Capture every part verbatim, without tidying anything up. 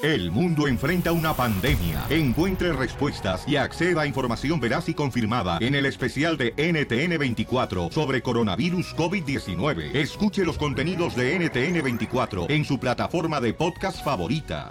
El mundo enfrenta una pandemia. Encuentre respuestas y acceda a información veraz y confirmada en el especial de N T N veinticuatro sobre coronavirus COVID diecinueve. Escuche los contenidos de N T N veinticuatro en su plataforma de podcast favorita.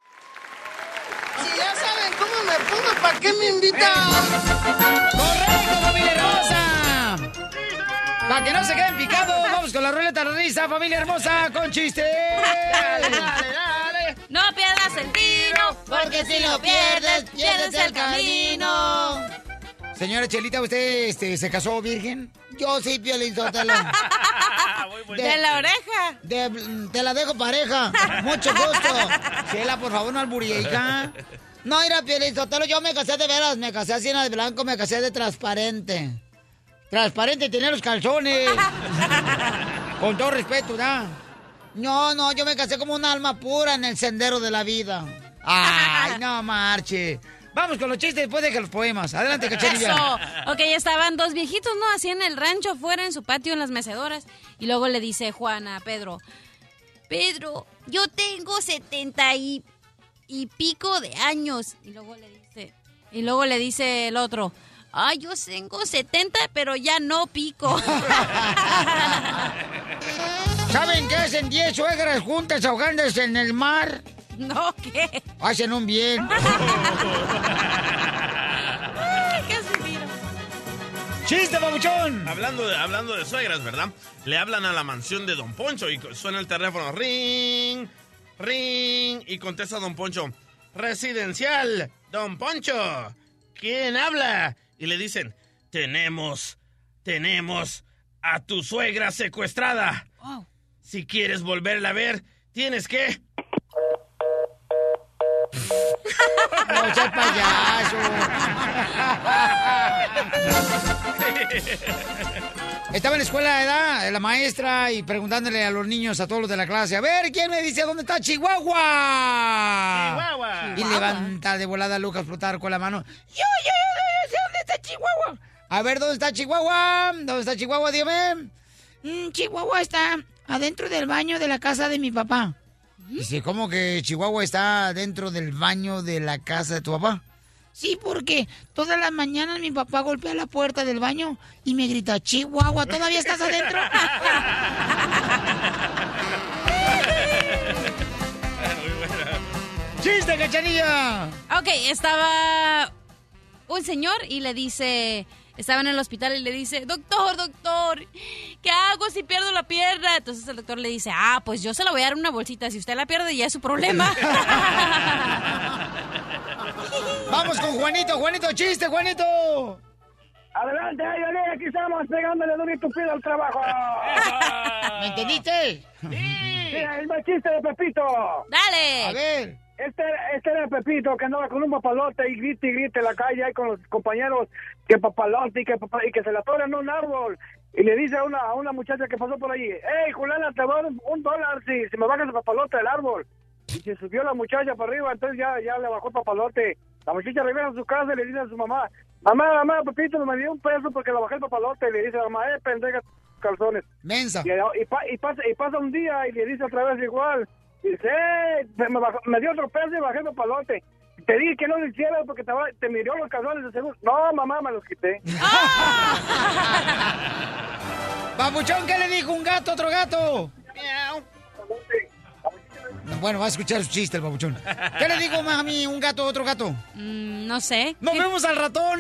Si ya saben cómo me pongo, ¿para qué me invitan? ¡Correcto, familia hermosa! Para que no se queden picados, vamos con la ruleta de la risa, familia hermosa, con chistes. Dale, dale, dale. No pierdas el tino, porque si lo pierdes, pierdes el camino. Señora Chelita, ¿usted este, se casó virgen? Yo sí, Piolín Sotelo. De, de la oreja. De, te la dejo pareja. Mucho gusto. Chela, por favor, no alburie, hija. No, mira, Piolín Sotelo, yo me casé de veras. Me casé así en de blanco, me casé de transparente. Transparente, tenía los calzones. Con todo respeto, ¿da? No, no, yo me casé como un alma pura en el sendero de la vida. Ay, no marche. Vamos con los chistes después de que los poemas. Adelante, Cachanilla. Eso. Ok, estaban dos viejitos, ¿no? Así en el rancho, afuera, en su patio, en las mecedoras. Y luego le dice Juana a Pedro: Pedro, yo tengo setenta y, y pico de años. Y luego le dice, y luego le dice el otro: ay, yo tengo setenta, pero ya no pico. ¿Saben qué hacen diez suegras juntas ahogándose en el mar? No, ¿qué? Hacen un bien. Ay, qué suspiro. ¡Chiste, babuchón! Hablando de, hablando de suegras, ¿verdad? Le hablan a la mansión de Don Poncho y suena el teléfono. Ring, ring. Y contesta Don Poncho: residencial, Don Poncho. ¿Quién habla? Y le dicen: tenemos, tenemos a tu suegra secuestrada. Wow. Si quieres volverla a ver, tienes que... ¡No seas payaso! Estaba en la escuela, ¿verdad? La maestra y preguntándole a los niños, a todos los de la clase: a ver, ¿quién me dice dónde está Chihuahua? Chihuahua. Y levanta de volada a Lucas Plutarco con la mano: yo, yo, yo, yo sé dónde está Chihuahua. A ver, ¿dónde está Chihuahua? ¿Dónde está Chihuahua? Dígame. Mm, Chihuahua está adentro del baño de la casa de mi papá. Dice: ¿cómo que Chihuahua está dentro del baño de la casa de tu papá? Sí, porque todas las mañanas mi papá golpea la puerta del baño y me grita: Chihuahua, ¿todavía estás adentro? ¡Chiste, Cachanilla! Ok, estaba un señor y le dice... Estaba en el hospital y le dice: doctor, doctor, ¿qué hago si pierdo la pierna? Entonces el doctor le dice: ah, pues yo se la voy a dar en una bolsita. Si usted la pierde, ya es su problema. Vamos con Juanito, Juanito, chiste, Juanito. Adelante, Ayole, aquí estamos pegándole duro y tupido al trabajo. ¿Me entendiste? Sí, el mal chiste de Pepito. Dale. A ver. Este, este era Pepito que andaba con un papalote y grite y grite en la calle ahí con los compañeros que papalote y que, y que se la atoran en un árbol. Y le dice a una, a una muchacha que pasó por allí: hey, Juliana, te voy a dar un dólar si, si me bajas el papalote del árbol. Y se subió la muchacha para arriba, entonces ya, ya le bajó el papalote. La muchacha regresa a su casa y le dice a su mamá: mamá, mamá, Pepito me dio un peso porque le bajé el papalote. Y le dice a la mamá: eh, pendeja, calzones. Mensa. Y, y, y, pasa, y pasa un día y le dice otra vez igual. Dice: eh, me, bajó, me dio otro peso y bajé el papalote. Te dije que no lo hicieras porque te, te miró los calzones de seguro. No, mamá, me los quité. Papuchón, ¿qué le dijo un gato a otro gato? Miau. Bueno, va a escuchar su chiste el papuchón. ¿Qué le dijo, mami, un gato a otro gato? Mm, no sé. ¡Nos ¿Qué? vemos al ratón!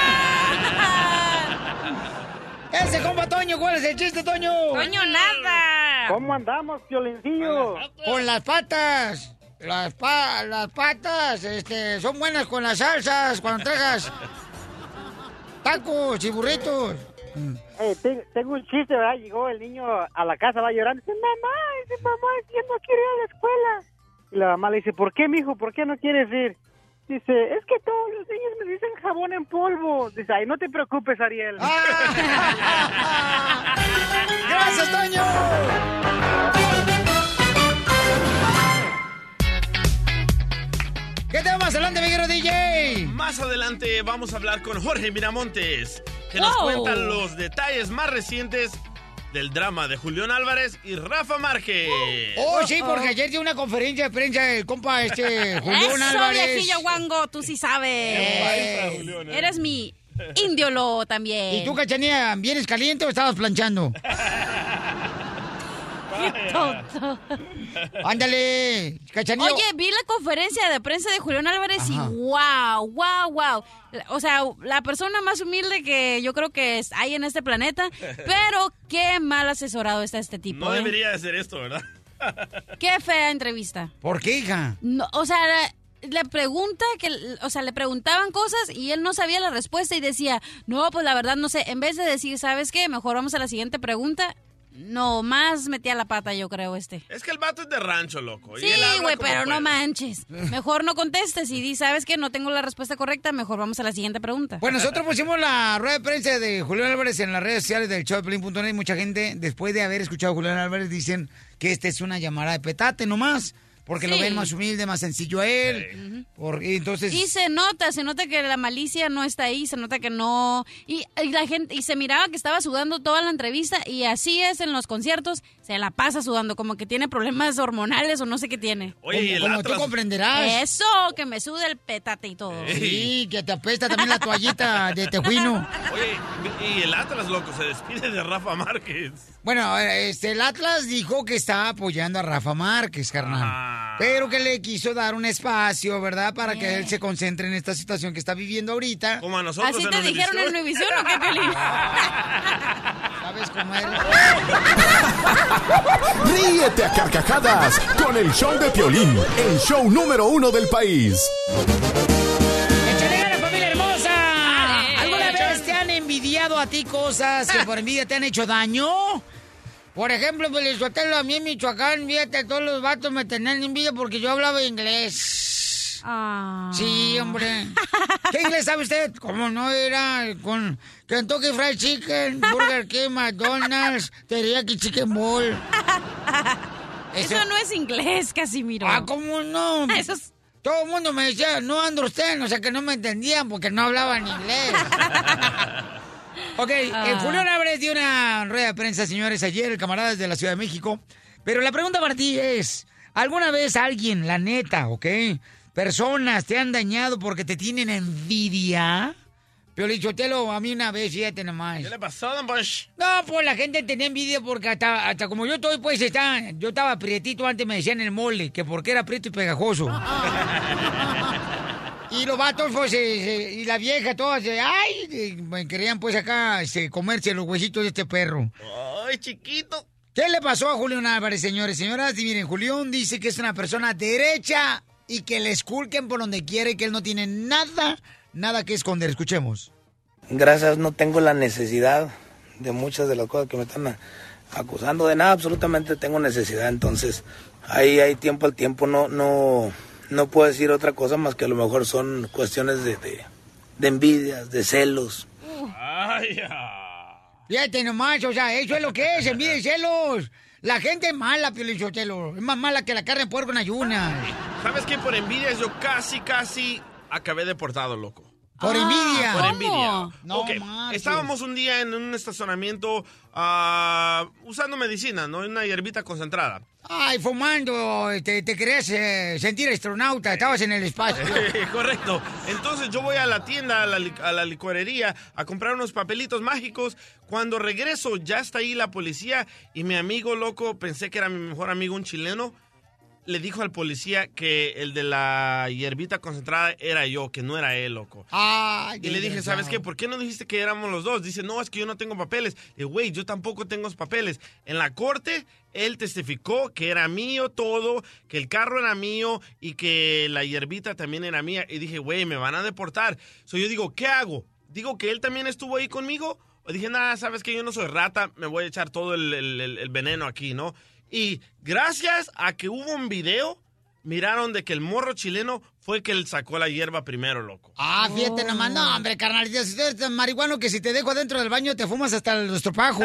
¡Ese compa Toño! ¿Cuál es el chiste, Toño? Toño, nada. ¿Cómo andamos, Piolincillo? Con las patas. Las, pa las patas este, son buenas con las salsas cuando traigas tacos y burritos. Eh, te, tengo un chiste, ¿verdad? Llegó el niño a la casa, va llorando. Dice: mamá, dice, mamá, yo no quiero ir a la escuela. Y la mamá le dice: ¿por qué, mijo? ¿Por qué no quieres ir? Dice: es que todos los niños me dicen jabón en polvo. Dice: ay, no te preocupes, Ariel. ¡Ah! ¡Gracias, Toño! ¿Qué tenemos más adelante, Viguero D J? Más adelante vamos a hablar con Jorge Miramontes, que Wow. nos cuenta los detalles más recientes del drama de Julián Álvarez y Rafa Márquez. Oh, sí, porque ayer dio una conferencia de prensa el compa este Julián Eso, Álvarez. viejillo guango, tú sí sabes. Eh. Julián, eh. Eres mi índiolo también. ¿Y tú, Cachanilla, vienes caliente o estabas planchando? Qué tonto. Ándale, Cachanilla. Oye, vi la conferencia de prensa de Julián Álvarez Ajá. y wow, wow, wow. O sea, la persona más humilde que yo creo que es- hay en este planeta, pero qué mal asesorado está este tipo. No ¿eh? debería de ser esto, ¿verdad? Qué fea entrevista. ¿Por qué, hija? No, o sea, le, le pregunta que, o sea, le preguntaban cosas y él no sabía la respuesta y decía, no, pues la verdad no sé. En vez de decir, ¿sabes qué? Mejor vamos a la siguiente pregunta. No, más metía la pata, yo creo, este. Es que el vato es de rancho, loco. y Sí, él habla güey, como pero no puede. manches. Mejor no contestes y di, ¿sabes qué? No tengo la respuesta correcta, mejor vamos a la siguiente pregunta. Pues nosotros pusimos la rueda de prensa de Julián Álvarez en las redes sociales del show de Pelín punto net y mucha gente, después de haber escuchado a Julián Álvarez, dicen que esta es una llamada de petate nomás, porque lo Sí. ven más humilde, más sencillo a él. Por, y entonces... Y se nota, se nota que la malicia no está ahí, se nota que no... Y, y la gente, y se miraba que estaba sudando toda la entrevista y así es en los conciertos, se la pasa sudando, como que tiene problemas hormonales o no sé qué tiene. Oye, y como el como Atlas... tú comprenderás. Eso, que me sude el petate y todo. Sí, que te apesta también la toallita de tejuino. Oye, y el Atlas, loco, se despide de Rafa Márquez. Bueno, este, el Atlas dijo que está apoyando a Rafa Márquez, carnal. Ah. Pero que le quiso dar un espacio, ¿verdad? Para que Yeah. él se concentre en esta situación que está viviendo ahorita. Como a nosotros ¿Así en te dijeron en Univisión. Univisión o qué, Piolín? ¿Sabes cómo eres? Ríete a carcajadas con el show de Piolín, el show número uno del país. ¡Échale ganas, familia hermosa! ¿Alguna vez te han envidiado a ti cosas que por envidia te han hecho daño? Por ejemplo, pues les suelto a mí en Michoacán, fíjate, todos los vatos me tenían envidia porque yo hablaba inglés. Ah. Sí, hombre. ¿Qué inglés sabe usted? ¿Cómo no era con Kentucky Fried Chicken, Burger King, McDonald's, Teriyaki Chicken Ball? Eso no es inglés, Casimiro. Ah, ¿cómo no? Eso es... Todo el mundo me decía, no understand, o sea que no me entendían porque no hablaban inglés. Ok, Ah. eh, Julián Álvarez dio una rueda de prensa, señores, ayer, el camarada de la Ciudad de México. Pero la pregunta para ti es, ¿alguna vez alguien, la neta, ok, personas te han dañado porque te tienen envidia? Piolichotelo, a mí una vez, fíjate nomás. ¿Qué le pasó, Don Bosch? No, pues la gente tenía envidia porque hasta, hasta como yo estoy, pues, está, yo estaba prietito, antes me decían el mole, que porque era prieto y pegajoso. Y los vatos, pues, eh, eh, y la vieja, todas, eh, ay, eh, me querían, pues, acá, este, comerse los huesitos de este perro. Ay, chiquito. ¿Qué le pasó a Julián Álvarez, señores? Señoras, y miren, Julián dice que es una persona derecha y que le esculquen por donde quiere, que él no tiene nada, nada que esconder. Escuchemos. Gracias, no tengo la necesidad de muchas de las cosas que me están a- acusando. De nada, absolutamente tengo necesidad. Entonces, ahí hay tiempo al tiempo. No, no, no puedo decir otra cosa más que a lo mejor son cuestiones de, de, de envidias, de celos. Ay, ya. Fíjate nomás, o sea, eso es lo que es, envidia y celos. La gente es mala, Piolichotelo. Es más mala que la carne de puerco en ayunas. ¿Sabes qué? Por envidia yo casi, casi acabé deportado, loco. Por envidia. Por ¿Cómo? envidia. No Ok, marches. estábamos un día en un estacionamiento ah, usando medicina, ¿no? Una hierbita concentrada. Ay, fumando, te, te querías eh, sentir astronauta, estabas en el espacio. Correcto. Entonces yo voy a la tienda, a la, li- a la licorería, a comprar unos papelitos mágicos. Cuando regreso, ya está ahí la policía y mi amigo loco, pensé que era mi mejor amigo, un chileno, le dijo al policía que el de la hierbita concentrada era yo, que no era él, loco. Ay, Y le dije, ¿sabes qué? ¿Por qué no dijiste que éramos los dos? Dice, no, es que yo no tengo papeles. Y güey, yo tampoco tengo papeles. En la corte, él testificó que era mío todo, que el carro era mío y que la hierbita también era mía. Y dije, güey, me van a deportar. So yo digo, ¿qué hago? ¿Digo que él también estuvo ahí conmigo? O dije, nada, ¿sabes qué? Yo no soy rata, me voy a echar todo el, el- el- el veneno aquí, ¿no? Y gracias a que hubo un video, miraron de que el morro chileno fue el que él sacó la hierba primero, loco. Ah, fíjate nomás, no, hombre, carnalita, si tú eres tan marihuano que si te dejo adentro del baño te fumas hasta el estropajo. Sí,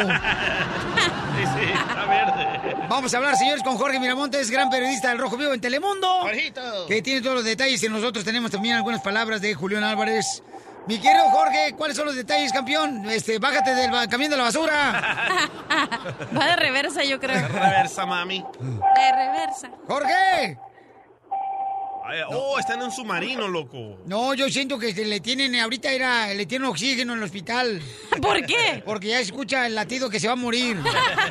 sí, está verde. Vamos a hablar, señores, con Jorge Miramontes, gran periodista del Rojo Vivo en Telemundo. Jorgito. Que tiene todos los detalles y nosotros tenemos también algunas palabras de Julián Álvarez. Mi querido Jorge, ¿cuáles son los detalles, campeón? Este, bájate del ba- camión de la basura. Va de reversa, yo creo. De reversa, mami. De reversa. ¡Jorge! Ay, oh, está en un submarino, loco. No, yo siento que se le tienen, ahorita era, le tienen oxígeno en el hospital. ¿Por qué? Porque ya escucha el latido que se va a morir.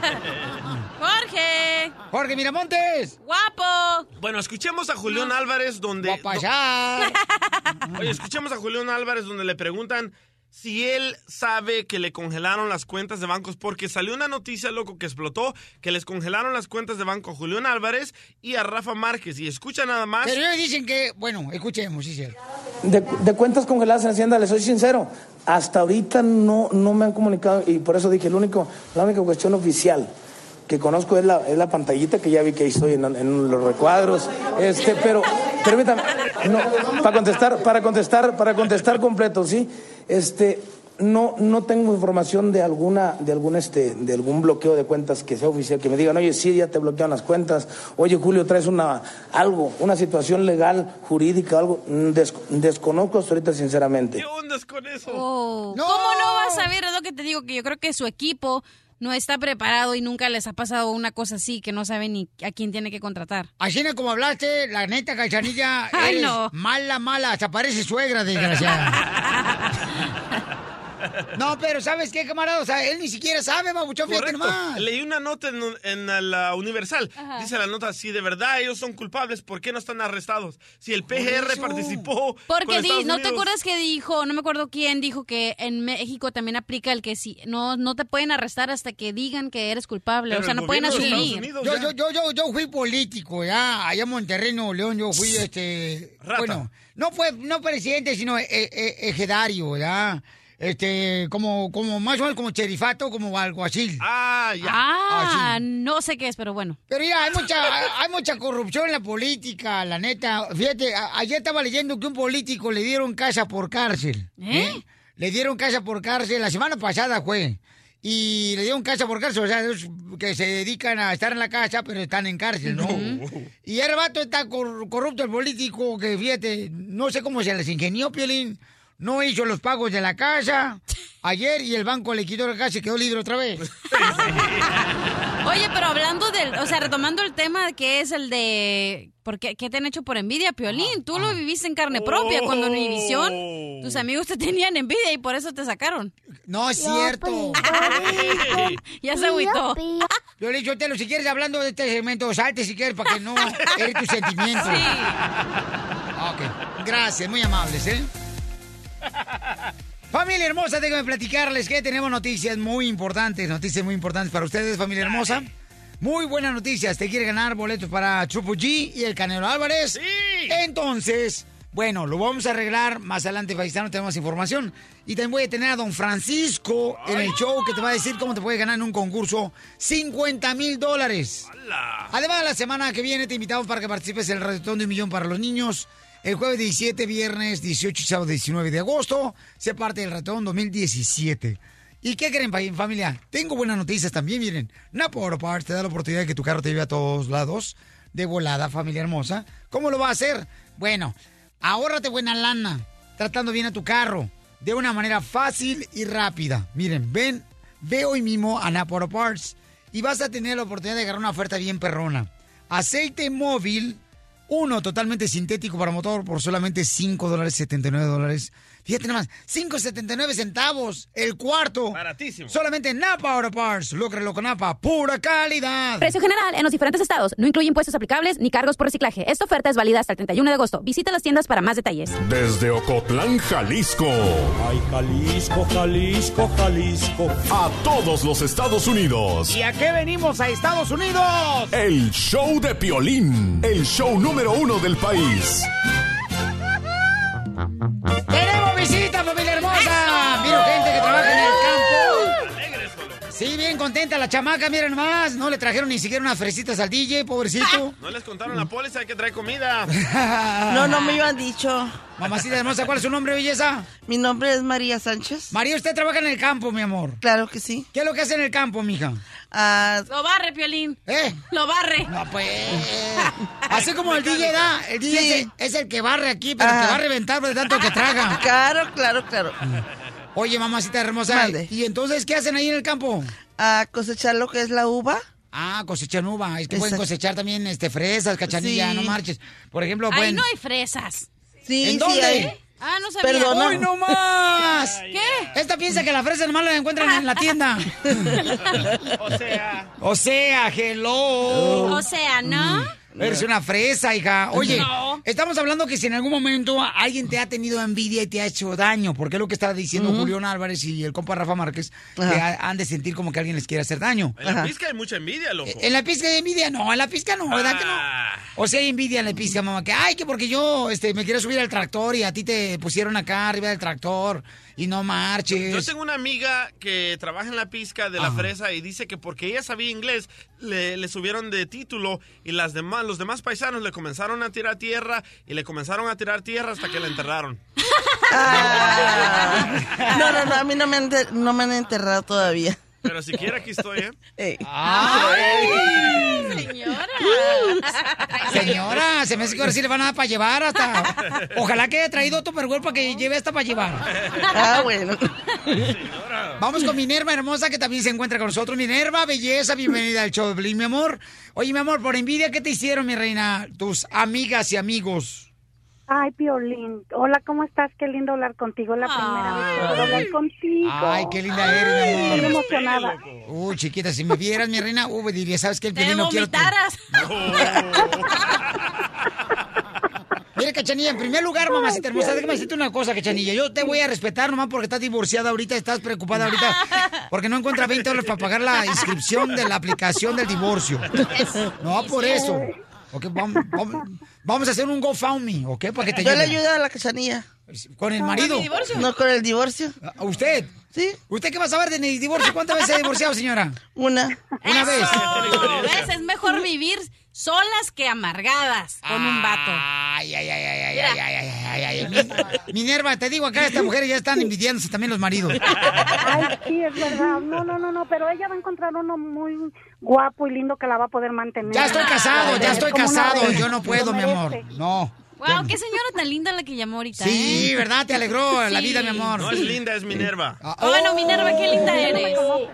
Jorge. Jorge Miramontes. Guapo. Bueno, escuchemos a Julián Álvarez donde... Guapayar. Oye, escuchemos a Julián Álvarez donde le preguntan si él sabe que le congelaron las cuentas de bancos, porque salió una noticia, loco, que explotó, que les congelaron las cuentas de banco a Julián Álvarez y a Rafa Márquez. Y escucha nada más. Pero ellos dicen que, bueno, escuchemos, sí, cierto. De, de cuentas congeladas en Hacienda, les soy sincero, hasta ahorita no, no me han comunicado y por eso dije, el único, la única cuestión oficial que conozco es la, es la pantallita que ya vi que ahí estoy en, en los recuadros, este, pero permítame, no, para contestar, para contestar, para contestar completo, sí, este, no, no tengo información de alguna, de algún, este, de algún bloqueo de cuentas que sea oficial, que me digan, oye, sí, ya te bloquearon las cuentas, oye, Julio, traes una, algo, una situación legal, jurídica, algo, des, desconozco hasta ahorita, sinceramente. ¿Qué ondas con eso? Oh, ¡No! ¿Cómo no vas a ver? Es lo que te digo, que yo creo que su equipo no está preparado y nunca les ha pasado una cosa así, que no saben ni a quién tiene que contratar. Así no como hablaste, la neta, Cachanilla, Ay, eres no. mala, mala, hasta parece suegra, desgraciada. No, pero ¿sabes qué, camarada? O sea, él ni siquiera sabe, babuchón, fíjate Correcto. nomás. Leí una nota en, en la Universal. Ajá. Dice la nota, si de verdad ellos son culpables, ¿por qué no están arrestados? Si el P G R eso. participó Porque con di, Estados ¿no te Unidos. acuerdas que dijo, no me acuerdo quién dijo que en México también aplica el que si no no te pueden arrestar hasta que digan que eres culpable? Pero o sea, el no pueden gobierno de Estados asumir. Unidos Yo, ya- yo, yo, yo, yo fui político, ya, allá en Monterrey, Nuevo León, yo fui, este... Rata. Bueno, no fue, no presidente, sino eh, eh, ejedario, ya. Este, como, como, más o menos como cherifato, como alguacil. Ah, ya. Ah, Ah, sí. no sé qué es, pero bueno. Pero ya, hay mucha, hay mucha corrupción en la política, la neta. Fíjate, a- ayer estaba leyendo que un político le dieron casa por cárcel. ¿Eh? Le dieron casa por cárcel, la semana pasada fue. Y le dieron casa por cárcel, o sea, esos que se dedican a estar en la casa, pero están en cárcel, ¿no? Y el vato está cor- corrupto el político, que fíjate, no sé cómo se les ingenió, Piolín. No hizo los pagos de la casa ayer y el banco le quitó la casa y quedó libre otra vez. Oye, pero hablando del, o sea, retomando el tema que es el de, ¿por qué, qué te han hecho por envidia, Piolín? Tú lo viviste en carne propia cuando en Univisión tus amigos te tenían envidia y por eso te sacaron. No es cierto. Ya se agüitó. Yo le he dicho, Telo, si quieres hablando de este segmento, salte si quieres para que no eres tus sentimientos. Sí. Ok, gracias, muy amables, ¿eh? Familia hermosa, déjenme platicarles que tenemos noticias muy importantes, noticias muy importantes para ustedes, familia hermosa. Muy buenas noticias, te quiere ganar boletos para Triple G y el Canelo Álvarez. Sí. Entonces, bueno, lo vamos a arreglar más adelante, paisano, tenemos información. Y también voy a tener a don Francisco en el show que te va a decir cómo te puede ganar en un concurso cincuenta mil dólares. ¡Hala! Además, la semana que viene te invitamos para que participes en el Radiothon de un Millón para los niños. El jueves diecisiete, viernes dieciocho y sábado diecinueve de agosto se parte del Radiothon dos mil diecisiete. ¿Y qué creen, pa- familia? Tengo buenas noticias también, miren. Napa Auto Parts te da la oportunidad de que tu carro te lleve a todos lados de volada, familia hermosa. ¿Cómo lo va a hacer? Bueno, ahórrate buena lana tratando bien a tu carro de una manera fácil y rápida. Miren, ven, ve hoy mismo a Napa Auto Parts y vas a tener la oportunidad de agarrar una oferta bien perrona. Aceite móvil, uno totalmente sintético para motor por solamente cinco dólares setenta y nueve dólares. Fíjate nomás, cinco setenta y nueve centavos el cuarto. Baratísimo. Solamente en Napa Auto Parts. Lógralo con Napa, pura calidad. Precio general en los diferentes estados. No incluye impuestos aplicables ni cargos por reciclaje. Esta oferta es válida hasta el treinta y uno de agosto. Visita las tiendas para más detalles. Desde Ocotlán, Jalisco. Ay, Jalisco, Jalisco, Jalisco. A todos los Estados Unidos. ¿Y a qué venimos a Estados Unidos? El show de Piolín. El show número uno del país. ¡Tenemos visita, familia hermosa! Mira, gente que trabaja en el campo. Alegre solo. Sí, bien contenta la chamaca, miren más. No le trajeron ni siquiera unas fresitas al D J, pobrecito. No les contaron la póliza, hay que traer comida. No, no me iban dicho. Mamacita hermosa, ¿cuál es su nombre, belleza? Mi nombre es María Sánchez. María, ¿usted trabaja en el campo, mi amor? Claro que sí. ¿Qué es lo que hace en el campo, mija? Uh, Lo barre, Piolín. ¿Eh? Lo barre. No, pues. Así como el D J da. El D J sí. es, es el que barre aquí, pero Ajá. el que va a reventar de tanto que traga. Claro, claro, claro. Oye, mamacita hermosa. Mande. ¿Y entonces qué hacen ahí en el campo? A uh, cosechar lo que es la uva. Ah, cosechan uva. Es que Exacto. pueden cosechar también este, fresas, cachanilla, sí. no marches. Por ejemplo, pueden... Ahí no hay fresas. Sí, ¿En sí dónde? Hay. Ah, no sabía. Perdona. ¡Uy, no más! ¿Qué? Esta piensa que la fresa nomás la encuentran en la tienda. O sea. O sea, hello. O sea, ¿no? Eres una fresa, hija. Oye, no. estamos hablando que si en algún momento alguien te ha tenido envidia y te ha hecho daño, porque es lo que está diciendo uh-huh. Julián Álvarez y el compa Rafa Márquez, Ajá. que ha, han de sentir como que alguien les quiere hacer daño. En la pizca hay mucha envidia, loco. En la pizca hay envidia, no, en la pizca no, ¿verdad ah. que no? O sea, hay envidia en la pizca, mamá, que ay, que porque yo este, me quiero subir al tractor y a ti te pusieron acá arriba del tractor y no marches. Yo tengo una amiga que trabaja en la pizca de la Ajá. fresa y dice que porque ella sabía inglés, le, le subieron de título y las demás, los demás paisanos le comenzaron a tirar tierra y le comenzaron a tirar tierra hasta que la enterraron. Ah. No, no, no, a mí no me han, no me han enterrado todavía. Pero siquiera aquí estoy, ¿eh? Hey. ¡Ay! Señora. Señora, se me hace que ahora sí le van a dar para llevar hasta... Ojalá que haya traído tu pergüel para que lleve hasta para llevar. Ah, bueno. Señora. Vamos con Minerva hermosa, que también se encuentra con nosotros. Minerva, belleza, bienvenida al show de Piolín, mi amor. Oye, mi amor, por envidia, ¿qué te hicieron, mi reina? Tus amigas y amigos. Ay, Piolín. Hola, ¿cómo estás? Qué lindo hablar contigo. La primera Ay. vez que puedo hablar contigo. Ay, qué linda eres, mi amor. Estoy emocionada. Uy, chiquita, si me vieras, mi reina, uy, diría, ¿sabes qué? El Te Piolín no quiero... vomitaras. Mira, Cachanilla, en primer lugar, mamacita hermosa, déjame decirte una cosa, Cachanilla. Yo te voy a respetar nomás porque estás divorciada ahorita, estás preocupada ahorita porque no encuentras veinte dólares para pagar la inscripción de la aplicación del divorcio. No, por eso. Okay, vamos, vamos, vamos a hacer un GoFundMe, ¿ok? Para que te Yo ayude. le ayudo a la Cachanilla. ¿Con el marido? ¿Con el divorcio? No, con el divorcio. ¿A usted? Sí. ¿Usted qué va a saber de mi divorcio? ¿Cuántas veces se ha divorciado, señora? Una. Una Eso. vez. ¿Ves? Es mejor vivir solas que amargadas con un vato. Ay, ay, ay, ay, ay, ay, ay, ay, ay, ay. Mi- Minerva, te digo, acá estas mujeres ya están envidiándose también los maridos. Ay, sí, es verdad. No, no, no, no, pero ella va a encontrar uno muy guapo y lindo que la va a poder mantener. Ya estoy casado, ya estoy Como una casado. reina. Yo no puedo, Lo mi amor. merece. No. Wow, qué señora tan linda la que llamó ahorita. Sí, ¿eh? ¿verdad? Te alegró la Sí. vida, mi amor. No es linda, es Minerva. Ah, Oh, bueno, Minerva, qué linda eres.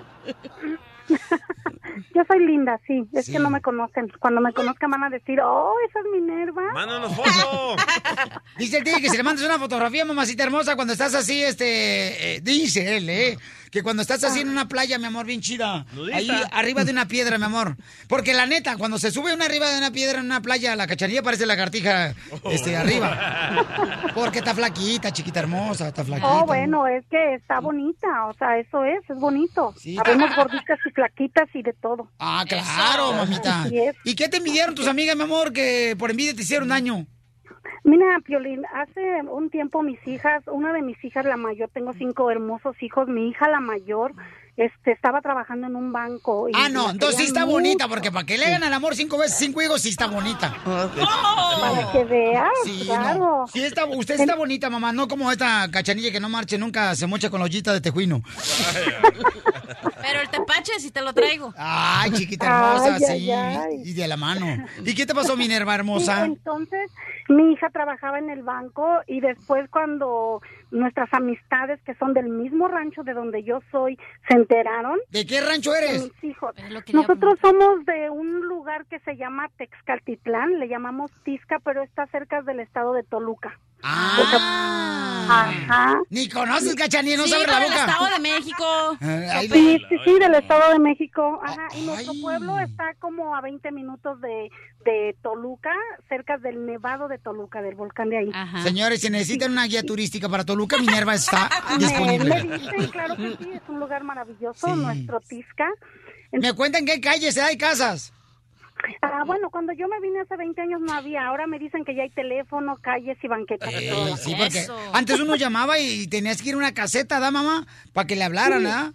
Yo soy linda, sí. Es Sí. que no me conocen. Cuando me conozcan van a decir, oh, esa es Minerva. Mándanos foto. Dice el tío que si le mandas una fotografía, mamacita hermosa, cuando estás así, este, eh, dice él, ¿eh? Que cuando estás así en una playa, mi amor, bien chida. Nudista. Ahí arriba de una piedra, mi amor. Porque la neta, cuando se sube una arriba de una piedra en una playa, la cachanilla parece lagartija, este, arriba. Porque está flaquita, chiquita hermosa, está flaquita. Oh, bueno, es que está bonita. O sea, eso es, es bonito. Sí. Habemos gorditas y flaquitas y de todo. Ah, claro, Eso. mamita. Así es. ¿Y qué te envidiaron tus amigas, mi amor, que por envidia te hicieron daño? Mira, Piolín, hace un tiempo mis hijas, una de mis hijas, la mayor, tengo cinco hermosos hijos, mi hija la mayor, este, estaba trabajando en un banco. Y Ah, no, la entonces sí querían está bonita, mucho. porque para que le hagan al amor cinco veces cinco hijos, sí está bonita. Para que veas, Sí, claro. no. Sí está, usted está bonita, mamá, no como esta cachanilla que no marche nunca, se mocha con la ollita de tejuino. Pero el tepache sí te lo traigo. Ay, chiquita hermosa, Ay, ay, sí, ay. y de la mano. ¿Y qué te pasó, Minerva hermosa? Sí, entonces, mi hija trabajaba en el banco y después cuando nuestras amistades que son del mismo rancho de donde yo soy se enteraron. ¿De qué rancho de eres? mis hijos. Es lo que le Nosotros somos de un lugar que se llama Texcaltitlán, le llamamos Tisca, pero está cerca del estado de Toluca. Ah, Ajá. ni conoces, cachanilla, no sí, sabes la pero el boca. Estado de México. Eh, ahí le- Sí, sí, sí, del estado de México. Ajá, y Ay. nuestro pueblo está como a veinte minutos de, de Toluca, cerca del Nevado de Toluca, del volcán de ahí. Ajá. Señores, si necesitan una guía turística para Toluca, Minerva está Me, me disponible. dicen, claro que sí, es un lugar maravilloso, Sí. nuestro Tisca. Me cuentan qué calles hay casas. Ah, bueno, cuando yo me vine hace veinte años no había, ahora me dicen que ya hay teléfono, calles y banquetas. Eh, todo. sí, porque Eso. antes uno llamaba y tenías que ir a una caseta, ¿da, mamá? Para que le hablaran, ¿ah?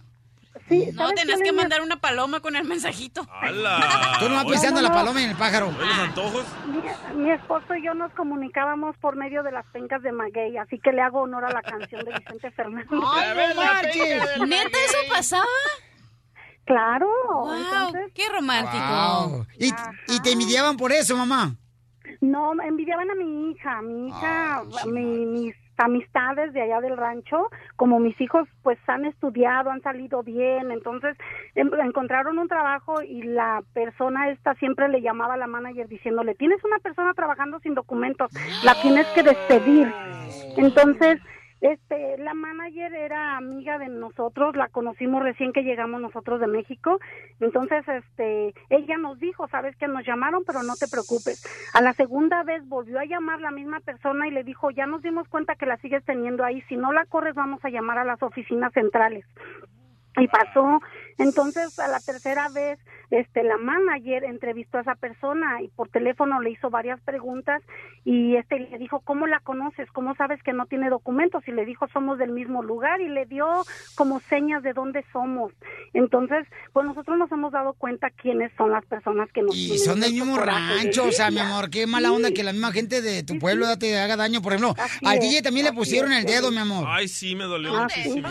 Sí, no, tenés que mandar una paloma con el mensajito. ¡Hala! Tú no vas pisando la paloma en el pájaro. ¿Ves los antojos? Mi, mi esposo y yo nos comunicábamos por medio de las pencas de maguey, así que le hago honor a la canción de Vicente Fernández. ¡Ay, no marches! ¿Neta eso pasaba? Claro. Wow, entonces, qué romántico. Wow. ¿Y, ¿Y te envidiaban por eso, mamá? no, envidiaban a mi hija, mi hija, Ah, mi, mis amistades de allá del rancho, como mis hijos pues han estudiado, han salido bien, entonces em, encontraron un trabajo y la persona esta siempre le llamaba a la manager diciéndole, tienes una persona trabajando sin documentos, la tienes que despedir. Entonces Este, la manager era amiga de nosotros, la conocimos recién que llegamos nosotros de México, entonces, este, ella nos dijo, sabes que nos llamaron, pero no te preocupes. A la segunda vez volvió a llamar la misma persona y le dijo, ya nos dimos cuenta que la sigues teniendo ahí, si no la corres vamos a llamar a las oficinas centrales. Y pasó, entonces a la tercera vez, este, la manager entrevistó a esa persona y por teléfono le hizo varias preguntas y este le dijo, ¿cómo la conoces? ¿Cómo sabes que no tiene documentos? Y le dijo, somos del mismo lugar y le dio como señas de dónde somos. Entonces, pues nosotros nos hemos dado cuenta quiénes son las personas que nos Y son del mismo rancho, o sea, mi amor, qué mala onda que la misma gente de tu pueblo te haga daño. Por ejemplo, Así al es, D J también le así pusieron es, el dedo, sí. mi amor. Ay, sí, me dolió Ah, muchísimo.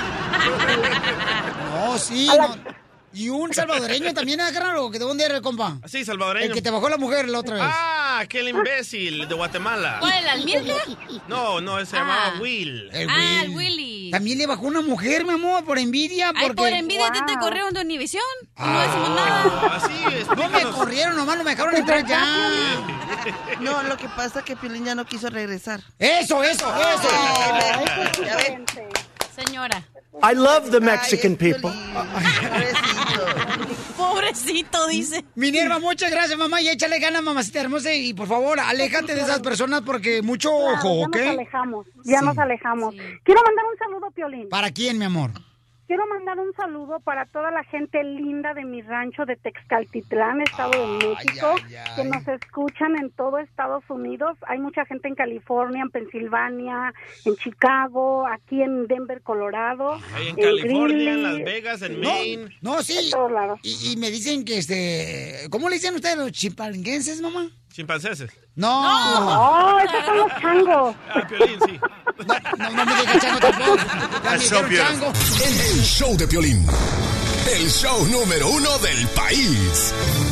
No, sí, A la- no. Y un salvadoreño también, ¿eh, carnal? ¿De dónde era el compa? Sí, salvadoreño. El que te bajó la mujer la otra vez. Ah, aquel imbécil de Guatemala. ¿Cuál, el almilde? No, no, ese se Ah. llamaba Will. El Ah, el Will. Willy. También le bajó una mujer, mi amor, por envidia. Ay, Porque... por envidia a ti te Wow. corrieron de Univisión. Y Ah. no decimos nada. Así es. No me corrieron, nomás no me dejaron entrar ya. No, lo que pasa es que Piolín ya no quiso regresar. Eso, eso, eso. Ay, pues, diferente. Señora. I love the Mexican Ay, people. Piolín, pobrecito. Pobrecito, dice. Minerva, muchas gracias, mamá, y échale ganas, mamacita hermosa, y por favor, aléjate de esas personas porque mucho Claro, ojo, ya ¿ok? nos alejamos, ya Sí. nos alejamos. Sí. Quiero mandar un saludo, Piolín. ¿Para quién, mi amor? Quiero mandar un saludo para toda la gente linda de mi rancho de Texcaltitlán, Estado de México, ay, ay. que nos escuchan en todo Estados Unidos. Hay mucha gente en California, en Pensilvania, en Chicago, aquí en Denver, Colorado. Ahí en en California, en Greeley. Las Vegas, en No, Maine. no, sí. En todos lados. Y, y me dicen que, este... ¿Cómo le dicen ustedes los chimpanguenses, mamá? Chimpancéses. No. ¡Oh, esos son los changos! Ah, Piolín, sí. No, no me digas chango tampoco. Ya me dijeron chango. El show de Piolín. El show número uno del país.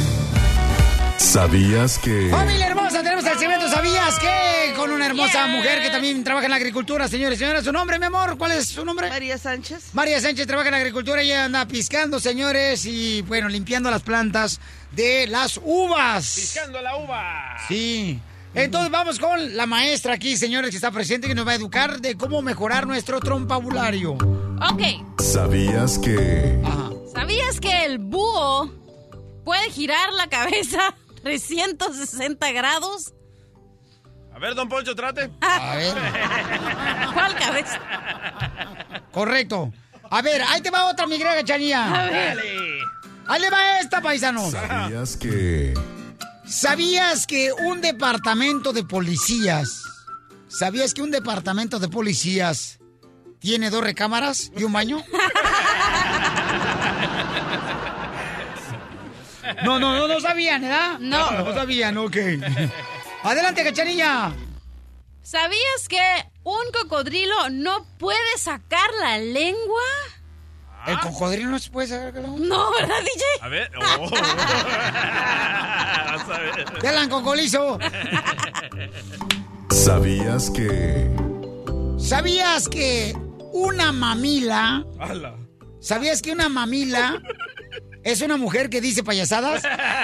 ¿Sabías que...? Familia hermosa, tenemos el segmento ¿Sabías qué? Con una hermosa Yeah. mujer que también trabaja en la agricultura, señores y señoras. ¿Su nombre, mi amor? ¿Cuál es su nombre? María Sánchez. María Sánchez trabaja en la agricultura y ella anda piscando, señores, y bueno, limpiando las plantas de las uvas. Piscando la uva. Sí. Entonces vamos con la maestra aquí, señores, que está presente, que nos va a educar de cómo mejorar nuestro trompabulario. Ok. ¿Sabías que...? Ajá. ¿Sabías que el búho puede girar la cabeza trescientos sesenta grados? A ver, don Poncho, trate. A ver. ¿Cuál cabeza? Correcto. A ver, ahí te va otra, mi gran A Chanía. ver. Dale. Ahí le va esta, paisanos. ¿Sabías que...? ¿Sabías que un departamento de policías... ¿Sabías que un departamento de policías tiene dos recámaras y un baño? No, no, no, no sabían, ¿verdad? No. No sabían, ok. Adelante, Cachanilla. ¿Sabías que un cocodrilo no puede sacar la lengua? ¿El cocodrilo no se puede sacar la lengua? No, ¿verdad, D J? A ver. Oh. Vas a ver. ¡Delan, cocolizo! ¿Sabías que...? ¿Sabías que una mamila... Ala. ¿Sabías que una mamila es una mujer que dice payasadas?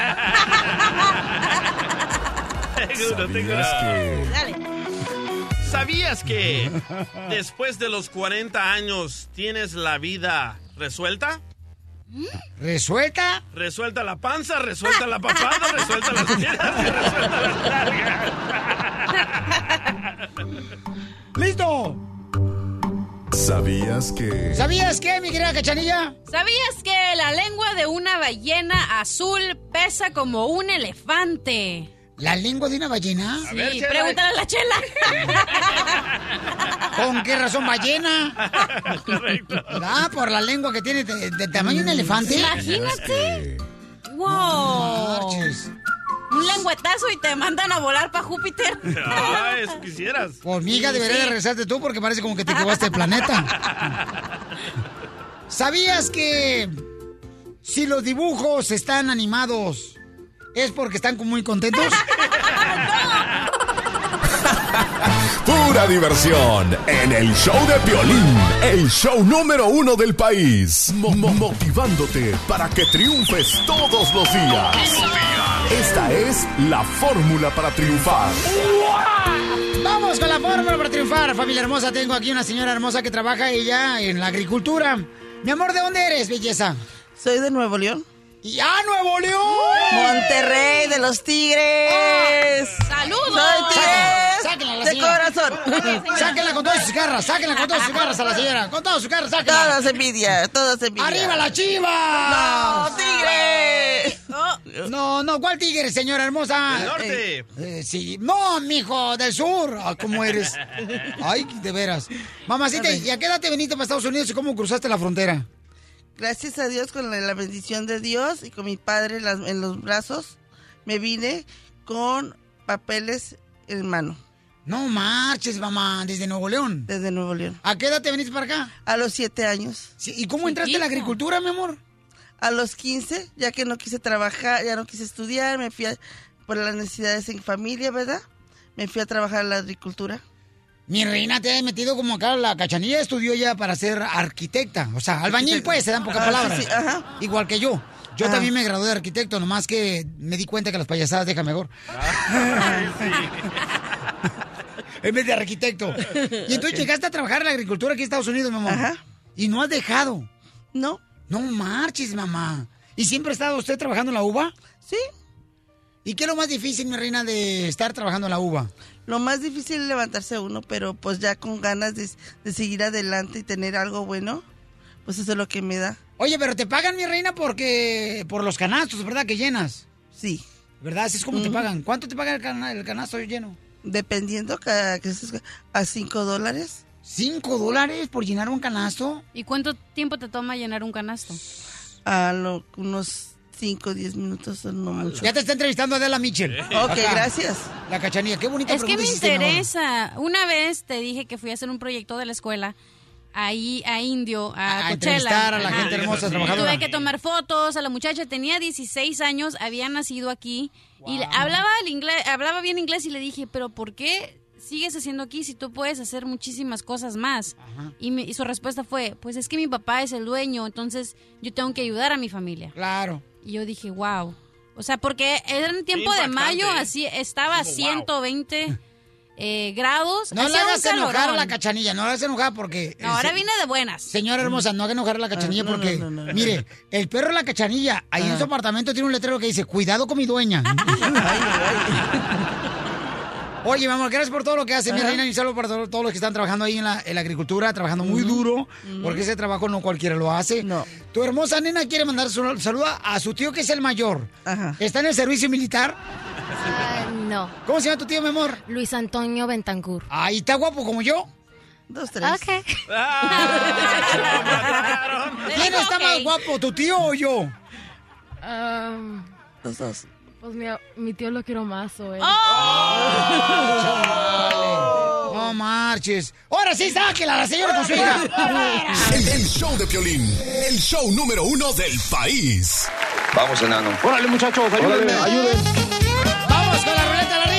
Tengo uno, tengo ¿Sabías uno. que...? Dale. ¿Sabías que después de los cuarenta años tienes la vida resuelta? ¿Resuelta? Resuelta la panza, resuelta la papada, resuelta las piernas y resuelta las nalgas. ¡Listo! ¿Sabías que...? ¿Sabías qué, mi querida Cachanilla? ¿Sabías que la lengua de una ballena azul pesa como un elefante? ¿La lengua de una ballena? Sí, ver, Chela. Pregúntale a la Chela. ¿Con qué razón ballena? Correcto. Ah, por la lengua que tiene de, de tamaño de un elefante. Imagínate. Wow. Marches. Un lengüetazo y te mandan a volar para Júpiter. Ah, eso quisieras. Hormiga, deberías sí. de regresarte tú porque parece como que te equivocaste de planeta. ¿Sabías que si los dibujos están animados es porque están muy contentos? Pura diversión en el show de Piolín, el show número uno del país. Mo- mo- motivándote para que triunfes todos los días. Esta es la fórmula para triunfar. Vamos con la fórmula para triunfar, familia hermosa. Tengo aquí una señora hermosa que trabaja ella en la agricultura. Mi amor, ¿de dónde eres, belleza? Soy de Nuevo León. ¡Y a Nuevo León! Monterrey, de los Tigres. Oh, ¡saludos! ¡Soy Tigres! Sáquenla a la de señora. corazón. Sáquenla con todas sus garras, sáquenla con todas sus garras a la señora. Con todas sus garras, sáquenla. Todas envidia, todas envidia. ¡Arriba la Chivas! ¡No, Tigres! Oh. No, no, ¿cuál Tigres, señora hermosa? Del norte. Eh, eh, sí. No, mijo, del sur. Ah, ¿cómo eres? Ay, de veras. Mamacita, ¿y a qué edad te viniste para Estados Unidos y cómo cruzaste la frontera? Gracias a Dios, con la, la bendición de Dios y con mi padre en, las, en los brazos, me vine con papeles en mano. No marches, mamá, desde Nuevo León. Desde Nuevo León. ¿A qué edad te viniste para acá? A los siete años. Sí, ¿y cómo entraste a la agricultura, mi amor? A los quince, ya que no quise trabajar, ya no quise estudiar, me fui a, por las necesidades en familia, ¿verdad? Me fui a trabajar en la agricultura. Mi reina, te has metido como acá, la Cachanilla estudió ya para ser arquitecta. O sea, albañil, pues, se dan pocas ah, palabras. Sí, sí, ajá. Igual que yo. Yo ajá. también me gradué de arquitecto, nomás que me di cuenta que las payasadas dejan mejor. Ay, sí. En vez de arquitecto. Y entonces llegaste a trabajar en la agricultura aquí en Estados Unidos, mi amor. Ajá. Y no has dejado. No. No marches, mamá. ¿Y siempre ha estado usted trabajando en la uva? Sí. ¿Y qué es lo más difícil, mi reina, de estar trabajando en la uva? Lo más difícil es levantarse uno, pero pues ya con ganas de, de seguir adelante y tener algo bueno, pues eso es lo que me da. Oye, pero te pagan, mi reina, porque por los canastos, ¿verdad? Que llenas. Sí. ¿Verdad? Así es como uh-huh. te pagan. ¿Cuánto te paga el, cana- el canasto lleno? Dependiendo, cada, a cinco dólares. ¿Cinco dólares por llenar un canasto? ¿Y cuánto tiempo te toma llenar un canasto? A lo, unos cinco o diez minutos, no mucho. Ya te está entrevistando Adela Mitchell. Ok, acá. Gracias. La Cachanilla, qué bonita es pregunta. Es que me interesa. Una vez te dije que fui a hacer un proyecto de la escuela ahí a Indio, a, a Coachella. Entrevistar a la Ajá. gente hermosa, sí. trabajadora. Tuve que tomar fotos a la muchacha, tenía dieciséis años, había nacido aquí wow. y hablaba el inglés, hablaba bien inglés y le dije, pero ¿por qué sigues haciendo aquí si tú puedes hacer muchísimas cosas más? Y, mi, y su respuesta fue, pues es que mi papá es el dueño, entonces yo tengo que ayudar a mi familia. Claro. Y yo dije, wow. O sea, porque era en tiempo de mayo, así estaba a ciento veinte wow. eh, grados. No le hagas enojar a la Cachanilla, no le hagas enojar porque... No, ahora vine de buenas. Señora hermosa, no haga enojar a la Cachanilla no, porque, no, no, no, mire, el perro de la Cachanilla, ahí ah. en su apartamento tiene un letrero que dice, cuidado con mi dueña. Oye, mamá, gracias por todo lo que hace, mi reina, y saludo para todos, todos los que están trabajando ahí en la, en la agricultura, trabajando muy uh-huh. duro, uh-huh. porque ese trabajo no cualquiera lo hace. No. Tu hermosa nena quiere mandar un saludo a su tío, que es el mayor. Ajá. ¿Está en el servicio militar? Uh, no. ¿Cómo se llama tu tío, mi amor? Luis Antonio Bentancur. Ah, ¿y está guapo como yo? Dos, tres. Ok. Ah, ¿Quién está okay. más guapo, tu tío o yo? Um, Los dos. Pues mi, mi tío lo quiero más, o él. ¡Oh! No marches. Ahora sí, sáquela la señora con su hija. El, el show de Piolín, el show número uno del país. Vamos, enano. Órale, muchachos, ayúdenme, ayuden. ¡Vamos con la ruleta de la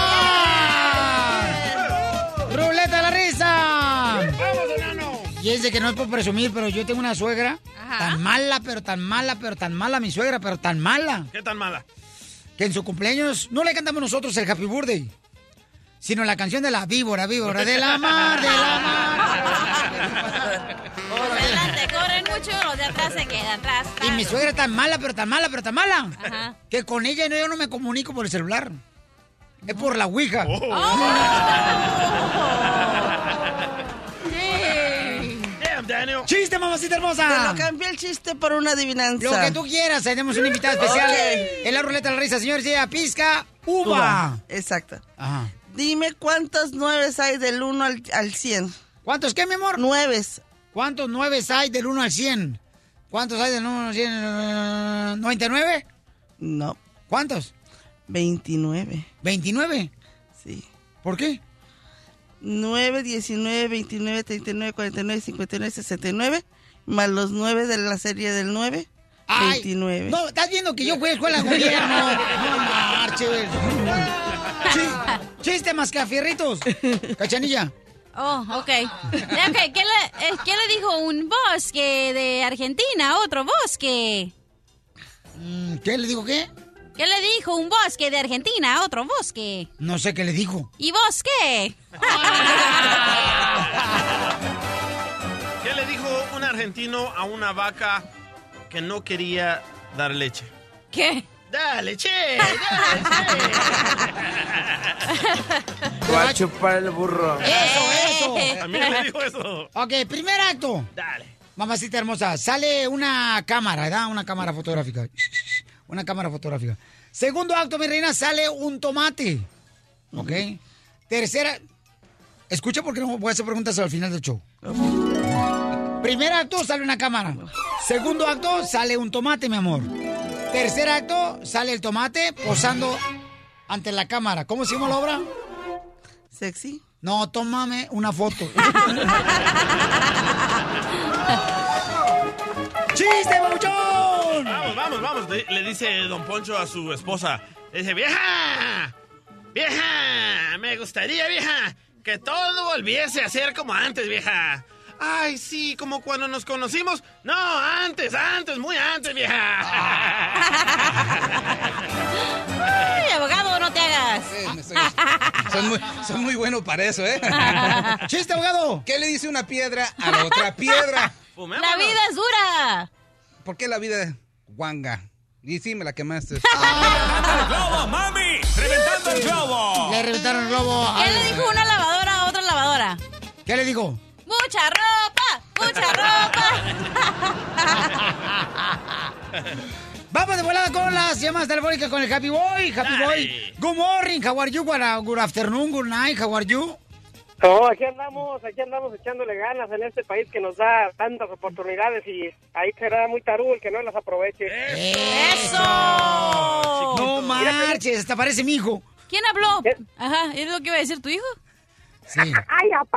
risa! ¡Ruleta de la risa! ¡Vamos, enano! Y es de que no es por presumir, pero yo tengo una suegra Ajá. tan mala, pero tan mala, pero tan mala, mi suegra, pero tan mala. ¿Qué tan mala? Que en su cumpleaños no le cantamos nosotros el Happy Birthday, sino la canción de la víbora, víbora, de la mar, de la mar. Los de adelante corren mucho, los de atrás se quedan atrás. Y mi suegra es tan mala, pero tan mala, pero tan mala, Ajá. que con ella yo no me comunico por el celular. Es por la ouija. Oh. Oh. Damn, Daniel. genio. ¡Chiste, mamacita hermosa! Te lo cambié el chiste por una adivinanza. Lo que tú quieras, tenemos una invitada especial. Okay. En la ruleta de la risa, señores, ella pizca uva. Uva. Exacto. Ajá. Dime cuántos nueves hay del uno al, al cien. ¿Cuántos qué, mi amor? Nueves. ¿Cuántos nueves hay del uno al cien? ¿Cuántos hay del uno al cien? ¿noventa y nueve? No. ¿Cuántos? veintinueve. ¿veintinueve? Sí. ¿Por qué? nueve, diecinueve, veintinueve, treinta y nueve, cuarenta y nueve, cincuenta y nueve, sesenta y nueve, más los nueve de la serie del nueve, Ay, veintinueve. No, estás viendo que yo fui a escuela de gobierno. No marches. Ch- Chiste más que a fierritos. Cachanilla. Oh, ok. okay ¿qué, le, eh, ¿Qué le dijo un bosque de Argentina a otro bosque? ¿Qué le dijo qué? ¿Qué le dijo un bosque de Argentina a otro bosque? No sé qué le dijo. ¿Y bosque? ¿Qué le dijo un argentino a una vaca que no quería dar leche? ¿Qué? ¡Dale, che! ¡Dale, che! Voy a chupar el burro. Eso, eso. A mí me dijo eso. Ok, primer acto. Dale. Mamacita hermosa, sale una cámara, ¿verdad? Una cámara fotográfica. Una cámara fotográfica. Segundo acto, mi reina, sale un tomate. ¿Ok? Tercera... Escucha porque no voy a hacer preguntas al final del show. Primer acto, sale una cámara. Segundo acto, sale un tomate, mi amor. Tercer acto, sale el tomate posando ante la cámara. ¿Cómo se llama la obra? ¿Sexy? No, tómame una foto. ¡Chiste, babuchón! Vamos, vamos, vamos. Le, le dice Don Poncho a su esposa. Le dice, vieja, vieja, me gustaría, vieja, que todo volviese a ser como antes, vieja. Ay, sí, como cuando nos conocimos. No, antes, antes, muy antes, vieja. Ay, abogado, no te hagas. Sí, me estoy... Son muy, son muy buenos para eso, ¿eh? ¡Chiste, abogado! ¿Qué le dice una piedra a la otra piedra? La vida es dura. ¿Por qué la vida es guanga? Y sí, me la quemaste. ¡El globo, mami! ¡Reventando el globo! Le reventaron el globo. ¿Qué le dijo una lavadora a otra lavadora? ¿Qué le dijo? ¡Mucha ropa! ¡Mucha ropa! Vamos de volada con las llamadas telefónicas con el Happy Boy. Happy Dale. Boy. Good morning, how are you? Good afternoon, good night, how are you? No, aquí andamos, aquí andamos echándole ganas en este país que nos da tantas oportunidades y ahí será muy tarú el que no las aproveche. ¡Eso! No marches, hasta parece mi hijo. ¿Quién habló? Ajá, ¿es lo que iba a decir tu hijo? Sí. ¡Ay, papá!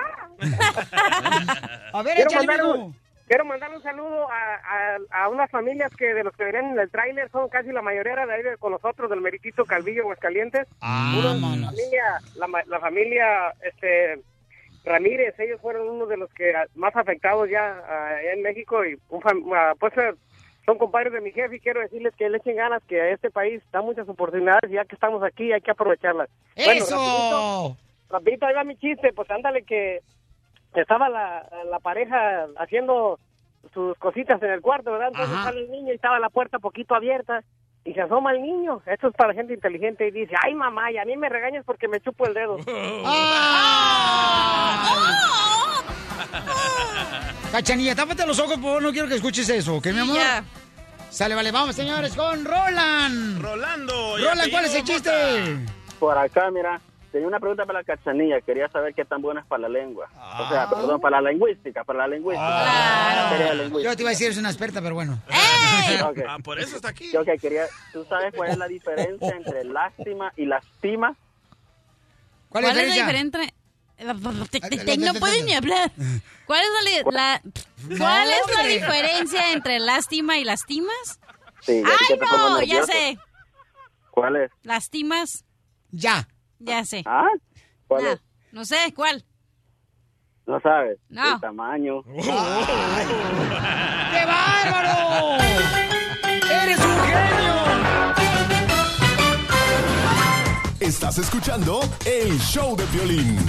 A ver, quiero, échale, mandar mijo. un, quiero mandar un saludo a, a, a unas familias que de los que venían en el tráiler son casi la mayoría de ahí de- con nosotros, del Meritito Calvillo, Aguascalientes. Ah, Uno, la manos. familia, la, ma- la familia este, Ramírez, ellos fueron uno de los que ah, más afectados ya ah, allá en México y un fam- ah, pues eh, son compadres de mi jefe y quiero decirles que le echen ganas, que a este país da muchas oportunidades y ya que estamos aquí hay que aprovecharlas. Bueno, ¡Eso! rapidito, rapidito, ahí va mi chiste, pues ándale que estaba la, la pareja haciendo sus cositas en el cuarto, ¿verdad? Entonces Ajá. sale el niño y estaba la puerta poquito abierta y se asoma el niño. Esto es para gente inteligente y dice, ay mamá, y a mí me regañas porque me chupo el dedo. ¡Ah! Cachanilla, tápate los ojos, por favor, no quiero que escuches eso, ¿ok, mi amor? Ya. Sale, vale, vamos, señores, con Roland. Rolando. y Roland, ¿cuál es el apellido chiste? Por acá, mira, tenía una pregunta para la Cachanilla. Quería saber qué tan buena es para la lengua. O sea, perdón, para la lingüística, para la lingüística. Claro. Materia lingüística. Yo te iba a decir, es una experta, pero bueno. Ok. Ah, por eso está aquí. Yo que quería, ¿tú sabes cuál es la diferencia entre lástima y lastima? ¿Cuál ¿Cuál es la diferencia? No pueden ni hablar. ¿Cuál es la, li- la- ¿cuál es la hombre. diferencia entre lástima y lastimas? Sí, ya ¡Ay, que te pongo no! Ya nervioso. sé. ¿Cuál es? Lastimas. Ya. Ya sé. ¿Ah? ¿Cuál No, es? no sé, ¿cuál? No sabes. No. El tamaño. ¡Qué bárbaro! ¡Eres un genio! Estás escuchando el show de Piolín.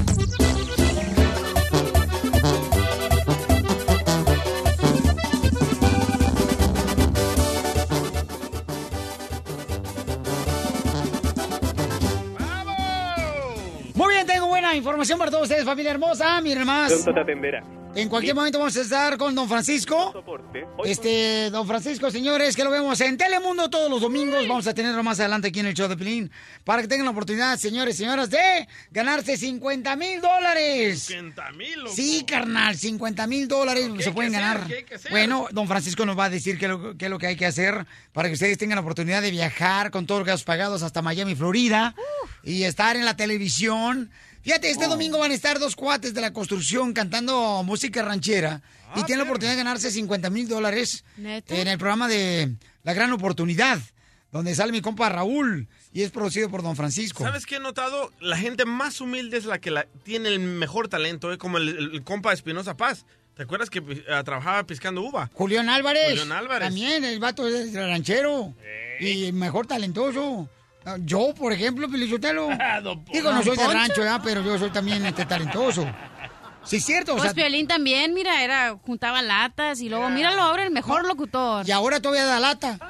Muy bien, tengo buena información para todos ustedes, familia hermosa. Miren más. Pronto te atenderá. En cualquier momento vamos a estar con don Francisco. Este, don Francisco, señores, que lo vemos en Telemundo todos los domingos. Vamos a tenerlo más adelante aquí en el show de Piolín. Para que tengan la oportunidad, señores y señoras, de ganarse cincuenta mil dólares. cincuenta mil, loco. Sí, carnal, cincuenta mil dólares se pueden ganar. ¿Qué hay que hacer? Bueno, don Francisco nos va a decir qué es lo, qué es lo que hay que hacer para que ustedes tengan la oportunidad de viajar con todos los gastos pagados hasta Miami, Florida, uh. y estar en la televisión. Fíjate, este oh. domingo van a estar dos cuates de la construcción cantando música ranchera ah, y tienen la oportunidad de ganarse cincuenta mil dólares en el programa de La Gran Oportunidad, donde sale mi compa Raúl y es producido por don Francisco. ¿Sabes qué he notado? La gente más humilde es la que la, tiene el mejor talento, ¿eh? Como el, el, el compa Espinosa Paz. ¿Te acuerdas que uh, trabajaba piscando uva? Julián Álvarez. Julián Álvarez. También, el vato es ranchero hey. y mejor talentoso. Yo, por ejemplo, Pelichotelo. Digo, no soy de rancho, ¿eh? Pero yo soy también este talentoso. Sí, es cierto. Pues o sea, Piolín también, mira, era juntaba latas y luego, yeah. míralo ahora, el mejor no. locutor. Y ahora todavía da lata.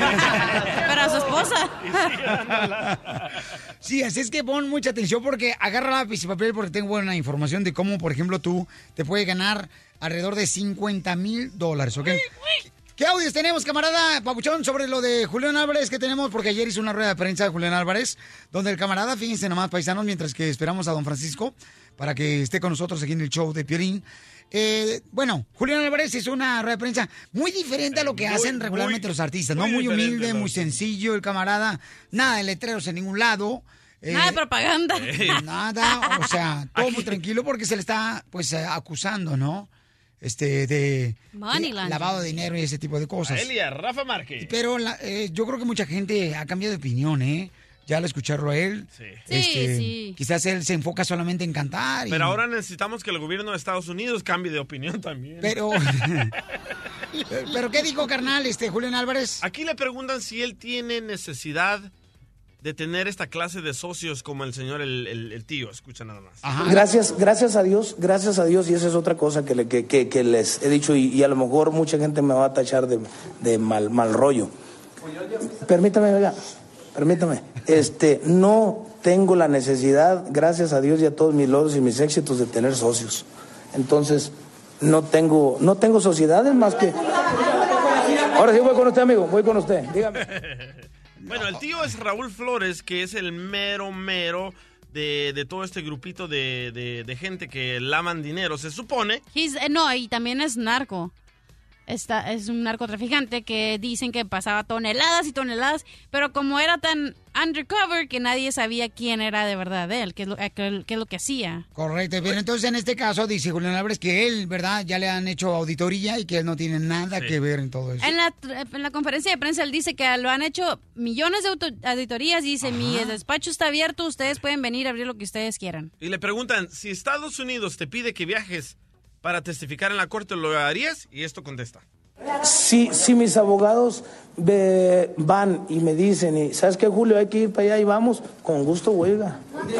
Para su esposa. Sí, así es que pon mucha atención porque agarra lápiz y papel porque tengo buena información de cómo, por ejemplo, tú te puedes ganar alrededor de cincuenta mil dólares, ¿ok? ¿Qué audios tenemos, camarada Papuchón, sobre lo de Julián Álvarez que tenemos? Porque ayer hizo una rueda de prensa de Julián Álvarez, donde el camarada, fíjense nomás, paisanos, mientras que esperamos a don Francisco para que esté con nosotros aquí en el show de Piolín. Eh, bueno, Julián Álvarez hizo una rueda de prensa muy diferente a lo que muy, hacen regularmente muy, los artistas, ¿no? Muy, muy humilde, muy sencillo el camarada, nada de letreros en ningún lado. Eh, nada de propaganda. Eh, nada, o sea, todo muy tranquilo porque se le está, pues, acusando, ¿no? Este, de, de lavado de dinero y ese tipo de cosas. A él y a Rafa Márquez. Pero la, eh, yo creo que mucha gente ha cambiado de opinión, ¿eh? Ya al escucharlo a él. Sí. Este, sí, sí. Quizás él se enfoca solamente en cantar. Y... Pero ahora necesitamos que el gobierno de Estados Unidos cambie de opinión también. Pero... ¿Pero qué dijo, carnal, este, Julián Álvarez? Aquí le preguntan si él tiene necesidad de tener esta clase de socios como el señor, el, el, el tío. Escucha nada más. Ajá. Gracias, gracias a Dios, gracias a Dios, y esa es otra cosa que, le, que, que, que les he dicho, y, y a lo mejor mucha gente me va a tachar de, de mal, mal rollo. Permítame, oiga, permítame. Este, no tengo la necesidad, gracias a Dios y a todos mis logros y mis éxitos, de tener socios. Entonces, no tengo, no tengo sociedades más que... Ahora sí voy con usted, amigo, voy con usted, dígame. Bueno, el tío es Raúl Flores, que es el mero, mero de, de todo este grupito de, de, de gente que lavan dinero, se supone. He's, no, y también es narco. Está, es un narcotraficante que dicen que pasaba toneladas y toneladas, pero como era tan undercover que nadie sabía quién era de verdad él, qué es lo, qué, qué es lo que hacía. Correcto, pero entonces en este caso dice Julián Álvarez que él, ¿verdad? Ya le han hecho auditoría y que él no tiene nada sí. que ver en todo eso. En la, en la conferencia de prensa él dice que lo han hecho millones de auto, auditorías, dice, ajá, mi despacho está abierto, ustedes pueden venir a abrir lo que ustedes quieran. Y le preguntan, si Estados Unidos te pide que viajes para testificar en la corte, ¿lo harías? Y esto contesta. Si, si mis abogados ve, van y me dicen, y, ¿sabes qué, Julio? Hay que ir para allá y vamos, con gusto, huelga.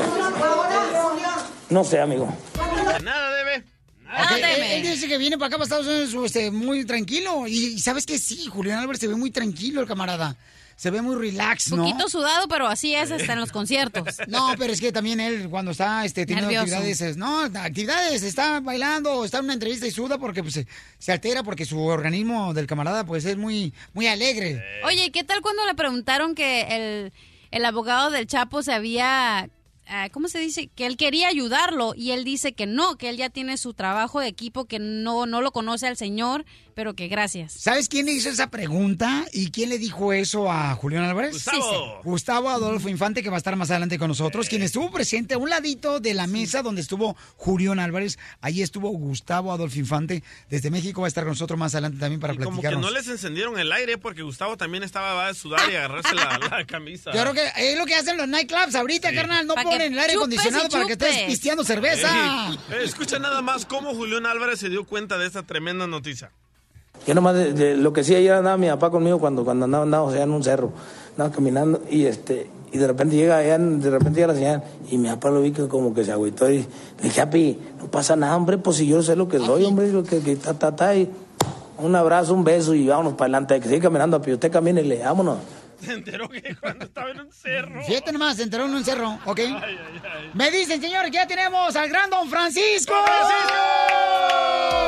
No sé, amigo. Nada debe. Nada okay, debe. Él, él dice que viene para acá, para Estados Unidos, este, muy tranquilo. Y, y ¿sabes qué? Sí, Julián Álvarez se ve muy tranquilo, el camarada. Se ve muy relax, ¿no? Un poquito sudado, pero así es hasta en los conciertos. No, pero es que también él cuando está este, teniendo nervioso. actividades, no, actividades, está bailando, está en una entrevista y suda porque pues, se, se altera porque su organismo del camarada pues es muy, muy alegre. Oye, ¿qué tal cuando le preguntaron que el, el abogado del Chapo se había... Uh, ¿cómo se dice? Que él quería ayudarlo y él dice que no, que él ya tiene su trabajo de equipo, que no, no lo conoce al señor, pero que gracias. ¿Sabes quién le hizo esa pregunta y quién le dijo eso a Julián Álvarez? Gustavo. Sí, sí. Gustavo Adolfo Infante, que va a estar más adelante con nosotros, eh. quien estuvo presente a un ladito de la mesa donde estuvo Julián Álvarez. Ahí estuvo Gustavo Adolfo Infante desde México, va a estar con nosotros más adelante también para y platicarnos. Como que no les encendieron el aire porque Gustavo también estaba a sudar y agarrarse la, la camisa. Yo creo que es lo que hacen los nightclubs ahorita, sí. carnal, no ponen el aire acondicionado para que estés pisteando cerveza. Hey, hey, escucha nada más cómo Julián Álvarez se dio cuenta de esta tremenda noticia. Yo nomás, de, de, lo que sí, ayer andaba mi papá conmigo cuando, cuando andaba, andaba allá en un cerro, andaba caminando y este y de repente llega allá, de repente llega la señal y mi papá lo vi que como que se agüitó y le dije, papi, no pasa nada, hombre, pues si yo sé lo que soy, hombre, lo que, que ta, ta, ta, y un abrazo, un beso y vámonos para adelante, que sigue caminando, papi, usted camínele, vámonos. Se enteró que cuando estaba en un cerro. Fíjate nomás, se enteró en un cerro, ¿ok? Ay, ay, ay. Me dicen, señores, que ya tenemos al gran Don Francisco. ¡Don Francisco!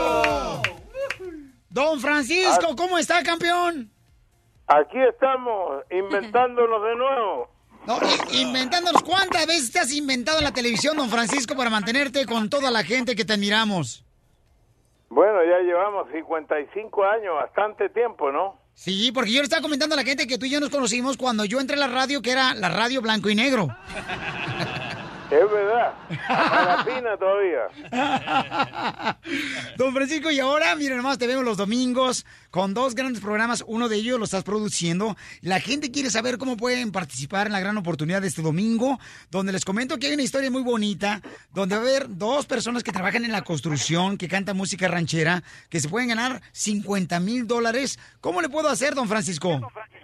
Francisco, ¿cómo está, campeón? Aquí estamos, inventándonos de nuevo. No, inventándonos. ¿Cuántas veces te has inventado en la televisión, don Francisco, para mantenerte con toda la gente que te admiramos? Bueno, ya llevamos cincuenta y cinco años, bastante tiempo, ¿no? Sí, porque yo le estaba comentando a la gente que tú y yo nos conocimos cuando yo entré a la radio, que era la radio blanco y negro. Es verdad, a la fina todavía. Don Francisco, y ahora, miren nomás, te vemos los domingos con dos grandes programas. Uno de ellos lo estás produciendo. La gente quiere saber cómo pueden participar en la gran oportunidad de este domingo, donde les comento que hay una historia muy bonita, donde va a haber dos personas que trabajan en la construcción, que cantan música ranchera, que se pueden ganar cincuenta mil dólares. ¿Cómo le puedo hacer, don Francisco?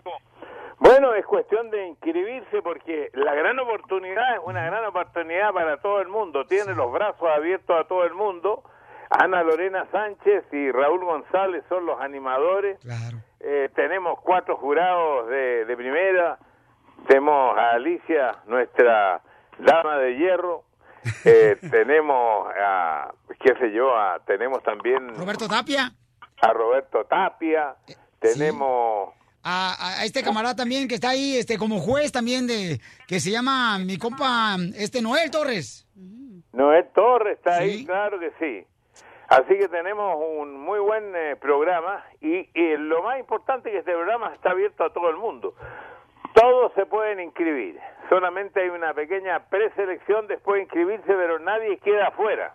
Bueno, es cuestión de inscribirse porque la gran oportunidad es una gran oportunidad para todo el mundo. Tiene los brazos abiertos a todo el mundo. Ana Lorena Sánchez y Raúl González son los animadores. Claro. Eh, tenemos cuatro jurados de, de primera. Tenemos a Alicia, nuestra dama de hierro. Eh, tenemos a, qué sé yo, a, tenemos también... Roberto Tapia. A Roberto Tapia. Tenemos... Sí. A, a este camarada también que está ahí, este, como juez también de, que se llama mi compa, este Noel Torres. Noel Torres está ¿Sí? ahí, claro que sí. Así que tenemos un muy buen eh, programa y, y lo más importante es que este programa está abierto a todo el mundo. Todos se pueden inscribir. Solamente hay una pequeña preselección después de inscribirse, pero nadie queda afuera.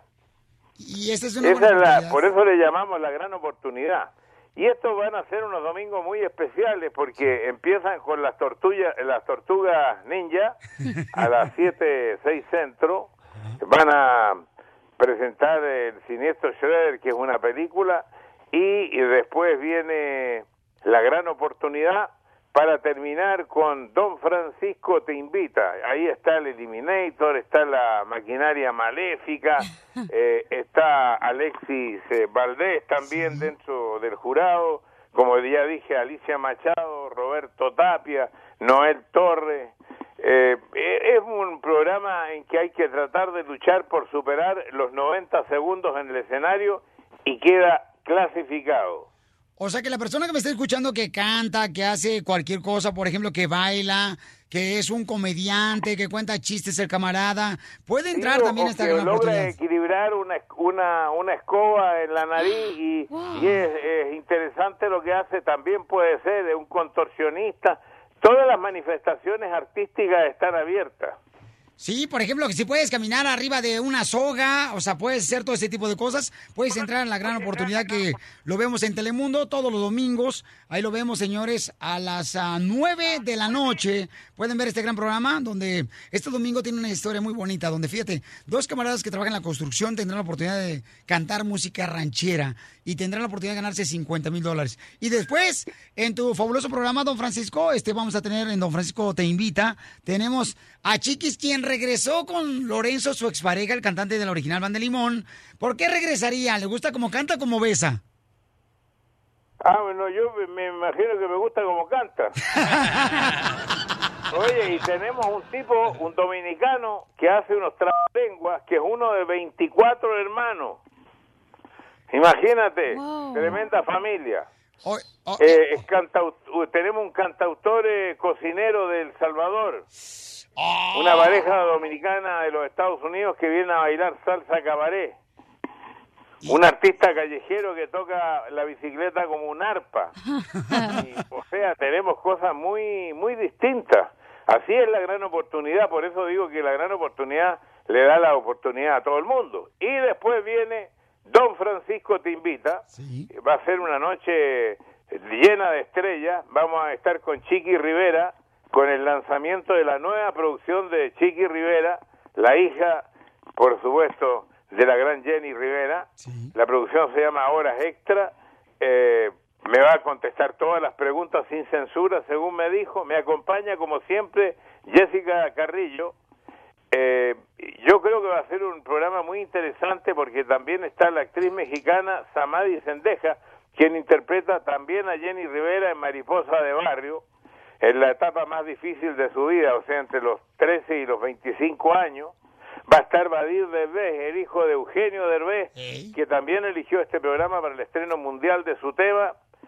Y esa es una Esa es la, por eso le llamamos la gran oportunidad. Y estos van a ser unos domingos muy especiales porque empiezan con las tortugas, las tortugas ninja a las siete, seis centro. Van a presentar el Siniestro Shredder, que es una película, y, y después viene la gran oportunidad para terminar con Don Francisco Te Invita. Ahí está el Eliminator, está la maquinaria maléfica, eh, está Alexis eh, Valdés también sí. dentro del jurado, como ya dije, Alicia Machado, Roberto Tapia, Noel Torres. Eh, es un programa en que hay que tratar de luchar por superar los noventa segundos en el escenario y queda clasificado. O sea que la persona que me está escuchando que canta, que hace cualquier cosa, por ejemplo, que baila, que es un comediante, que cuenta chistes el camarada, puede entrar sí, también a esta gran oportunidad. Logra equilibrar una, una, una escoba en la nariz y, wow. y es, es interesante lo que hace. También puede ser de un contorsionista. Todas las manifestaciones artísticas están abiertas. Sí, por ejemplo, que si puedes caminar arriba de una soga, o sea, puedes hacer todo ese tipo de cosas, puedes entrar en la gran oportunidad que lo vemos en Telemundo todos los domingos. Ahí lo vemos, señores, a las uh, nueve de la noche. Pueden ver este gran programa donde este domingo tiene una historia muy bonita, donde, fíjate, dos camaradas que trabajan en la construcción tendrán la oportunidad de cantar música ranchera y tendrán la oportunidad de ganarse cincuenta mil dólares. Y después, en tu fabuloso programa, Don Francisco, este vamos a tener en Don Francisco Te Invita, tenemos a Chiquis, quien regresó con Lorenzo, su expareja, el cantante de la original Banda de Limón. ¿Por qué regresaría? ¿Le gusta como canta o como besa? Ah, bueno, yo me imagino que me gusta como canta. Oye, y tenemos un tipo, un dominicano, que hace unos trabalenguas, que es uno de veinticuatro hermanos. Imagínate, wow. Tremenda familia. Oh, oh, eh, es cantaut- tenemos un cantautor eh, cocinero de El Salvador. Oh. Una pareja dominicana de los Estados Unidos que viene a bailar salsa cabaret. Un artista callejero que toca la bicicleta como un arpa. Y, o sea, tenemos cosas muy muy distintas. Así es la gran oportunidad, por eso digo que la gran oportunidad le da la oportunidad a todo el mundo. Y después viene Don Francisco Te Invita. Sí. Va a ser una noche llena de estrellas. Vamos a estar con Chiqui Rivera, con el lanzamiento de la nueva producción de Chiqui Rivera, la hija, por supuesto, de la gran Jenny Rivera. Sí. La producción se llama Horas Extra. Eh, me va a contestar todas las preguntas sin censura, según me dijo. Me acompaña, como siempre, Jessica Carrillo. Eh, yo creo que va a ser un programa muy interesante porque también está la actriz mexicana Samadhi Sendeja, quien interpreta también a Jenny Rivera en Mariposa de Barrio, en la etapa más difícil de su vida, o sea, entre los trece y los veinticinco años. Va a estar Badir Derbez, el hijo de Eugenio Derbez, ¿Eh? que también eligió este programa para el estreno mundial de su tema.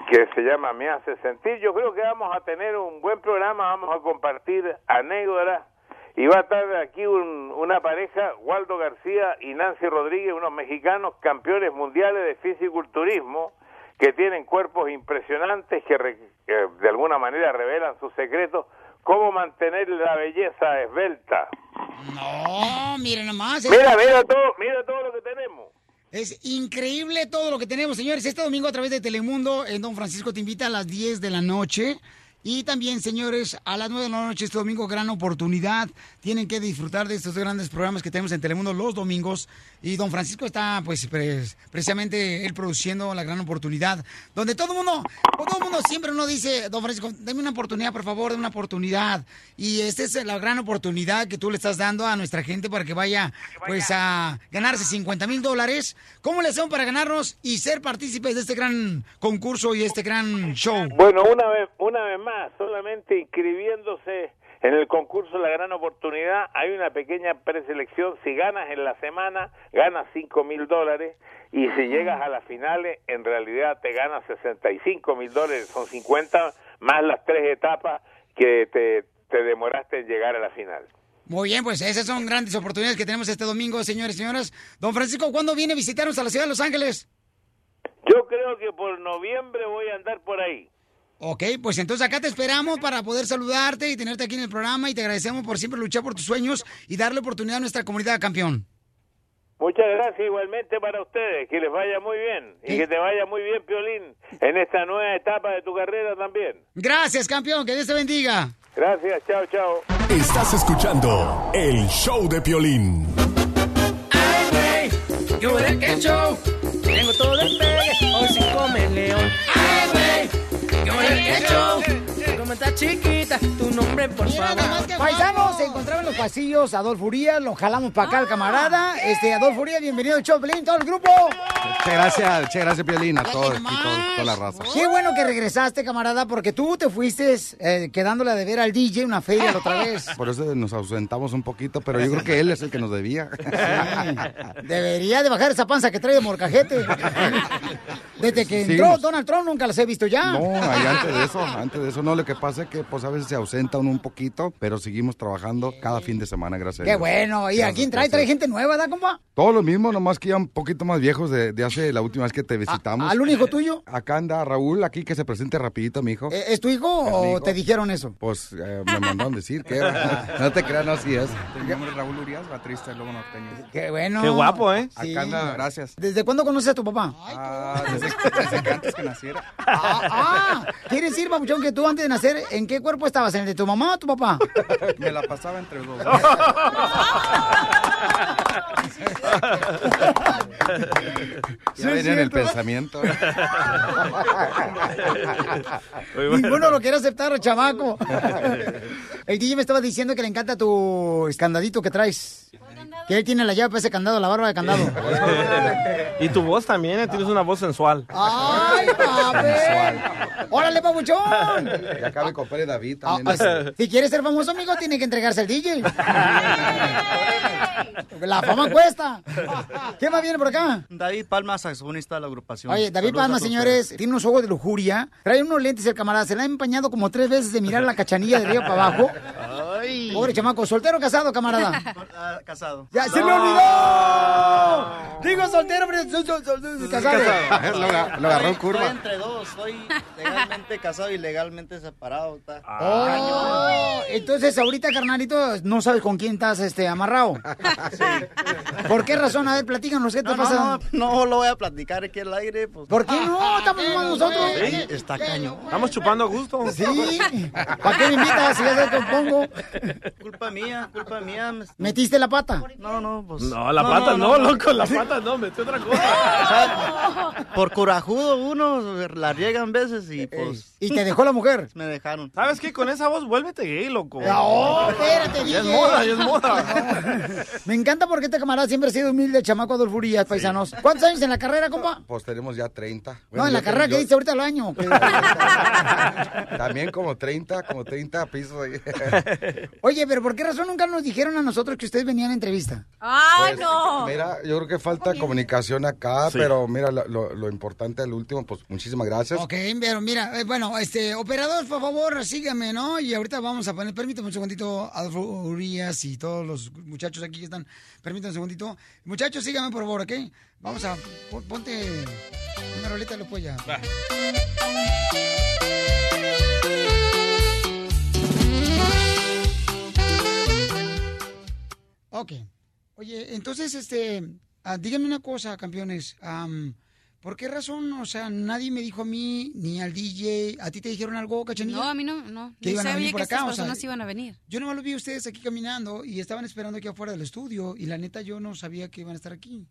que se llama Me Hace Sentir. Yo creo que vamos a tener un buen programa, vamos a compartir anécdotas y va a estar aquí un, una pareja, Waldo García y Nancy Rodríguez, unos mexicanos campeones mundiales de fisiculturismo que tienen cuerpos impresionantes que, re, que de alguna manera revelan sus secretos, cómo mantener la belleza esbelta. No, mira nomás. Mira, mira todo, mira todo lo que tenemos. Es increíble todo lo que tenemos, señores. Este domingo a través de Telemundo, en Don Francisco te invita a las diez de la noche. Y también, señores, a las nueve de la noche este domingo, gran oportunidad. Tienen que disfrutar de estos grandes programas que tenemos en Telemundo los domingos. Y Don Francisco está, pues, pre- precisamente él produciendo la gran oportunidad. Donde todo el mundo, todo el mundo siempre uno dice, Don Francisco, dame una oportunidad, por favor, dame una oportunidad. Y esta es la gran oportunidad que tú le estás dando a nuestra gente para que vaya, pues, a ganarse cincuenta mil dólares. ¿Cómo le hacemos para ganarnos y ser partícipes de este gran concurso y este gran show? Bueno, una vez, una vez más, solamente inscribiéndose en el concurso La Gran Oportunidad, hay una pequeña preselección. Si ganas en la semana, ganas cinco mil dólares, y si llegas a las finales, en realidad te ganas sesenta y cinco mil dólares, son cincuenta más las tres etapas que te, te demoraste en llegar a la final. Muy bien, pues esas son grandes oportunidades que tenemos este domingo, señores y señoras. Don Francisco, ¿cuándo viene a visitarnos a la ciudad de Los Ángeles? Yo creo que por noviembre voy a andar por ahí. Ok, pues entonces acá te esperamos para poder saludarte y tenerte aquí en el programa, y te agradecemos por siempre luchar por tus sueños y darle oportunidad a nuestra comunidad, campeón. Muchas gracias igualmente para ustedes, que les vaya muy bien y que te vaya muy bien, Piolín, en esta nueva etapa de tu carrera también. Gracias, campeón, que Dios te bendiga. Gracias, chao, chao. Estás escuchando el show de Piolín. Ay, güey, yo de qué show, tengo todo el pegue, hoy sí come el león. Ay, güey, yo de qué show, como está chiquita, tu nombre, por favor. Paisanos, se encontraba en los pasillos Adolfo Urias, lo jalamos para acá al camarada. Este, Adolfo Urias, bienvenido al show, Piolín, todo el grupo. Muchas gracias, muchas gracias, Piolín, a todos aquí, todo- toda la raza. Qué bueno que regresaste, camarada, porque tú te fuiste eh, quedándole a deber al D J una feria la otra vez. Por eso nos ausentamos un poquito, pero yo creo que él es el que nos debía. Debería de bajar esa panza que trae de morcajete. Desde que entró Seguimos. Donald Trump nunca las he visto ya. No, ahí antes de eso, antes de eso, no, lo que pasa es que pues a veces se ausenta uno un poquito, pero seguimos trabajando cada fin de semana, gracias a Qué Dios. bueno. ¿Y a Gracias quién por trae? ¿Trae ser. gente nueva, da, compa? Todo lo mismo, nomás que ya un poquito más viejos de, de hace la última vez que te visitamos. ¿Al único tuyo? Acá anda Raúl, aquí que se presente rapidito, mi hijo. ¿Es tu hijo ¿Es o mi hijo? te dijeron eso? Pues eh, me mandaron decir que era. No te creas, no, así es. Mi nombre es Raúl Urias, baterista del Lobo Norteño. Qué bueno. Qué guapo, ¿eh? Sí. Acá anda, gracias. ¿Desde cuándo conoces a tu papá? Ah, desde, desde que antes que naciera. Ah, ah, ¿quieres decir, papuchón, que tú antes de nacer, ¿en qué cuerpo estabas? ¿En el de tu mamá o tu papá? Me la pasaba entre los dos. Ya venía en el pensamiento. Ninguno lo quiere aceptar, chamaco. El D J me estaba diciendo que le encanta tu escandadito que traes. Que él tiene la llave para ese candado, la barba de candado. Y tu voz también, ¿eh? Tienes una voz sensual. ¡Ay, papel! ¡Órale, papuchón! Y acá me compré David Ah, también. ah, si quiere ser famoso, amigo, tiene que entregarse al D J. La fama cuesta. ¿Qué más viene por acá? David Palma, saxofonista de la agrupación. Oye, David Saludos Palma, a todos señores, ustedes. tiene unos ojos de lujuria. Trae unos lentes el camarada. Se la ha empañado como tres veces de mirar la cachanilla de arriba para abajo. Pobre chamaco. ¿Soltero o casado, camarada? Ah, casado. ¡Ya se me olvidó! Digo soltero, pero soy sol- sol- sol- casado. Lo, aga- lo agarró en Estoy curva. entre dos, soy legalmente casado y legalmente separado. Está. Oh, entonces ahorita, carnalito, no sabes con quién estás este, amarrado. ¿Por qué razón? A ver, platícanos, ¿qué te No, pasa? no, no, no lo voy a platicar aquí al aire. Pues. ¿Por qué no? Estamos mal nosotros. Sí, está cañón. Estamos chupando a gusto. Sí. ¿Para qué me invitas si ya sabes que pongo? Culpa mía, culpa mía. me- ¿Metiste la pata? No, no, pues. No, la pata no, loco, la pata no, metió otra cosa. O sea, por corajudo uno la riegan veces y pues. ¿Y te dejó la mujer? Me dejaron. ¿Sabes qué? Con esa voz, vuélvete gay, loco. No, espérate, Ya es D J. moda, ya es moda. Me encanta porque este camarada siempre ha sido humilde, chamaco Adolfo Urias, paisanos. ¿Cuántos años en la carrera, compa? Pues tenemos ya treinta. No, Bueno, en la yo- carrera que yo- dice ahorita el año. que- También como treinta, como treinta pisos ahí. Oye, pero ¿por qué razón nunca nos dijeron a nosotros que ustedes venían a entrevista? ¡Ay, Pues, no! Mira, yo creo que falta Bien comunicación acá, Sí. pero mira, lo, lo- lo importante al último, pues muchísimas gracias. Ok, pero mira, eh, bueno, este, operador, por favor, sígame, ¿no? Y ahorita vamos a poner, permítame un segundito, Adolfo Urias y todos los muchachos aquí que están, permítame un segundito. Muchachos, síganme, por favor, ¿ok? Vamos a, pon- ponte una roleta, lo ya. Va. Ok. Oye, entonces, este, ah, díganme una cosa, campeones. am, ¿Por qué razón, o sea, nadie me dijo a mí, ni al D J, a ti te dijeron algo, Cachanilla? No, a mí no, no. Que Ni iban a sabía venir por que acá, estas o sea, personas iban a venir. Yo no los vi a ustedes aquí caminando y estaban esperando aquí afuera del estudio y la neta yo no sabía que iban a estar aquí.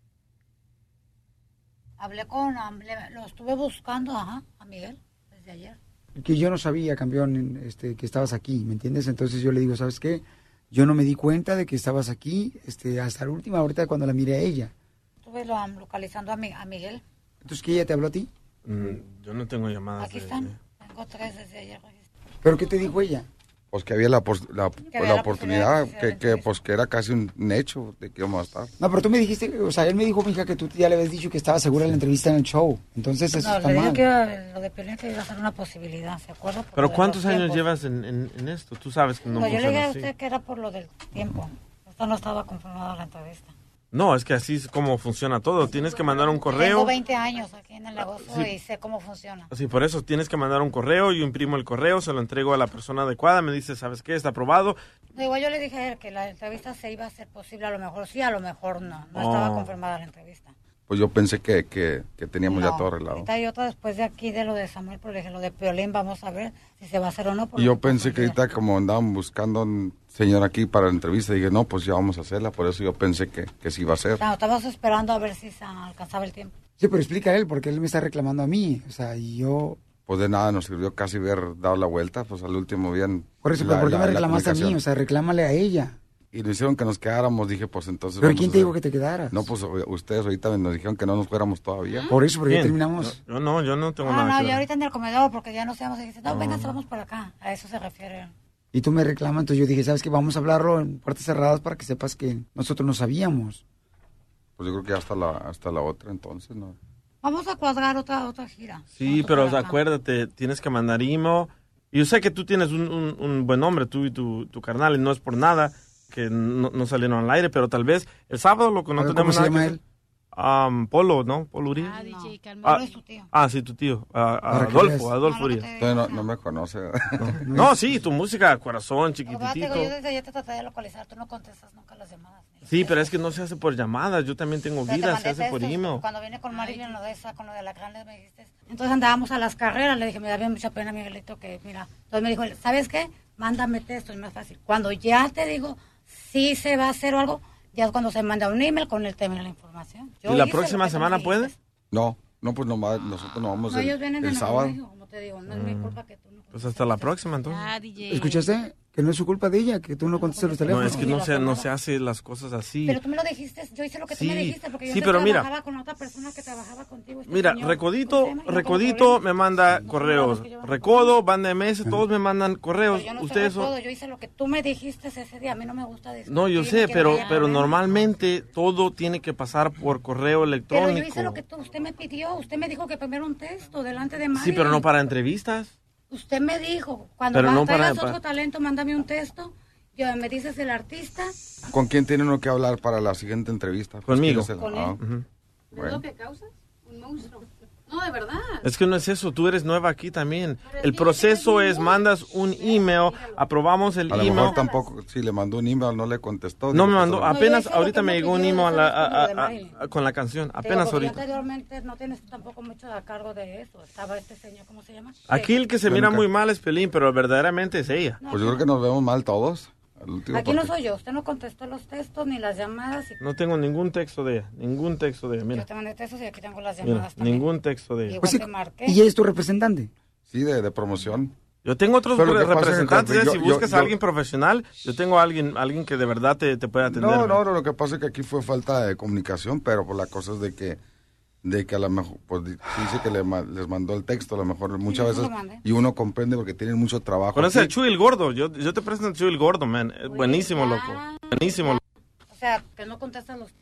Hablé con, hablé- lo estuve buscando, ajá, a Miguel, desde ayer. Que yo no sabía, campeón, este, que estabas aquí, ¿me entiendes? Entonces yo le digo, ¿sabes qué? Yo no me di cuenta de que estabas aquí este, hasta la última, ahorita cuando la miré a ella. Estuve lo- localizando a, Mi- a Miguel. Entonces, ¿qué ella te habló a ti? Mm, yo no tengo llamadas. Aquí de- están, de- tengo tres desde ayer. ¿Pero qué te dijo ella? Pues que había la, pos- la, Que había la la oportunidad, posibilidad de que, que pues que era casi un hecho de que íbamos a estar. No, pero tú me dijiste, o sea, él me dijo, mija, que tú ya le habías dicho que estaba segura de la entrevista en el show. Entonces eso No, está le dije mal. que iba- lo de Piolín que iba a ser una posibilidad, ¿se acuerda? Por Pero lo de ¿cuántos los años tiempos. llevas en, en- en esto? Tú sabes que no No, yo le funciona dije a así. usted que era por lo del tiempo. Esto no estaba confirmada la entrevista. No, es que así es como funciona todo. Tienes que mandar un correo. Tengo veinte años aquí en el negocio Sí. y sé cómo funciona. Sí, por eso tienes que mandar un correo, yo imprimo el correo, se lo entrego a la persona adecuada, me dice, ¿sabes qué? Está aprobado. No, igual yo le dije a él que la entrevista se iba a hacer posible, a lo mejor sí, a lo mejor no. No estaba Oh. confirmada la entrevista. Pues yo pensé que, que, que teníamos ya todo arreglado. Ahorita hay otra después de aquí de lo de Samuel, pero le dije lo de Piolín, vamos a ver si se va a hacer o no. Y yo pensé que ahorita como andaban buscando un señor aquí para la entrevista, dije, no, pues ya vamos a hacerla, por eso yo pensé que, que sí iba a ser. No, estamos esperando a ver si se alcanzaba el tiempo. Sí, pero explica a él, porque él me está reclamando a mí. O sea, y yo... Pues de nada nos sirvió casi ver dado la vuelta, pues al último bien. Por eso, la- pero ¿por qué la- me la reclamaste a mí? comunicación. O sea, reclámale a ella. Y nos hicieron que nos quedáramos, dije, pues entonces... ¿Pero vamos quién a te dijo hacer- que te quedaras? No, pues o- ustedes ahorita nos dijeron que no nos fuéramos todavía. Por eso, porque ya ¿Quién? terminamos. Yo no, yo no tengo Ah, nada no, que ya ver. ahorita en el comedor, porque ya no sabemos. Y dice, no, Ah. venga, vamos por acá. A eso se refiere. Y tú me reclamas, entonces yo dije, ¿sabes qué? Vamos a hablarlo en puertas cerradas para que sepas que nosotros no sabíamos. Pues yo creo que hasta la, hasta la otra entonces, ¿no? Vamos a cuadrar otra otra gira. Sí, pero acuérdate, tienes que mandar email. Y yo sé que tú tienes un, un- un buen nombre, tú y tu, tu carnal, y no es por nada que no, no salieron al aire, pero tal vez el sábado lo que no A ver, tenemos ¿cómo se nada llama que hacer- Um, Polo, ¿no? Polo Urias. Ah, D J, calma. Ah, Polo es tu tío. ah, sí, tu tío. Ah, ah, Para que Adolfo, veas. Adolfo No, lo que Urias. te- Entonces no, no me conoce. No, sí, tu música, corazón, Pero, te chiquitito. digo, yo desde ayer te traté de localizar, tú no contestas nunca las llamadas. Sí, pero es que no se hace por llamadas. Yo también tengo Pero te vida, mandé se hace por textos, email. Cuando vine con Marilyn, lo de esa, con lo de la grande, me dijiste. Entonces andábamos a las carreras, le dije, me da bien mucha pena, Miguelito, que mira. Entonces me dijo, ¿sabes qué? Mándame texto, es más fácil. Cuando ya te digo, sí se va a hacer o algo, ya es cuando se manda un email con el tema y la información. Yo ¿Y la hice próxima lo que tú semana me puede? dijiste. No, no, pues nomás, nosotros nos vamos No, el, ellos vienen el en el sábado. colegio, como te digo, no es mi culpa que tú no. Pues hasta la próxima, entonces. Ah, D J. ¿Escuchaste? Que no es su culpa de ella, que tú no contestas los No, teléfonos. es que no se, no se hace las cosas así. Pero tú me lo dijiste, yo hice lo que Sí, tú me dijiste, porque yo sí, antes pero mira. trabajaba con otra persona que trabajaba contigo. este Mira, señor. Recodito, Recodito me manda correos. Recodo, Banda M S, todos me mandan correos. Yo no sé Ustedes son... todo, yo hice lo que tú me dijiste ese día, a mí no me gusta discutir. No, yo ni sé, que pero, vaya a pero haber- normalmente todo tiene que pasar por correo Pero yo electrónico. hice lo que tú, usted me pidió, usted me dijo que primero un texto delante de Mari. Sí, pero no para entrevistas. Usted me dijo, cuando Pero va- no traigas para- otro talento, mándame un texto. Yo, me dices el artista. ¿Con quién tiene uno que hablar para la siguiente entrevista? Pues, Conmigo. ¿quién es el- Con ah, Ujú. bueno. que causas? Un monstruo. No, de verdad. Es que no es eso, tú eres nueva aquí también. El proceso es, mandas un email, aprobamos el A lo email. mejor tampoco, si le mandó un email, no le contestó. No digo, me pues, mandó, no. apenas hice lo ahorita que me me llegó un pidió, email a la- eso es a- como lo de a- Marilyn. a- con la canción, Te digo, apenas porque yo ahorita. anteriormente no tienes tampoco mucho a cargo de eso. Estaba este señor, ¿cómo se llama? Aquí el que se Yo mira nunca- muy mal es Pelín, pero verdaderamente es ella. Pues yo creo que nos vemos mal todos. al último, Aquí no porque- soy yo, usted no contestó los textos ni las llamadas. Y No tengo ningún texto de ella, ningún texto de ella, yo mira. te mandé textos y aquí tengo las Mira, llamadas también. ningún texto de ella. Igual Pues sí, te marqué. ¿y ella es tu representante? Sí, de, de promoción. Yo tengo otros Pero lo que pasa es que representantes, yo- si yo- buscas a yo- alguien profesional, yo tengo a alguien, alguien que de verdad te, te puede atender. No, no, no, lo que pasa es que aquí fue falta de comunicación, pero pues la cosa es de que, de que a lo mejor, pues di- dice que le ma- les mandó el texto, a lo mejor muchas yo se veces, lo mandé. y uno comprende porque tienen mucho trabajo. Conoce al aquí. Chuy el Gordo, yo, yo te presento al Chuy el Gordo, man. Es buenísimo, loco. Buenísimo. O sea, que no contestas los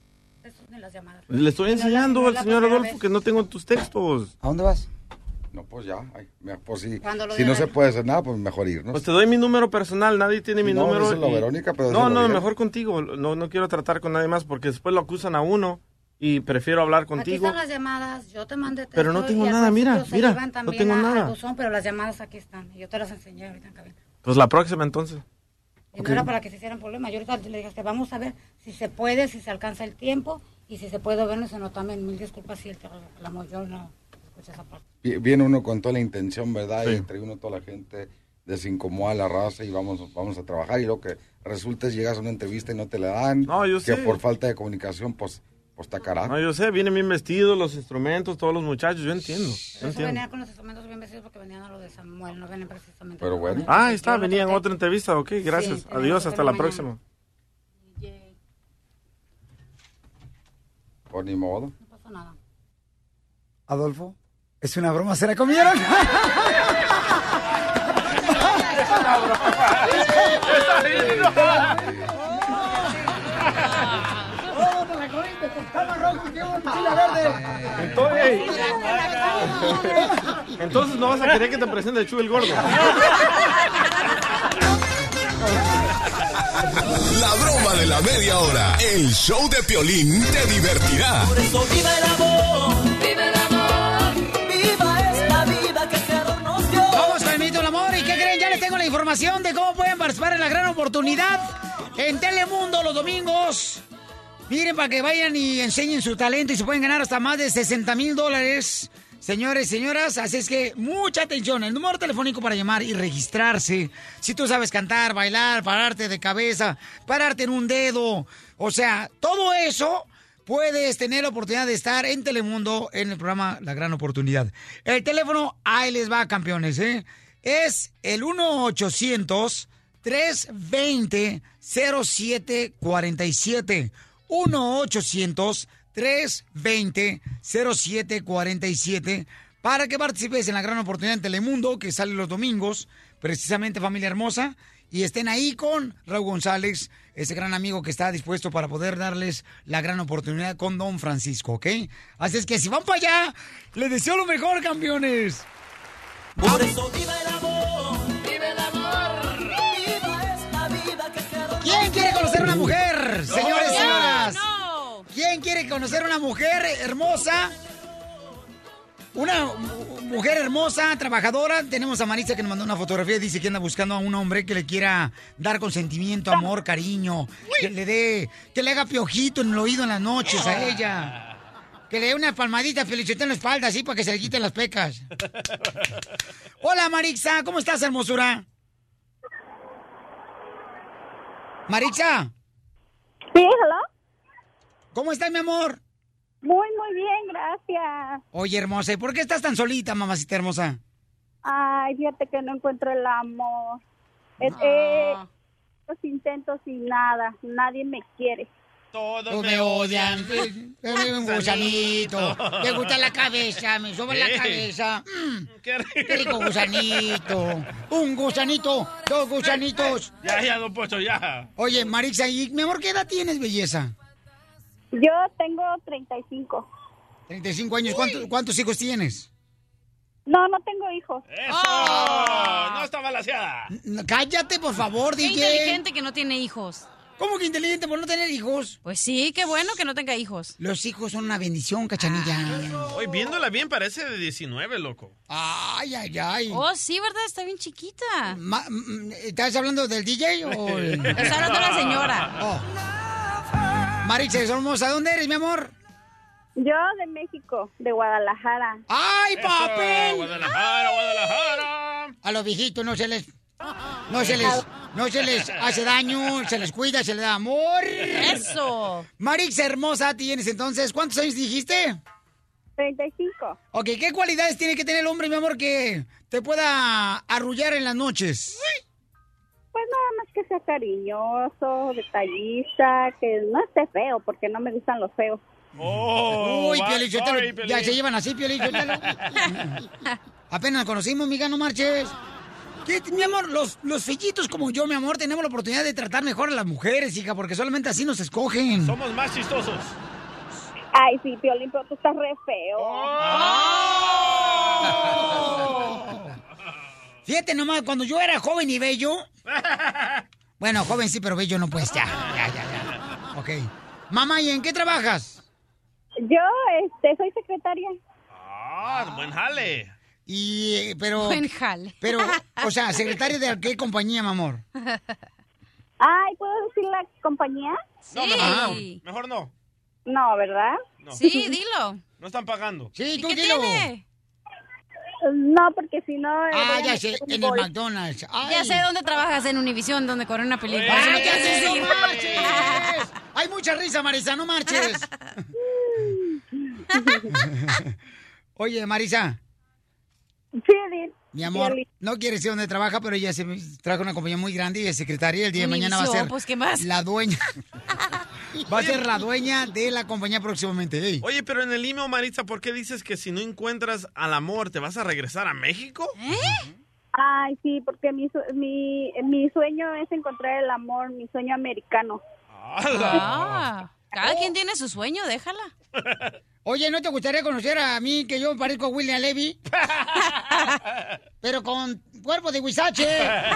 textos ni las llamadas. Le estoy Y no es la- enseñando no al es la señor primera Adolfo vez. que no tengo tus textos. ¿A dónde vas? No, pues ya. Ay, me- pues si, Cuando lo si no de- se puede hacer nada, pues mejor irnos. Pues te doy mi número personal, nadie tiene mi No, número. díselo a Verónica, pero No, díselo no, bien. mejor contigo. No, no quiero tratar con nadie más porque después lo acusan a uno y prefiero hablar Aquí contigo. están las llamadas, yo te mandé texto. Pero no tengo y al nada, mira, principio se mira, iban no también tengo a- nada. al buzón, pero las llamadas aquí están. Y yo te las enseñé ahorita en cabina. Pues la próxima entonces. Y Ok. no era para que se hicieran problemas. Yo ahorita le dije que vamos a ver si se puede, si se alcanza el tiempo y si se puede vernos, no también. Mil disculpas si el que reclamó yo no escuché esa parte. Vi- Viene uno con toda la intención, ¿verdad? Y entre uno toda la gente desincomoda la raza y vamos, vamos a trabajar. Y lo que resulta es llegas a una entrevista y no te la dan. No, yo que sé. por falta de comunicación, pues, pues está carajo. No, yo sé, vienen bien vestidos los instrumentos, todos los muchachos, yo entiendo. Yo Eso entiendo. venía con los instrumentos bien vestidos porque venían a lo de Samuel, no venían precisamente. Pero bueno. Ah, ahí está, venía en otra entrevista, ok, gracias. Sí, Adiós, tenemos hasta que la hacerlo próxima. Por ni modo. No pasa nada. Adolfo, ¿es una broma? ¿Se la comieron? Entonces, entonces no vas a querer que te presente el Chu el Gordo. La broma de la media hora. El show de Piolín te divertirá. Por eso viva el amor, viva el amor, viva esta vida que el Creador nos dio. Vamos con el mito del amor. ¿Y qué creen? Ya les tengo la información de cómo pueden participar en la gran oportunidad en Telemundo los domingos. Miren, para que vayan y enseñen su talento y se pueden ganar hasta más de sesenta mil dólares. Señores, señoras, así es que mucha atención. El número telefónico para llamar y registrarse. Si tú sabes cantar, bailar, pararte de cabeza, pararte en un dedo. O sea, todo eso puedes tener la oportunidad de estar en Telemundo en el programa La Gran Oportunidad. El teléfono, ahí les va, campeones, ¿eh? Es el uno ochocientos, tres veinte, cero siete cuarenta y siete. uno ochocientos, tres veinte, cero siete cuarenta y siete para que participes en la gran oportunidad en Telemundo que sale los domingos, precisamente, familia hermosa, y estén ahí con Raúl González, ese gran amigo que está dispuesto para poder darles la gran oportunidad con Don Francisco, ¿ok? Así es que si van para allá, les deseo lo mejor, campeones. Por eso viva el amor, viva el amor, viva esta vida que el Creador ¿Quién nos quiere dio. conocer una mujer, No, señores y no, señoras? no. ¿Quién quiere conocer una mujer hermosa? Una mu- mujer hermosa, trabajadora. Tenemos a Marisa que nos mandó una fotografía y dice que anda buscando a un hombre que le quiera dar consentimiento, amor, cariño, que le dé, que le haga piojito en el oído en las noches a ella. Que le dé una palmadita, felicita en la espalda, así para que se le quiten las pecas. Hola, Marixa, ¿cómo estás, hermosura? Marixa. Sí, hello. ¿Cómo estás, mi amor? Muy, muy bien, gracias. Oye, hermosa, ¿y por qué estás tan solita, mamacita hermosa? Ay, fíjate que no encuentro el amor. Es, eh, los intentos y nada, nadie me quiere. Todos me odian. Soy un gusanito. Me gusta la cabeza, me soba la Ey. cabeza. Mm, Qué rico. qué rico gusanito. Un gusanito, dos gusanitos. Ya, ya, don Pocho, ya. Oye, Marixa, ¿y mi amor qué edad tienes, belleza? Yo tengo treinta y cinco. treinta y cinco años. ¿Cuántos, cuántos hijos tienes? No, no tengo hijos. ¡Eso! ¡No está balaseada! N- Cállate, por favor, Qué D J. inteligente que no tiene hijos. ¿Cómo que inteligente por no tener hijos? Pues sí, qué bueno que no tenga hijos. Los hijos son una bendición, cachanilla. Hoy viéndola bien parece de diecinueve, loco. Ay, ay, ay. Oh, sí, ¿verdad? Está bien chiquita. Ma- m- ¿Estás hablando del D J o...? Está hablando la señora. Oh. Marixa, hermosa, ¿dónde eres, mi amor? Yo de México, de Guadalajara. ¡Ay, Eso, papel! Guadalajara, Guadalajara. A los viejitos no se les... No se les... No se les hace daño, se les cuida, se les da amor. Eso. Marixa, hermosa, tienes entonces... ¿Cuántos años dijiste? treinta y cinco. Ok, ¿qué cualidades tiene que tener el hombre, mi amor, que te pueda arrullar en las noches? Pues nada más que sea cariñoso, detallista, que no esté feo, porque no me gustan los feos. Oh, Uy, va- Piolín, Sotelo, sorry, ya Piolín. se llevan así, Piolín, Sotelo. Apenas nos conocimos, miga, no marches. ¿Qué, mi amor? Los, los fellitos como yo, mi amor, tenemos la oportunidad de tratar mejor a las mujeres, hija, porque solamente así nos escogen. Somos más chistosos. Ay, sí, Piolín, pero tú estás re feo. Oh. Fíjate nomás, cuando yo era joven y bello... Bueno, joven sí, pero bello no puedes. Ya, ya, ya, ya. Ok. Mamá, ¿y en qué trabajas? Yo, este, soy secretaria. Ah, buen jale. Y, pero... Buen jale. Pero, o sea, ¿secretaria de qué compañía, mi amor? Ay, ¿puedo decir la compañía? No, mejor, mejor no. No, ¿verdad? No. Sí, dilo. No están pagando. Sí, tú ¿Qué dilo. tiene? No, porque si no... eh, Ah, voy a ya meter sé, un en el gol. McDonald's. Ay. Ya sé dónde trabajas, en Univisión, donde corre una película. Ah, Sí, ya sé, sí. no marches. Hay mucha risa, Marisa, no marches. Oye, Marisa. Sí, Edith. Mi amor, Piolín. no quiere decir dónde trabaja, pero ella se trabaja una compañía muy grande y es secretaria. El día de mañana va a Univisión, ser pues, ¿qué más? la dueña. Va a ser la dueña de la compañía próximamente. Ey. Oye, pero en el email, Maritza, ¿por qué dices que si no encuentras al amor, te vas a regresar a México? ¿Eh? Ay, sí, porque mi, su- mi, mi sueño es encontrar el amor, mi sueño americano. Ah, cada quien tiene su sueño, déjala. Oye, ¿no te gustaría conocer a mí, que yo parezco a William Levy? Pero con cuerpo de huizache.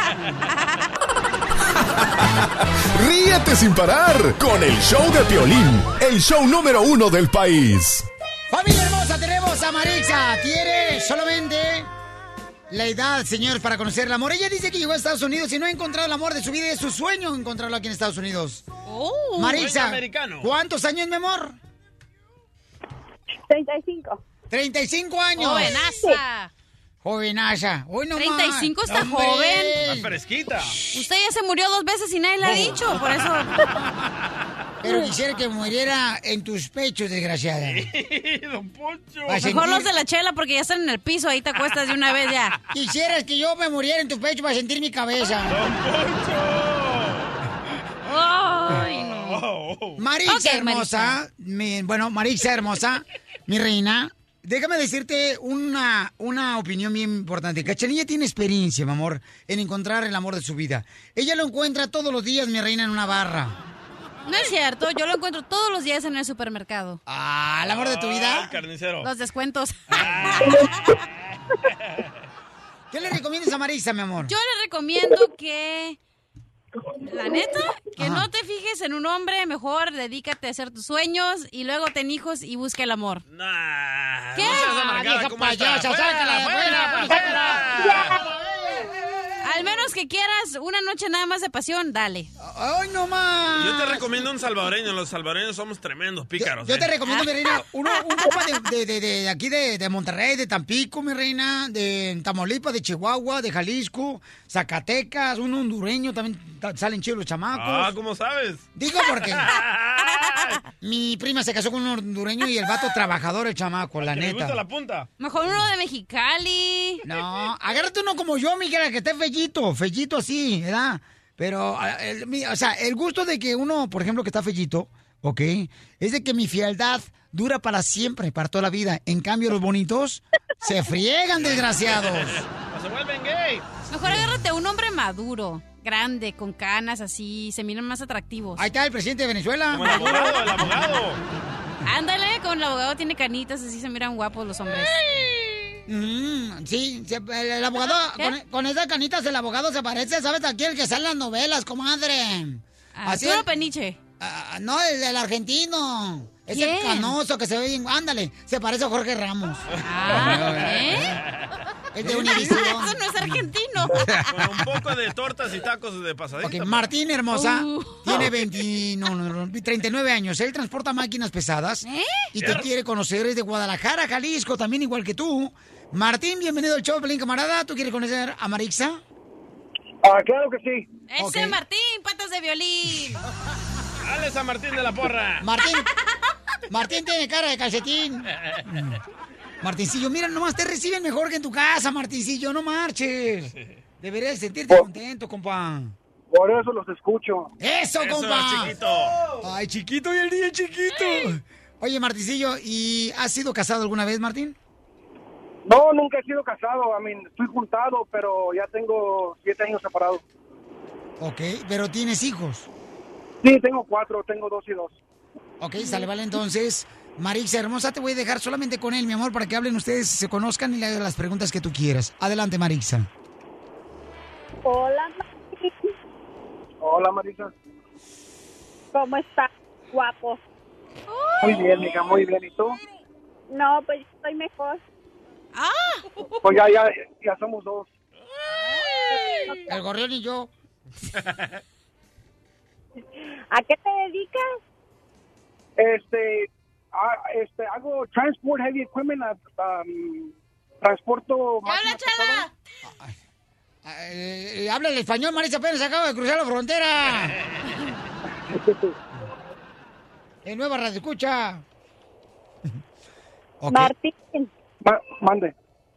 Ríete sin parar con el show de Piolín, el show número uno del país. Familia hermosa, tenemos a Marixa. Tiene solamente la edad, señores, para conocer el amor. Ella dice que llegó a Estados Unidos y no ha encontrado el amor de su vida y es su sueño encontrarlo aquí en Estados Unidos. Oh, Marixa, sueño americano. ¿cuántos años, mi amor? treinta y cinco. treinta y cinco años. Jovenaza. Jovenaza. Hoy no treinta y cinco está ¡Hombre! joven. Está fresquita. Usted ya se murió dos veces y nadie le ha dicho, por eso. Pero quisiera que muriera en tus pechos, desgraciada. Don Poncho. Va a Mejor sentir- los de la chela porque ya están en el piso, ahí te acuestas de una vez ya. Quisieras que yo me muriera en tu pecho para sentir mi cabeza. Don Ay, no. Poncho. Marixa Ok, hermosa, mi- bueno, Marixa hermosa, mi reina, déjame decirte una, una opinión bien importante. Cachanilla tiene experiencia, mi amor, en encontrar el amor de su vida. Ella lo encuentra todos los días, mi reina, en una barra. No es cierto, yo lo encuentro todos los días en el supermercado. Ah, el amor de tu Ah, vida. el carnicero. Los descuentos. ¿Qué le recomiendas a Marixa, mi amor? Yo le recomiendo que, la neta, que Ajá. no te fijes en un hombre, mejor dedícate a hacer tus sueños y luego ten hijos y busca el amor. Nah, ¿Qué? no seas Ah, amargada, vieja ¿cómo está? payasa, ¡Fuera, sácala de fuera, afuera, fuera! Al menos que quieras una noche nada más de pasión, dale. ¡Ay, no más! Yo te recomiendo un salvadoreño. Los salvadoreños somos tremendos pícaros. Yo ¿eh? te recomiendo, mi reina, uno, un compa de, de, de, de aquí de, de Monterrey, de Tampico, mi reina, de Tamaulipas, de Chihuahua, de Jalisco, Zacatecas, un hondureño, también ta- salen chidos los chamacos. Ah, ¿cómo sabes? Digo porque mi prima se casó con un hondureño y el vato trabajador, el chamaco, la Que me gusta neta. la punta. Mejor uno de Mexicali. No, agárrate uno como yo, Miguel, que esté fellito, fellito así, ¿verdad? Pero, a- el- mi- o sea, el gusto de que uno, por ejemplo, que está fellito, ¿ok? Es de que mi frialdad dura para siempre, para toda la vida. En cambio, los bonitos se friegan, desgraciados. O se vuelven gay. Mejor agárrate a un hombre maduro, grande, con canas así, se miran más atractivos. Ahí está el presidente de Venezuela. Como el abogado, el abogado. Ándale, con el abogado tiene canitas, así se miran guapos los hombres. Mm, sí, se- el, el abogado, con, con esas canitas el abogado se parece, ¿sabes? Aquí el que sale en las novelas, comadre. Arturo Peniche. Ah, no, el, el argentino. Es el ¿Quién? canoso que se ve bien. Ándale, se parece a Jorge Ramos. Ah, ¿eh? El de Univisión. Eso no es argentino. Con un poco de tortas y tacos de pasadita. Ok, Martín hermosa Uh. tiene veinte, no, no, no, treinta y nueve años. Él transporta máquinas pesadas ¿Eh? y te quiere conocer. Es de Guadalajara, Jalisco, también igual que tú. Martín, bienvenido al show, Pelín, camarada. ¿Tú quieres conocer a Marixa? Ah, claro que sí. Ese Ok. Martín, patas de violín. Dale San Martín de la Porra. Martín, Martín tiene cara de calcetín. Martincillo, mira, nomás te reciben mejor que en tu casa, Martincillo, no marches. Deberías sentirte contento, compa. Por eso los escucho. ¡Eso, Eso, compa! chiquito. Ay, chiquito y el día chiquito. Oye, Martincillo, ¿y has sido casado alguna vez, Martín? No, nunca he sido casado. I mean, estoy juntado, pero ya tengo siete años separado. Ok, pero tienes hijos. Sí, tengo cuatro, tengo dos y dos. Ok, sale, vale, entonces. Marisa hermosa, te voy a dejar solamente con él, mi amor, para que hablen ustedes, se conozcan y le hagan las preguntas que tú quieras. Adelante, Marisa. Hola, Marisa. Hola, Marisa. ¿Cómo estás, guapo? Muy bien, mija, muy bien. ¿Y tú? No, pues yo estoy mejor. ¡Ah! Pues ya, ya, ya somos dos. El gorrión y yo. ¿A qué te dedicas? Este, ah, este, hago transport heavy equipment, um, transporto... ¡Habla, chala! Eh, habla el español, Marisa, apenas acaba de cruzar la frontera. En Nueva Radio Escucha. Okay. Martín. Ma mande.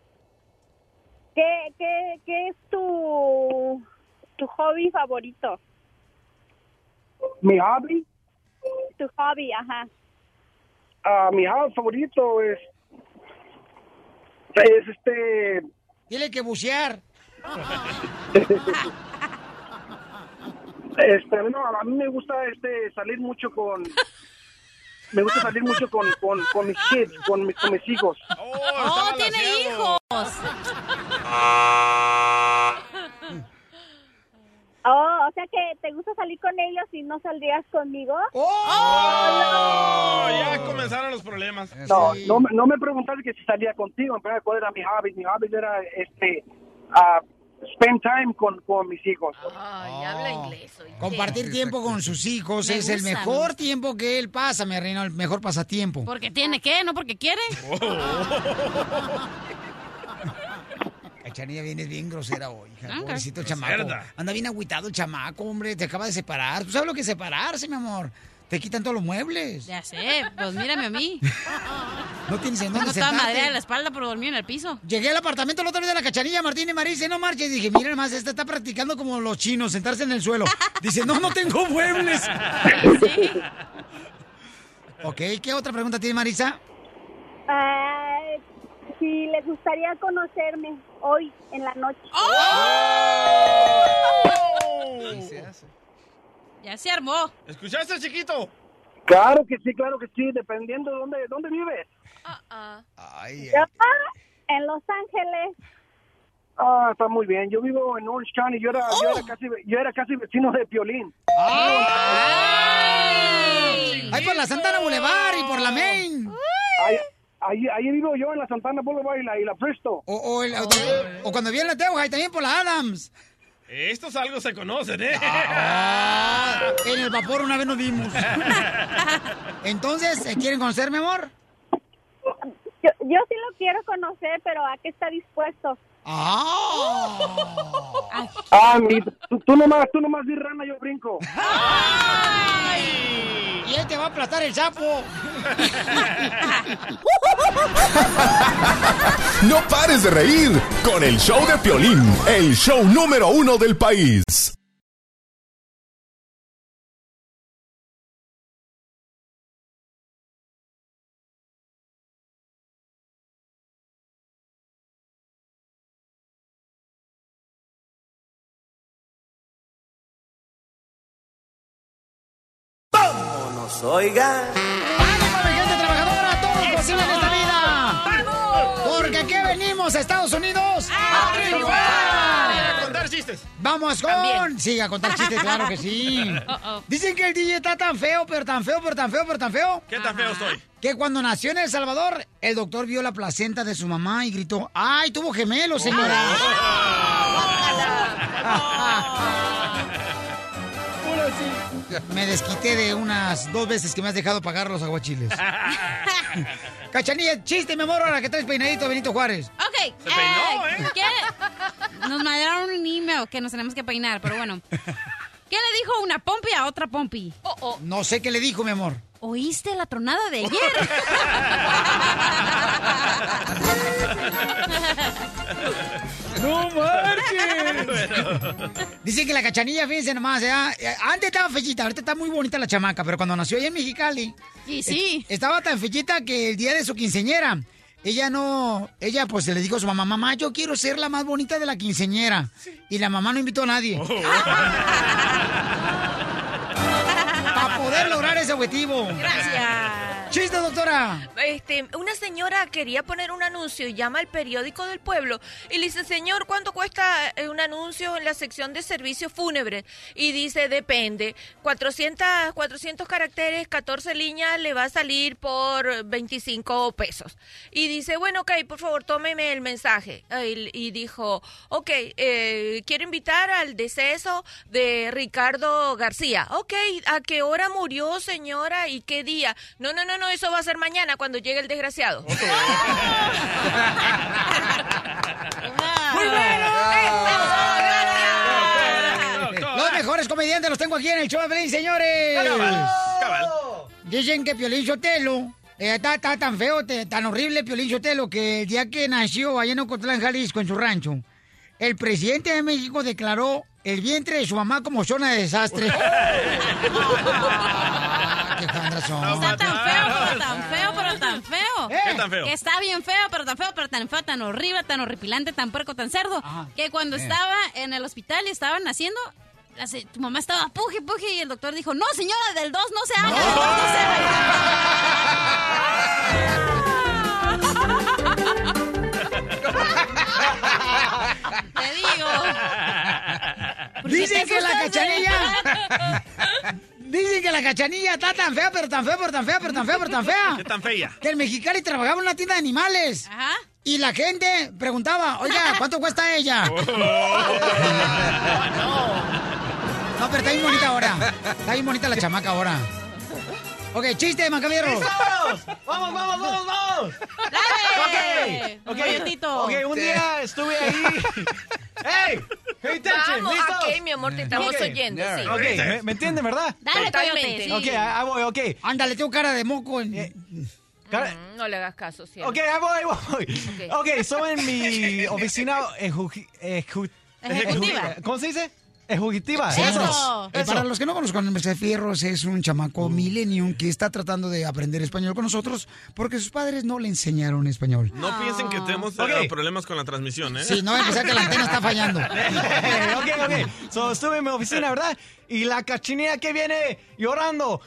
¿Qué, qué, ¿Qué es tu, tu hobby favorito? ¿Mi hobby? Tu hobby, ajá. Uh, mi hobby favorito es... Es este... Tiene que bucear. Este, no, a mí me gusta este salir mucho con... Me gusta salir mucho con, con, con mis kids, con, mi, con mis hijos. ¡Oh, oh tiene hijos! Oh, o sea que te gusta salir con ellos y no saldrías conmigo. ¡Oh! oh ya comenzaron los problemas. No, no, no me preguntaste que si salía contigo, pero cuál era mi hobby. Mi hobby era este... Uh, spend time con, con mis hijos. Ay, oh. habla inglés. Oye. Compartir tiempo con sus hijos me es gusta, el mejor tiempo que él pasa, mi reina, el mejor pasatiempo. Porque tiene que, no porque quiere. Cachanilla, vienes bien grosera hoy, hija. Okay. Pobrecito el chamaco. Cerda. Anda bien agüitado el chamaco, hombre. Te acaba de separar. ¿Tú sabes lo que es separarse, mi amor? Te quitan todos los muebles. Ya sé, pues mírame a mí. No tienes en dónde No estaba sentarte. madre de la espalda por dormir en el piso. Llegué al apartamento la otra vez de la Cachanilla, Martín y Marisa, no marches. Dije, mira más, esta está practicando como los chinos, sentarse en el suelo. Dice, no, no tengo muebles. Sí. Ok, ¿qué otra pregunta tiene Marisa? Uh, si le gustaría conocerme hoy en la noche. ¡Oh! ¡Oh! se hace. Ya se armó. ¿Escuchaste, chiquito? Claro que sí, claro que sí, dependiendo de dónde, dónde vives. Uh-uh. Ay, Yo, en Los Ángeles. Ah, está muy bien. Yo vivo en Orange County. Yo era, oh. yo era casi, yo era casi vecino de Piolín. ¡Ay! Ahí por la Santana Boulevard y por la Main. Ahí, ahí, ahí vivo yo en la Santana Boulevard y la, y la Presto. O, o, el, o, o cuando viene la Teuja y también por la Adams. Estos algo se conocen, ¿eh? Ah, en el vapor una vez nos vimos. Entonces, ¿quieren conocer, mi amor? Yo, yo sí lo quiero conocer, pero ¿a qué está dispuesto? ¡Ah! Ah, mi, tú, tú nomás, tú nomás di rana, yo brinco. ¡Ay! Y él te va a aplastar el sapo. No pares de reír con el show de Piolín, el show número uno del país. Oiga. ¡Ánimo, mi gente trabajadora! ¡Todo es posible en esta vida! ¡Vamos! Porque aquí venimos a Estados Unidos a, a triunfar. A contar chistes. Vamos con... También. Sí, a contar chistes, claro que sí. Uh-oh. Dicen que el D J está tan feo, pero tan feo, pero tan feo, pero tan feo. ¿Qué tan feo estoy? Que cuando nació en El Salvador, el doctor vio la placenta de su mamá y gritó, ¡ay, tuvo gemelos, señora! Me desquité de unas dos veces que me has dejado pagar los aguachiles. Cachanilla, chiste, mi amor, ahora que traes peinadito, Benito Juárez. Ok. Se peinó, ¿eh? ¿Qué? Nos mandaron un email que nos tenemos que peinar, pero bueno. ¿Qué le dijo una pompi a otra pompi? Oh, oh. No sé qué le dijo, mi amor. ¿Oíste la tronada de ayer? ¡No marches! Dicen que la Cachanilla, fíjense nomás, ¿eh? Antes estaba fechita, ahorita está muy bonita la chamaca, pero cuando nació allá en Mexicali... Sí, sí. Estaba tan fechita que el día de su quinceañera, ella no... Ella pues le dijo a su mamá, mamá, yo quiero ser la más bonita de la quinceañera. Y la mamá no invitó a nadie. Oh. Para poder lograr ese objetivo. Gracias. ¡Chiste, doctora! Este, una señora quería poner un anuncio y llama al periódico del pueblo y le dice, señor, ¿cuánto cuesta eh, un anuncio en la sección de servicios fúnebres? Y dice, depende, cuatrocientos, cuatrocientos caracteres, catorce líneas, le va a salir por veinticinco pesos. Y dice, bueno, ok, por favor, tómeme el mensaje. Y, y dijo, ok, eh, quiero invitar al deceso de Ricardo García. Ok, ¿a qué hora murió, señora? ¿Y qué día? No, no, no, no, eso va a ser mañana cuando llegue el desgraciado. ¡Muy bueno! Los mejores comediantes los tengo aquí en el show de Piolín, señores. Cabal, cabal. Dicen que Piolín Sotelo eh, está, está tan feo, te- tan horrible Piolín Sotelo, que el día que nació allá en Ocotlán, Jalisco, en su rancho, el presidente de México declaró el vientre de su mamá como zona de desastre. ¡Qué razón! Está tan feo, pero tan feo, pero tan feo. ¿Qué tan feo? Que está bien feo, pero tan feo, pero tan feo, tan horrible, tan horripilante, tan puerco, tan cerdo. Que cuando Eh. estaba en el hospital y estaban naciendo, la se- tu mamá estaba puje, puje, y el doctor dijo, no, señora, del dos no se haga, del dos no se haga. Te digo. ¿Por qué Dicen te que la asustas, cachanilla... Dicen que la cachanilla está tan fea, pero tan fea, pero tan fea, pero tan fea, pero tan fea. ¿Qué tan fea? Que el Mexicali trabajaba en una tienda de animales. Ajá. Y la gente preguntaba, oiga, ¿cuánto cuesta ella? No, pero está bien bonita ahora. Está bien bonita la chamaca ahora. Ok, chiste, Macabierro. ¡Vamos! ¡Vamos, vamos, vamos, vamos! ¡Dale! Ok, Coyotito. ok, un día estuve ahí. ¡Hey! ¡Hey, attention! Vamos, ¿Listos? ok, mi amor, te estamos Ok, oyendo, sí. Ok, ¿me, me entienden, verdad? Dale, Totalmente. Coyote, sí. Ok, ahí voy, ok. Ándale, tú cara de moco. en- Cara- Mm, no le hagas caso, cielo. Ok, ahí voy, ahí voy. Ok. Ok, estoy en mi oficina eju- eju- Ejecutiva. ¿Cómo se dice? Ejecutiva. Señores, Eso. eh, Eso. para los que no conozcan, el Mister Fierros es un chamaco millennium que está tratando de aprender español con nosotros porque sus padres no le enseñaron español. No piensen que tenemos eh, Ok. problemas con la transmisión, ¿eh? Sí, no va a pensar que la antena está fallando. ok, ok. So, estuve en mi oficina, ¿verdad? Y la cachinilla que viene llorando.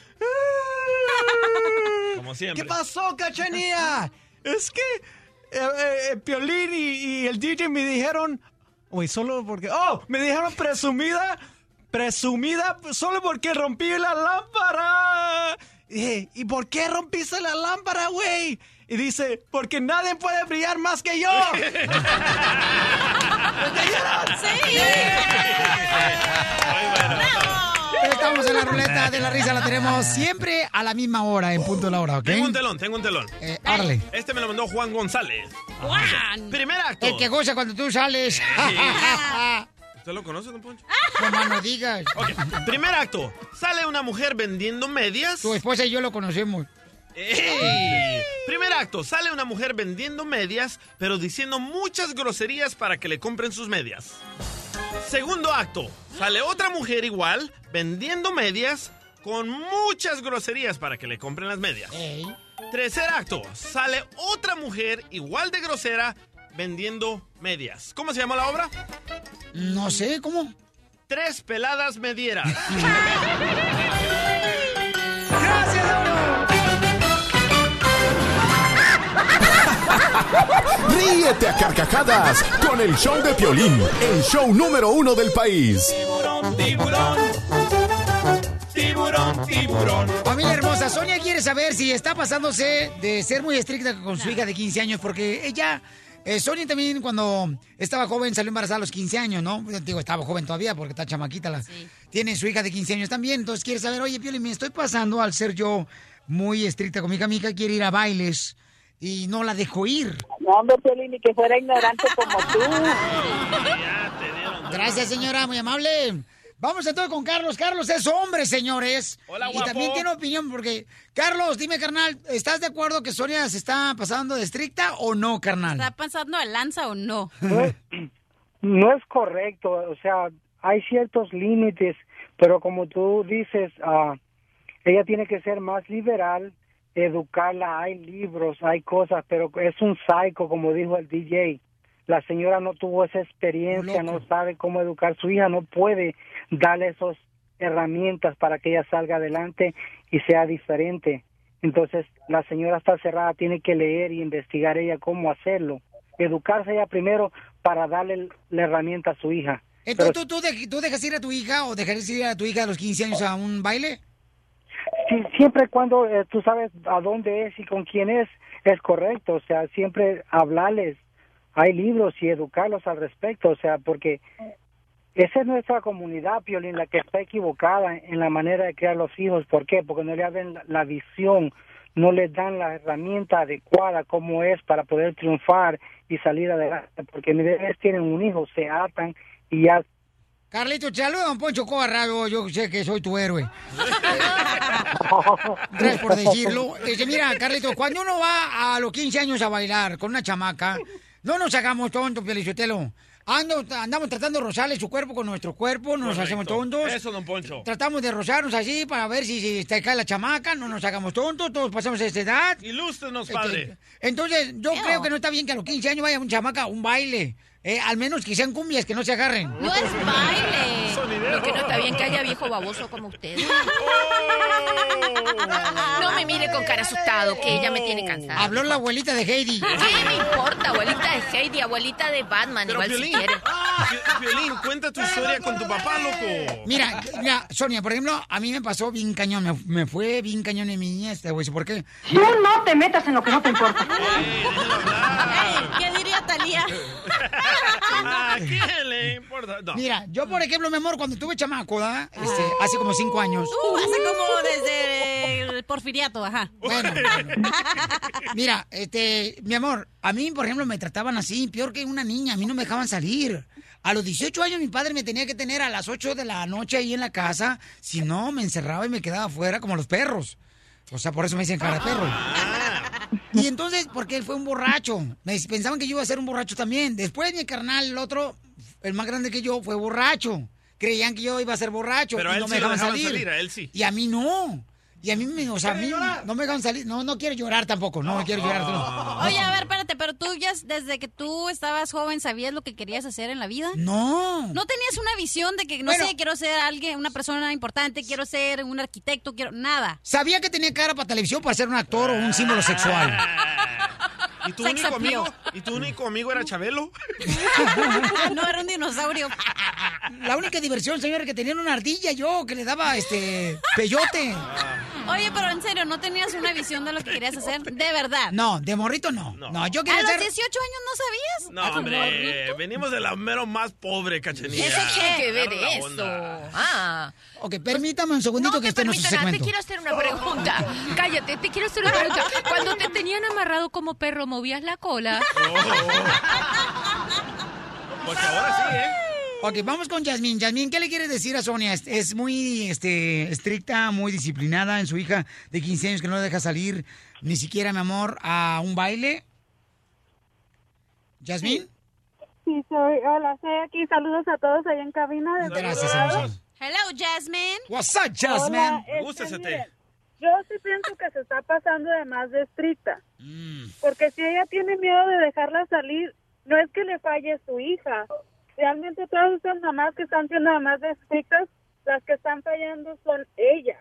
Como siempre. ¿Qué pasó, cachanilla? Es que eh, eh, eh, Piolín y, y el D J me dijeron... Uy, solo porque... ¡Oh! Me dijeron presumida. Presumida solo porque rompí la lámpara. Y dije, ¿y por qué rompiste la lámpara, güey? Y dice, porque nadie puede brillar más que yo. Sí. Estamos en la ruleta de la risa, la tenemos siempre a la misma hora, en punto de la hora, ¿ok? Tengo un telón, tengo un telón. Eh, árale. Este me lo mandó Juan González. Juan. Primer acto. El que goza cuando tú sales. ¿Usted lo conoce, don Poncho? Como no digas. Ok, primer acto. Sale una mujer vendiendo medias. Tu esposa y yo lo conocemos. ¡Ey! Primer acto. Sale una mujer vendiendo medias, pero diciendo muchas groserías para que le compren sus medias. Segundo acto. Sale otra mujer igual, vendiendo medias, con muchas groserías para que le compren las medias. Ey. Tercer acto. Sale otra mujer igual de grosera, vendiendo medias. ¿Cómo se llama la obra? No sé, ¿cómo? Tres peladas medieras. ¡Gracias, Ríete a carcajadas con el show de Piolín, el show número uno del país. Tiburón, tiburón. Tiburón, tiburón. Familia hermosa, Sonia quiere saber si está pasándose de ser muy estricta con su hija de quince años, porque ella, eh, Sonia también cuando estaba joven salió embarazada a los quince años, ¿no? Digo, estaba joven todavía porque está chamaquita, la, tiene su hija de quince años también, entonces quiere saber, oye, Piolín, me estoy pasando al ser yo muy estricta con mi hija, mi hija quiere ir a bailes y no la dejo ir. No, hombre, Piolín, ni que fuera ignorante como tú. Gracias, señora, muy amable. Vamos entonces con Carlos. Carlos es hombre, señores. Hola, y guapo. también tiene opinión porque... Carlos, dime, carnal, ¿estás de acuerdo que Sonia se está pasando de estricta o no, carnal? ¿Está pasando de lanza o no? No es, no es correcto, o sea, hay ciertos límites, pero como tú dices, uh, ella tiene que ser más liberal, educarla, hay libros, hay cosas, pero es un psycho, como dijo el D J. La señora no tuvo esa experiencia, no sabe cómo educar a su hija, no puede darle esas herramientas para que ella salga adelante y sea diferente. Entonces, la señora está cerrada, tiene que leer y investigar ella cómo hacerlo. Educarse ella primero para darle la herramienta a su hija. Entonces, Pero, ¿tú, tú, de- ¿tú dejas ir a tu hija o dejarías ir a tu hija a los quince años a un baile? sí, siempre cuando eh, tú sabes a dónde es y con quién es, es correcto. O sea, siempre hablarles. Hay libros y educarlos al respecto. O sea, porque esa es nuestra comunidad, Piolín, la que está equivocada en la manera de criar los hijos. ¿Por qué? Porque no le abren la, la visión, no les dan la herramienta adecuada como es para poder triunfar y salir adelante. Porque mis bebés tienen un hijo, se atan y ya. Carlito, te saluda, don Poncho Cobarrado, yo sé que soy tu héroe. Gracias por decirlo. Dice, mira, Carlito, cuando uno va a los quince años a bailar con una chamaca, no nos hagamos tontos, Pielichotelo. Ando, andamos tratando de rozarle su cuerpo con nuestro cuerpo, no nos Correcto. hacemos tontos. Eso, don Poncho. Tratamos de rozarnos así para ver si, si te cae la chamaca, no nos hagamos tontos, todos pasamos esa edad. Ilústrenos, padre. Entonces, yo creo que no está bien que a los quince años vaya un chamaca a un baile. Eh, al menos que sean cumbias, que no se agarren. No es baile. Lo que no está bien que haya viejo baboso como usted. No me mire con cara asustado, que ella me tiene cansada. Habló la abuelita de Heidi. ¿Qué me importa? Abuelita de Heidi, abuelita de Batman, Pero, igual Piolín, si quiere. Pi- Piolín, cuenta tu historia con tu papá, loco. Mira, mira, Sonia, por ejemplo, a mí me pasó bien cañón, me, me fue bien cañón en mi niñez, te voy a decir por qué. Tú no te metas en lo que no te importa. ¿Qué diría Talía? ¿A quién le importa? No. Mira, yo, por ejemplo, mi amor, cuando tuve chamaco, ¿verdad? Este, hace como cinco años. Uh, hace como desde el porfiriato, ajá. Bueno, bueno. Mira, este, mi amor, a mí, por ejemplo, me trataban así, peor que una niña, a mí no me dejaban salir. A los dieciocho años mi padre me tenía que tener a las ocho de la noche ahí en la casa, si no, me encerraba y me quedaba afuera como los perros. O sea, por eso me dicen cara de perro. Y entonces, porque él fue un borracho. Me pensaban que yo iba a ser un borracho también. Después mi carnal, el otro, el más grande que yo, fue borracho. Creían que yo iba a ser borracho Pero a y él no sí me lo dejaban dejaban salir. salir, a él sí. Y a mí no. Y a mí, me, o sea, a mí no me dejaban salir. No, no quiero llorar tampoco. No, no quiero llorar. No. Oye, a ver, espérate, pero tú ya desde que tú estabas joven sabías lo que querías hacer en la vida. No. ¿No tenías una visión de que, no Bueno. sé, quiero ser alguien, una persona importante, quiero ser un arquitecto, quiero nada? Sabía que tenía cara para televisión para ser un actor o un símbolo sexual. ¿Y tu, Sex único appeal. amigo, ¿Y tu único amigo era Chabelo? No, era un dinosaurio. La única diversión, señor, que tenía una ardilla yo, que le daba, este, peyote. Oye, pero en serio, ¿no tenías una visión de lo que querías hacer? De verdad. No, de morrito no. No, yo ¿A quería los ser... dieciocho años no sabías? No, ¿A tu hombre, morrito? venimos de la mero más pobre, Cachanilla. Eso tiene que ver Agarra la eso. onda. Ah. Ok, permítame un segundito No que te esté en nuestro permitan nada, te segmento. quiero hacer una pregunta. Cállate, te quiero hacer una pregunta. Cuando te tenían amarrado como perro, ¿movías la cola? Pues ahora sí, ¿eh? Ok, vamos con Yasmín. Yasmín, ¿qué le quieres decir a Sonia? Es, es muy este, estricta, muy disciplinada en su hija de quince años que no la deja salir ni siquiera, mi amor, a un baile. ¿Yasmín? Sí, soy, hola, estoy aquí. Saludos a todos allá en cabina. desde Gracias, Colorado. hermosa. Hello, Jasmine. What's up, Jasmine? Hola, Me gusta este, ese té. miren, yo sí pienso que se está pasando de más de estricta. Porque si ella tiene miedo de dejarla salir, no es que le falle su hija. Realmente todas esas mamás que están siendo mamás de estrictas, las que están fallando son ellas.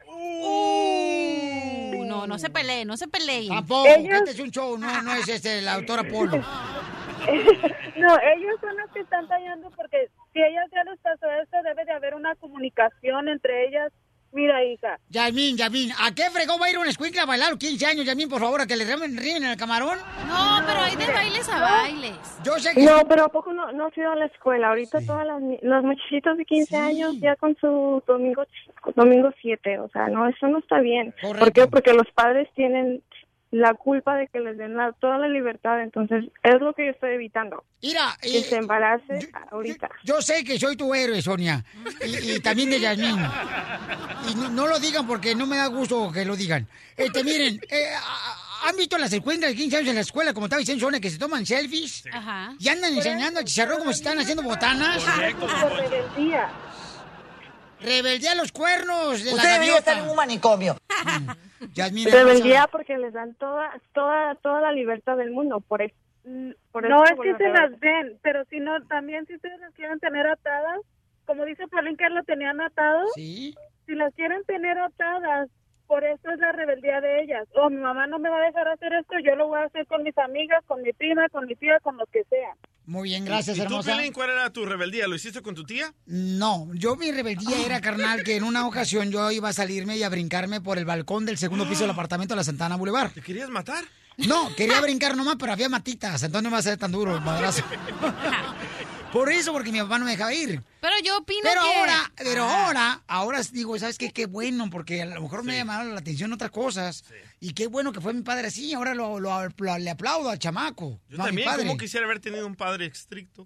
Uh, no, no se peleen, no se peleen. Tampoco, Ellos- este es un show, no, no es este, la autora Polo. No, ellos son los que están fallando porque si ellas ya les pasó esto, debe de haber una comunicación entre ellas. Mira, hija. Yasmín, Yasmín, ¿a qué fregó va a ir una escuincla a bailar a los quince años, Yasmín, por favor, a que le ríen, ríen en el camarón? No, pero hay de bailes a bailes. Yo sé que... No, pero ¿a poco no, no has ido a la escuela? Ahorita todas las ni- los muchachitos de quince años ya con su domingo domingo siete, o sea, no, eso no está bien. ¿Por qué? Porque los padres tienen la culpa de que les den la- toda la libertad, entonces es lo que yo estoy evitando. Mira, que eh, se embarace ahorita. Yo sé que soy tu héroe, Sonia, y, y también de Yasmín. Y no, no lo digan porque no me da gusto que lo digan. Este, miren, eh, a- ¿han visto las escuelas de quince años en la escuela, como estaba diciendo Sonia, que se toman selfies? Ajá. Y andan enseñando al chicharrón como si están haciendo botanas. Correcto, por rebeldía. Rebeldía a los cuernos de la Usted debería gaviota. estar en un manicomio. Yasmín, Rebeldía hermosa. porque les dan toda toda toda la libertad del mundo, por eso. Por No eso es que vuelven se rebeldes. las den, pero si no, también si ustedes las quieren tener atadas, como dice Paulín que lo tenían atado, ¿Sí? si las quieren tener atadas, Por eso es la rebeldía de ellas. Oh, mi mamá no me va a dejar hacer esto, yo lo voy a hacer con mis amigas, con mi prima, con mi tía, con los que sea. Muy bien, gracias, ¿Y tú, hermosa. Piolín, cuál era tu rebeldía? ¿Lo hiciste con tu tía? No, yo mi rebeldía era, carnal, que en una ocasión yo iba a salirme y a brincarme por el balcón del segundo piso del apartamento de la Santana Boulevard. ¿Te querías matar? No, quería brincar nomás, pero había matitas, entonces no iba a ser tan duro el madrazo. Por eso, porque mi papá no me dejaba ir. Pero yo opino Pero que... ahora, pero Ah. ahora, ahora digo, ¿sabes qué? Qué bueno, porque a lo mejor me llamaron la atención otras cosas. Y qué bueno que fue mi padre así, ahora lo, lo- lo- le aplaudo al chamaco. Yo no a mi también, padre. como quisiera haber tenido un padre estricto.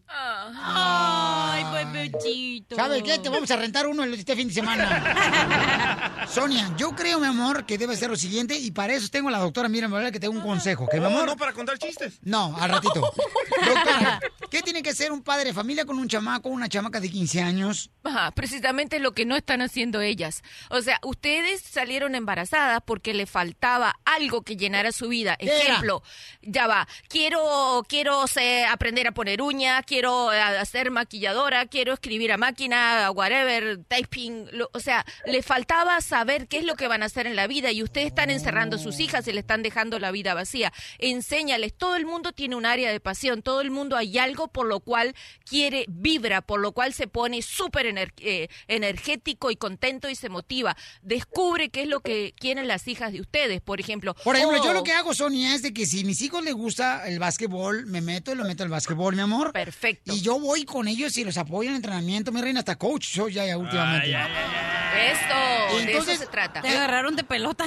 Ay, bebecito. ¿Sabes qué? Te vamos a rentar uno este fin de semana. Sonia, yo creo, mi amor, que debe ser lo siguiente, y para eso tengo a la doctora Miriam Morales, que tengo un consejo. Que, mi Oh, amor, no para contar chistes. No, al ratito. Doctora, ¿qué tiene que ser un padre de familia con un chamaco, una chamaca de quince años? Ajá, precisamente lo que no están haciendo ellas. O sea, ustedes salieron embarazadas porque le faltaba algo que llenara su vida. ¿Qué era? Ejemplo, ya va, quiero quiero sé, aprender a poner uñas, quiero eh, hacer maquilladora, quiero escribir a máquina, whatever, typing. lo- o sea, le faltaba saber qué es lo que van a hacer en la vida y ustedes están encerrando a sus hijas y le están dejando la vida vacía. Enséñales, todo el mundo tiene un área de pasión, todo el mundo hay algo por lo cual quiere, vibra, por lo cual se pone súper ener- eh, energético y contento y se motiva. Descubre qué es lo que quieren las hijas de ustedes, por ejemplo. Por ejemplo, oh, yo lo que hago, Sonia, es de que si a mis hijos les gusta el básquetbol, me meto y lo meto al básquetbol, mi amor. Perfecto. Y yo voy con ellos y los apoyo en el entrenamiento, mi reina, hasta coach soy ya, ya últimamente. Esto, de Entonces, eso se trata. Te agarraron de pelota.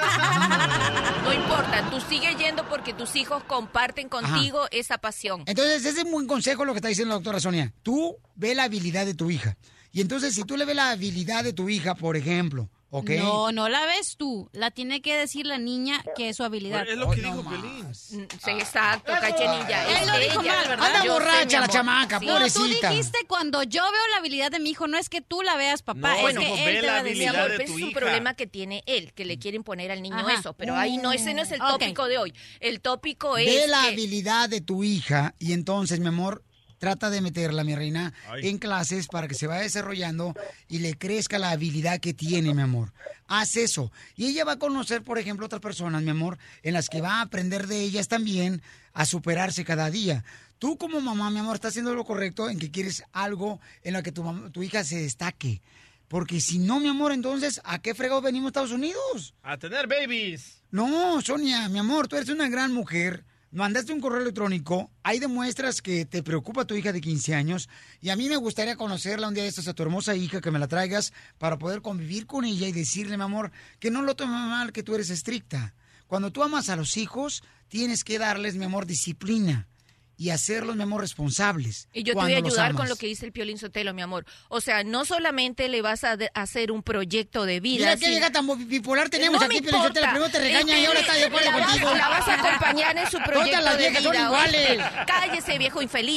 No importa, tú sigues yendo porque tus hijos comparten contigo esa pasión. Entonces, ese es un buen consejo lo que está diciendo la doctora Sonia. Tú ve la habilidad de tu hija. Y entonces, si tú le ves la habilidad de tu hija, por ejemplo, ¿ok? No, no la ves tú. La tiene que decir la niña que es su habilidad. Es lo que dijo Piolín. Mm, Sí, exacto, cachenilla. Él es lo dijo ella. mal, ¿verdad? Anda Yo sé, borracha mi la amor. chamaca, Sí. No, tú pobrecita. dijiste cuando yo veo la habilidad de mi hijo, no es que tú la veas, papá, No, es dijo, que ve él te la va a Mi decir. habilidad amor, de ese tu es un hija. problema que tiene él, que le quiere imponer al niño Ajá. eso. Pero ahí no, ese no es el Ok. tópico de hoy. El tópico es Ve la que... habilidad de tu hija y entonces, mi amor, trata de meterla, mi reina, Ay. en clases para que se vaya desarrollando y le crezca la habilidad que tiene, mi amor. Haz eso. Y ella va a conocer, por ejemplo, otras personas, mi amor, en las que va a aprender de ellas también a superarse cada día. Tú como mamá, mi amor, estás haciendo lo correcto en que quieres algo en lo que tu, mam- tu hija se destaque. Porque si no, mi amor, entonces, ¿a qué fregado venimos a Estados Unidos? A tener babies. No, Sonia, mi amor, tú eres una gran mujer. Mandaste un correo electrónico. Ahí demuestras que te preocupa tu hija de quince años. Y a mí me gustaría conocerla un día de estos, a tu hermosa hija, que me la traigas para poder convivir con ella y decirle, mi amor, que no lo tome mal, que tú eres estricta. Cuando tú amas a los hijos, tienes que darles, mi amor, disciplina. Y hacerlos, mi amor, responsables. Y yo te cuando voy a los ayudar amas. con lo que dice el Piolín Sotelo, mi amor. O sea, no solamente le vas a de- hacer un proyecto de vida. Mira qué sino- vieja tan bipolar tenemos No aquí, me pero yo te la importa. primero te regaña y ahora está de acuerdo la vas- contigo. La vas a acompañar en su Todas proyecto las de viejas son vida. iguales. ¿oíste? Cállese, viejo infeliz.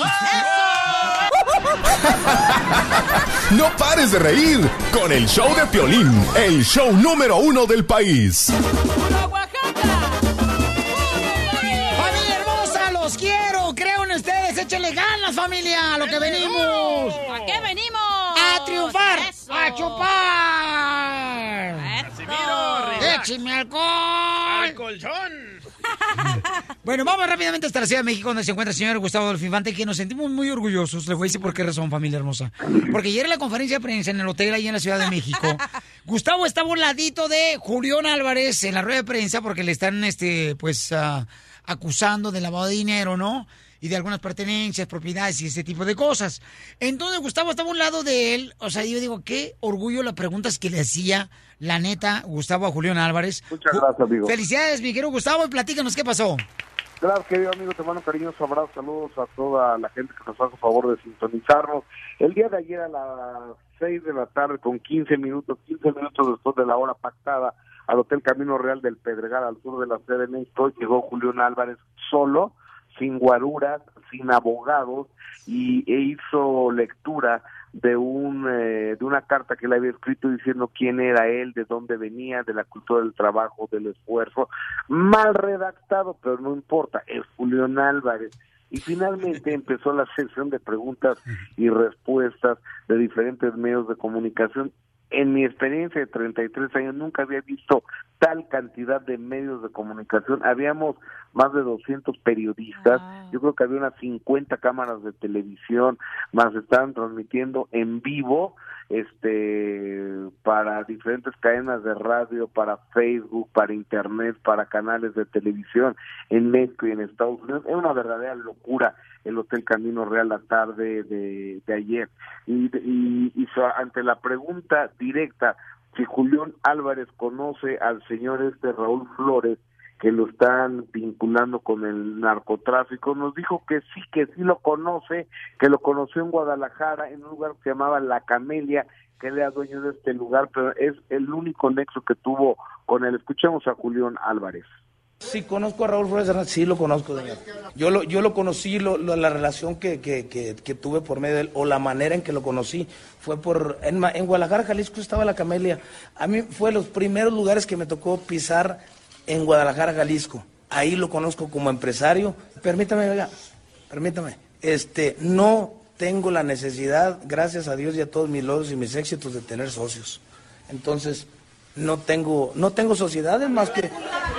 No pares de reír con el show de Piolín, el show número uno del país. ¡Familia hermosa, los quiero! ¡Creo en ustedes! ¡Échenle ganas, familia! ¡A lo que venimos! ¿A qué venimos? ¡A triunfar! Eso. ¡A chupar! Casimiro, relax. ¡Écheme alcohol! ¡Al colchón! Bueno, vamos rápidamente hasta la Ciudad de México, donde se encuentra el señor Gustavo Adolfo Infante, que nos sentimos muy orgullosos. Les voy a decir por qué razón, familia hermosa. Porque ayer en la conferencia de prensa en el hotel ahí en la Ciudad de México, Gustavo estaba al ladito de Julián Álvarez en la rueda de prensa porque le están, este, pues, ah, acusando de lavado de dinero, ¿no? Y de algunas pertenencias, propiedades y ese tipo de cosas. Entonces Gustavo estaba a un lado de él. O sea, yo digo, qué orgullo las preguntas que le hacía, la neta, Gustavo a Julián Álvarez. Muchas gracias, amigo. Felicidades, mi querido Gustavo, y platícanos qué pasó. Gracias, querido amigo, te mando un cariñoso abrazo, saludos a toda la gente que nos hace favor de sintonizarnos. El día de ayer a las seis de la tarde, con quince minutos, quince minutos después de la hora pactada, al Hotel Camino Real del Pedregal, al sur de la Ciudad de México, llegó Julián Álvarez solo, sin guaruras, sin abogados, y e hizo lectura de un eh, de una carta que le había escrito diciendo quién era él, de dónde venía, de la cultura del trabajo, del esfuerzo, mal redactado, pero no importa, es Julián Álvarez. Y finalmente empezó la sesión de preguntas y respuestas de diferentes medios de comunicación. En mi experiencia de treinta y tres años nunca había visto tal cantidad de medios de comunicación. Habíamos más de doscientos periodistas, ah. yo creo que había unas cincuenta cámaras de televisión, más estaban transmitiendo en vivo este para diferentes cadenas de radio, para Facebook, para internet, para canales de televisión en México y en Estados Unidos. Es una verdadera locura el Hotel Camino Real la tarde de, de ayer. Y, y, y so, ante la pregunta directa si Julián Álvarez conoce al señor este Raúl Flores, que lo están vinculando con el narcotráfico, nos dijo que sí, que sí lo conoce, que lo conoció en Guadalajara, en un lugar que se llamaba La Camelia, que él era dueño de este lugar, pero es el único nexo que tuvo con él. Escuchemos a Julián Álvarez. Sí, conozco a Raúl Flores, sí lo conozco, señor. Yo lo, yo lo conocí, lo, lo, la relación que, que, que, que tuve por medio de él, o la manera en que lo conocí, fue por, en, en Guadalajara, Jalisco, estaba La Camelia. A mí fue los primeros lugares que me tocó pisar en Guadalajara, Jalisco. Ahí lo conozco como empresario. Permítame, oiga, permítame. Este, no tengo la necesidad, gracias a Dios y a todos mis logros y mis éxitos, de tener socios. Entonces, no tengo, no tengo sociedades más que...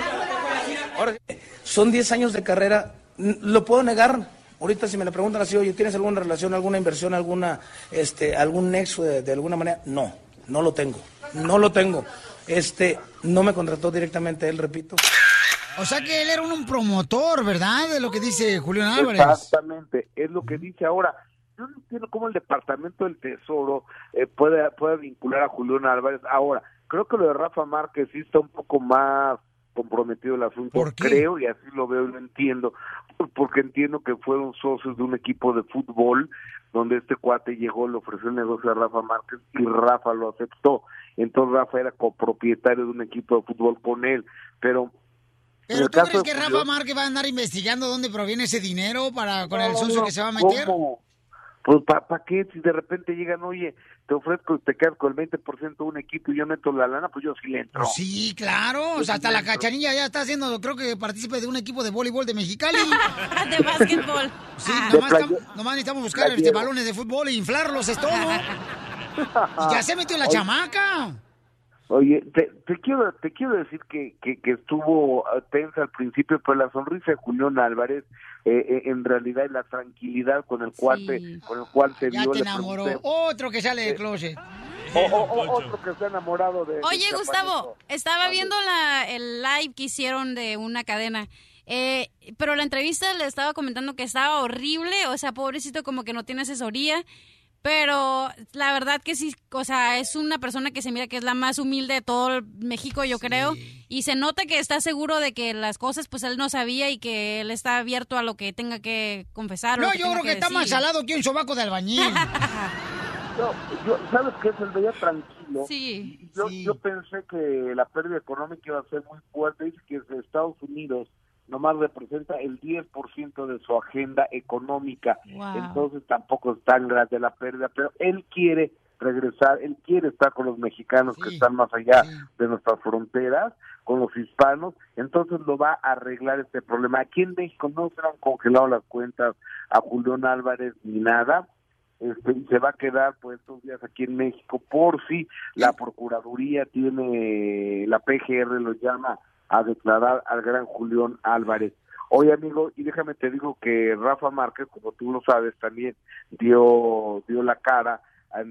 Ahora, son diez años de carrera, lo puedo negar. Ahorita si me le preguntan así, oye, ¿tienes alguna relación, alguna inversión, alguna, este, algún nexo de, de alguna manera? No, no lo tengo, no lo tengo. Este, no me contrató directamente él, repito. O sea que él era un promotor, ¿verdad? De lo que dice Julián Álvarez. Exactamente, es lo que dice ahora. Yo no entiendo cómo el Departamento del Tesoro eh, puede, puede vincular a Julián Álvarez. Ahora, creo que lo de Rafa Márquez sí está un poco más comprometido el asunto, creo, y así lo veo y lo entiendo, porque entiendo que fueron socios de un equipo de fútbol donde este cuate llegó, le ofreció el negocio a Rafa Márquez y Rafa lo aceptó. Entonces Rafa era copropietario de un equipo de fútbol con él, pero... ¿Pero tú crees que Rafa Márquez va a andar investigando dónde proviene ese dinero para con no, el socio no, que se va a meter? ¿Cómo? Pues ¿para pa qué? Si de repente llegan, oye, te ofrezco, te quedas con el veinte por ciento de un equipo y yo meto la lana, pues yo sí le entro. Pues sí, claro, o sea, hasta la Cachanilla ya está haciendo, creo que partícipe de un equipo de voleibol de Mexicali. De básquetbol. Sí, nomás, tam, nomás necesitamos buscar este, balones de fútbol e inflarlos, es todo. Y ya se metió la Oye. chamaca. Oye, te, te quiero te quiero decir que, que, que estuvo tensa al principio, pero la sonrisa de Julián Álvarez, eh, eh, en realidad, y la tranquilidad con el cual, sí. con el cual se ya vio. Ya te enamoró. Otro que sale de closet. O, o, o, otro que está enamorado de... Oye, de Gustavo, estaba Vale. viendo la, el live que hicieron de una cadena, eh, pero la entrevista le estaba comentando que estaba horrible, o sea, pobrecito, como que no tiene asesoría. Pero la verdad que sí, o sea, es una persona que se mira que es la más humilde de todo México, yo sí. creo. Y se nota que está seguro de que las cosas, pues él no sabía y que él está abierto a lo que tenga que confesar. No, o que yo creo que, que está más salado que un sobaco de albañil. yo, yo, ¿sabes qué? Se veía tranquilo. Sí. Y yo, sí. yo pensé que la pérdida económica iba a ser muy fuerte. Dice que desde Estados Unidos nomás representa el diez por ciento de su agenda económica, wow. Entonces tampoco es tan grande la pérdida, pero él quiere regresar, él quiere estar con los mexicanos sí, que están más allá sí. de nuestras fronteras, con los hispanos, entonces lo va a arreglar este problema. Aquí en México no se han congelado las cuentas a Julián Álvarez ni nada, este, y se va a quedar pues estos días aquí en México por si la Procuraduría tiene, la P G R lo llama a declarar al gran Julián Álvarez. Oye, amigo, y déjame te digo que Rafa Márquez, como tú lo sabes, también dio dio la cara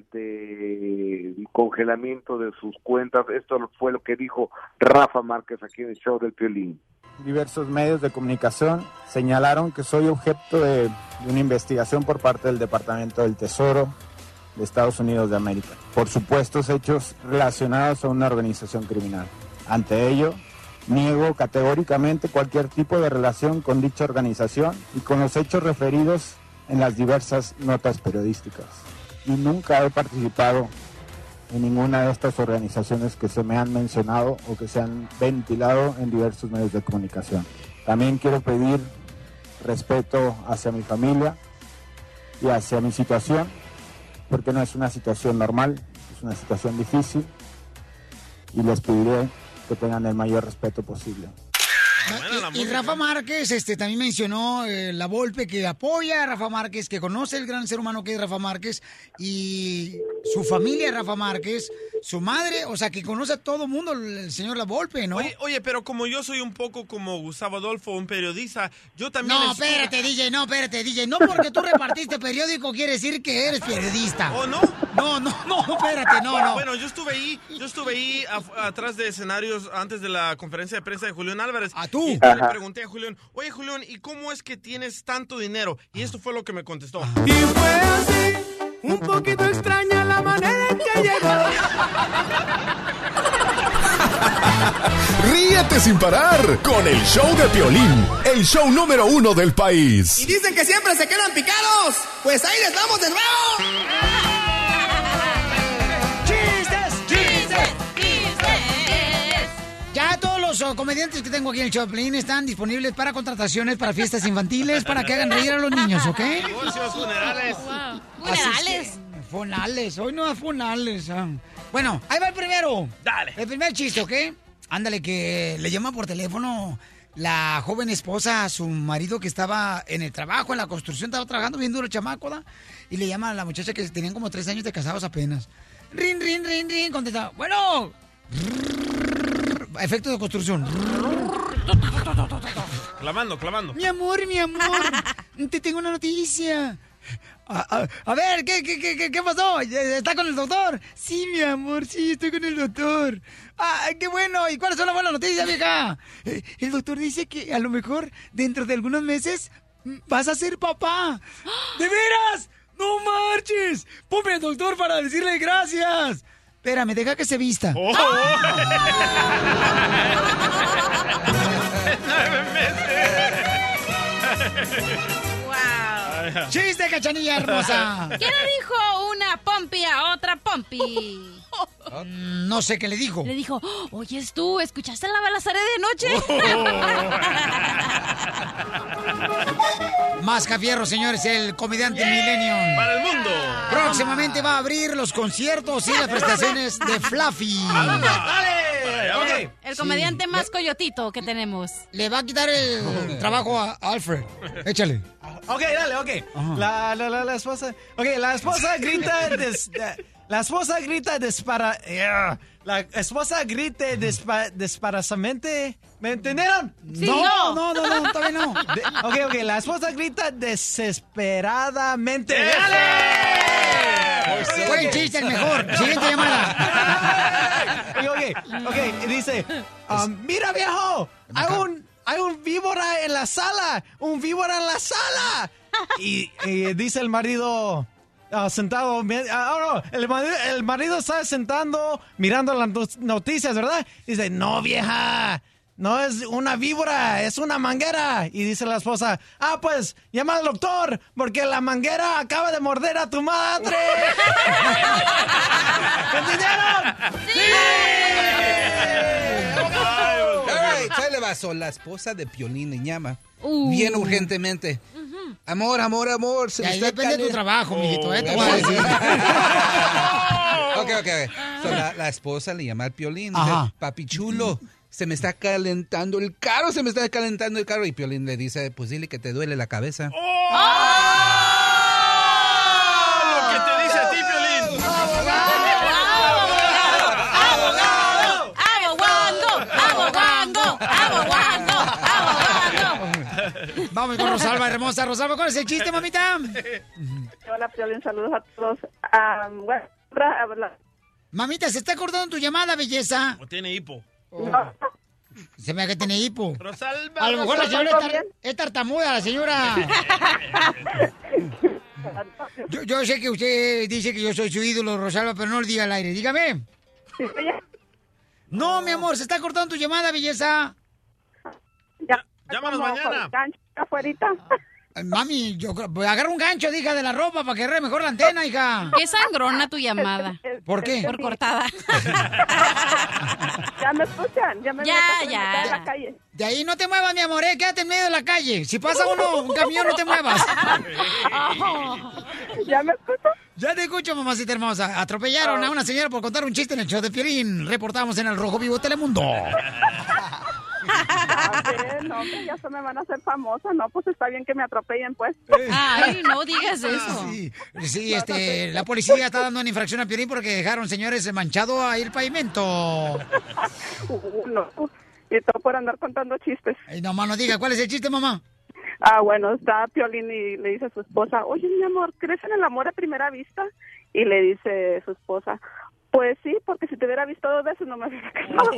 ante el congelamiento de sus cuentas. Esto fue lo que dijo Rafa Márquez aquí en el show del Piolín. Diversos medios de comunicación señalaron que soy objeto de, de una investigación por parte del Departamento del Tesoro de Estados Unidos de América por supuestos hechos relacionados a una organización criminal. Ante ello, niego categóricamente cualquier tipo de relación con dicha organización y con los hechos referidos en las diversas notas periodísticas. Y nunca he participado en ninguna de estas organizaciones que se me han mencionado o que se han ventilado en diversos medios de comunicación. También quiero pedir respeto hacia mi familia y hacia mi situación, porque no es una situación normal, es una situación difícil, y les pediré que tengan el mayor respeto posible. No, la Y música. Rafa Márquez este, también mencionó eh, la Volpe que apoya a Rafa Márquez, que conoce el gran ser humano que es Rafa Márquez y su familia Rafa Márquez, su madre, o sea, que conoce a todo el mundo el señor La Volpe, ¿no? Oye, oye, pero como yo soy un poco como Gustavo Adolfo, un periodista, yo también... No, estuve- espérate, D J, no, espérate, D J. No porque tú repartiste periódico quiere decir que eres periodista. ¿O no? No, no, no, espérate, no, no. Bueno, yo estuve ahí, yo estuve ahí af- atrás de escenarios antes de la conferencia de prensa de Julián Álvarez. ¿A tú? Y le Ajá. pregunté a Julián, oye, Julián, ¿y cómo es que tienes tanto dinero? Y esto fue lo que me contestó. Y fue así, un poquito extraña la manera en que llegó. Ríete sin parar con el show de Piolín, el show número uno del país. Y dicen que siempre se quedan picados. Pues ahí les vamos de nuevo. ¡Chistes! ¡Chistes! ¡Chistes! Ya todos los oh, comediantes que tengo aquí en el show de Piolín están disponibles para contrataciones para fiestas infantiles para que hagan reír a los niños, ¿ok? Negocios, funerales. Funerales. Funerales, hoy no es funerales. ah. Bueno, ahí va el primero. Dale. El primer chiste, ¿ok? Ándale, que le llama por teléfono la joven esposa a su marido que estaba en el trabajo, en la construcción, estaba trabajando bien duro el chamaco, ¿da? Y le llama a la muchacha que tenían como tres años de casados apenas. Rin, rin, rin, rin, contesta. Bueno. Efecto de construcción. Clamando, clamando. Mi amor, mi amor, te tengo una noticia. A, a- a ver, ¿qué, qué, qué, ¿qué pasó? ¿Está con el doctor? Sí, mi amor, sí, estoy con el doctor. Ah, qué bueno. ¿Y cuáles son las buenas noticias, vieja? Eh, El doctor dice que a lo mejor dentro de algunos meses mm, vas a ser papá. ¿De veras? ¡No marches! Ponme al doctor para decirle gracias. Espérame, deja que se vista. Oh. Nueve meses. ¡Chiste, Cachanilla hermosa! ¿Qué le dijo una pompi a otra pompi? Mm, No sé qué le dijo. Le dijo, oyes tú, ¿escuchaste la balacera de noche? Mascafierro, señores, el comediante Millennium. Para el mundo. Próximamente va a abrir los conciertos y las prestaciones de Fluffy. Ok, el comediante más coyotito que tenemos. Le va a quitar el trabajo a Alfred. Échale. Ok, dale, ok. La, la, la, la esposa. Ok, la esposa grita. Des, de- la esposa grita dispara. yeah. La esposa grita despa, desparazamente. ¿Me entendieron? Sí, no, no, no, no, todavía no. De- ok, ok, la esposa grita desesperadamente. ¡Dale! Buen chiste, el mejor. Siguiente llamada. Ok, ok, ok, dice, um, mira viejo, hay un, hay un víbora en la sala, un víbora en la sala. Y, y dice el marido, ah, sentado, mi- ah, oh, no, el marido, el marido está sentando, mirando las no- noticias, ¿verdad? Dice, no vieja, no es una víbora, es una manguera. Y dice la esposa, ah, pues, llama al doctor, porque la manguera acaba de morder a tu madre. ¿Entendieron? Hey, ahí le va, son la esposa de Piolín le llama Uh. bien urgentemente. Amor, amor, amor. Se De me ahí está depende de tu calen- trabajo, mijito, ¿eh? Te Oh. voy a decir. Ok, ok, ok. So, la, la esposa le llama al Piolín. Dice, Ajá. papi chulo, se me está calentando el carro, se me está calentando el carro. Y Piolín le dice, pues dile que te duele la cabeza. Lo que te dice a ti, Piolín. ¡Abogado! ¡Abogando! ¡Abogando! ¡Abogando! Vamos con Rosalba, hermosa. Rosalba, ¿cuál es el chiste, mamita? Hola, Piolín, saludos a todos. Ah, bueno, otra- habla- Mamita, ¿se está cortando tu llamada, belleza? O tiene hipo. Se me hace que tiene hipo. Rosalba. A lo mejor la señora es, ¿Todo tar- bien? es tartamuda, la señora. Yo, yo sé que usted dice que yo soy su ídolo, Rosalba, pero no lo diga al aire. Dígame. No, mi amor, se está cortando tu llamada, belleza. Ya, Llámanos como mañana. con gancho afuerita. Ay, Mami, yo creo- pues, agarra un gancho, hija, de la ropa para que agarre mejor la antena, hija. Qué sangrona tu llamada. ¿Por qué? Por cortada. Ya me escuchan, ya me Ya, me ya. meter en la calle. De ahí no te muevas, mi amor, eh, quédate en medio de la calle. Si pasa uno, un camión, no te muevas. ¿Ya me escuchan? Ya te escucho, mamacita hermosa. Atropellaron a una señora por contar un chiste en el show de Piolín. Reportamos en el Rojo Vivo Telemundo. Ya sé, no, hombre, ya se me van a hacer famosa, no, pues está bien que me atropellen, pues. Ay, no digas eso. Sí, sí, este, la policía está dando una infracción a Piolín porque dejaron, señores, manchado ahí el pavimento. No, y todo por andar contando chistes. Ay, no, mamá, no diga, ¿cuál es el chiste, mamá? Ah, bueno, está Piolín y le dice a su esposa, oye, mi amor, ¿crees en el amor a primera vista? Y le dice su esposa, pues sí, porque si te hubiera visto dos veces no me hubiera casado.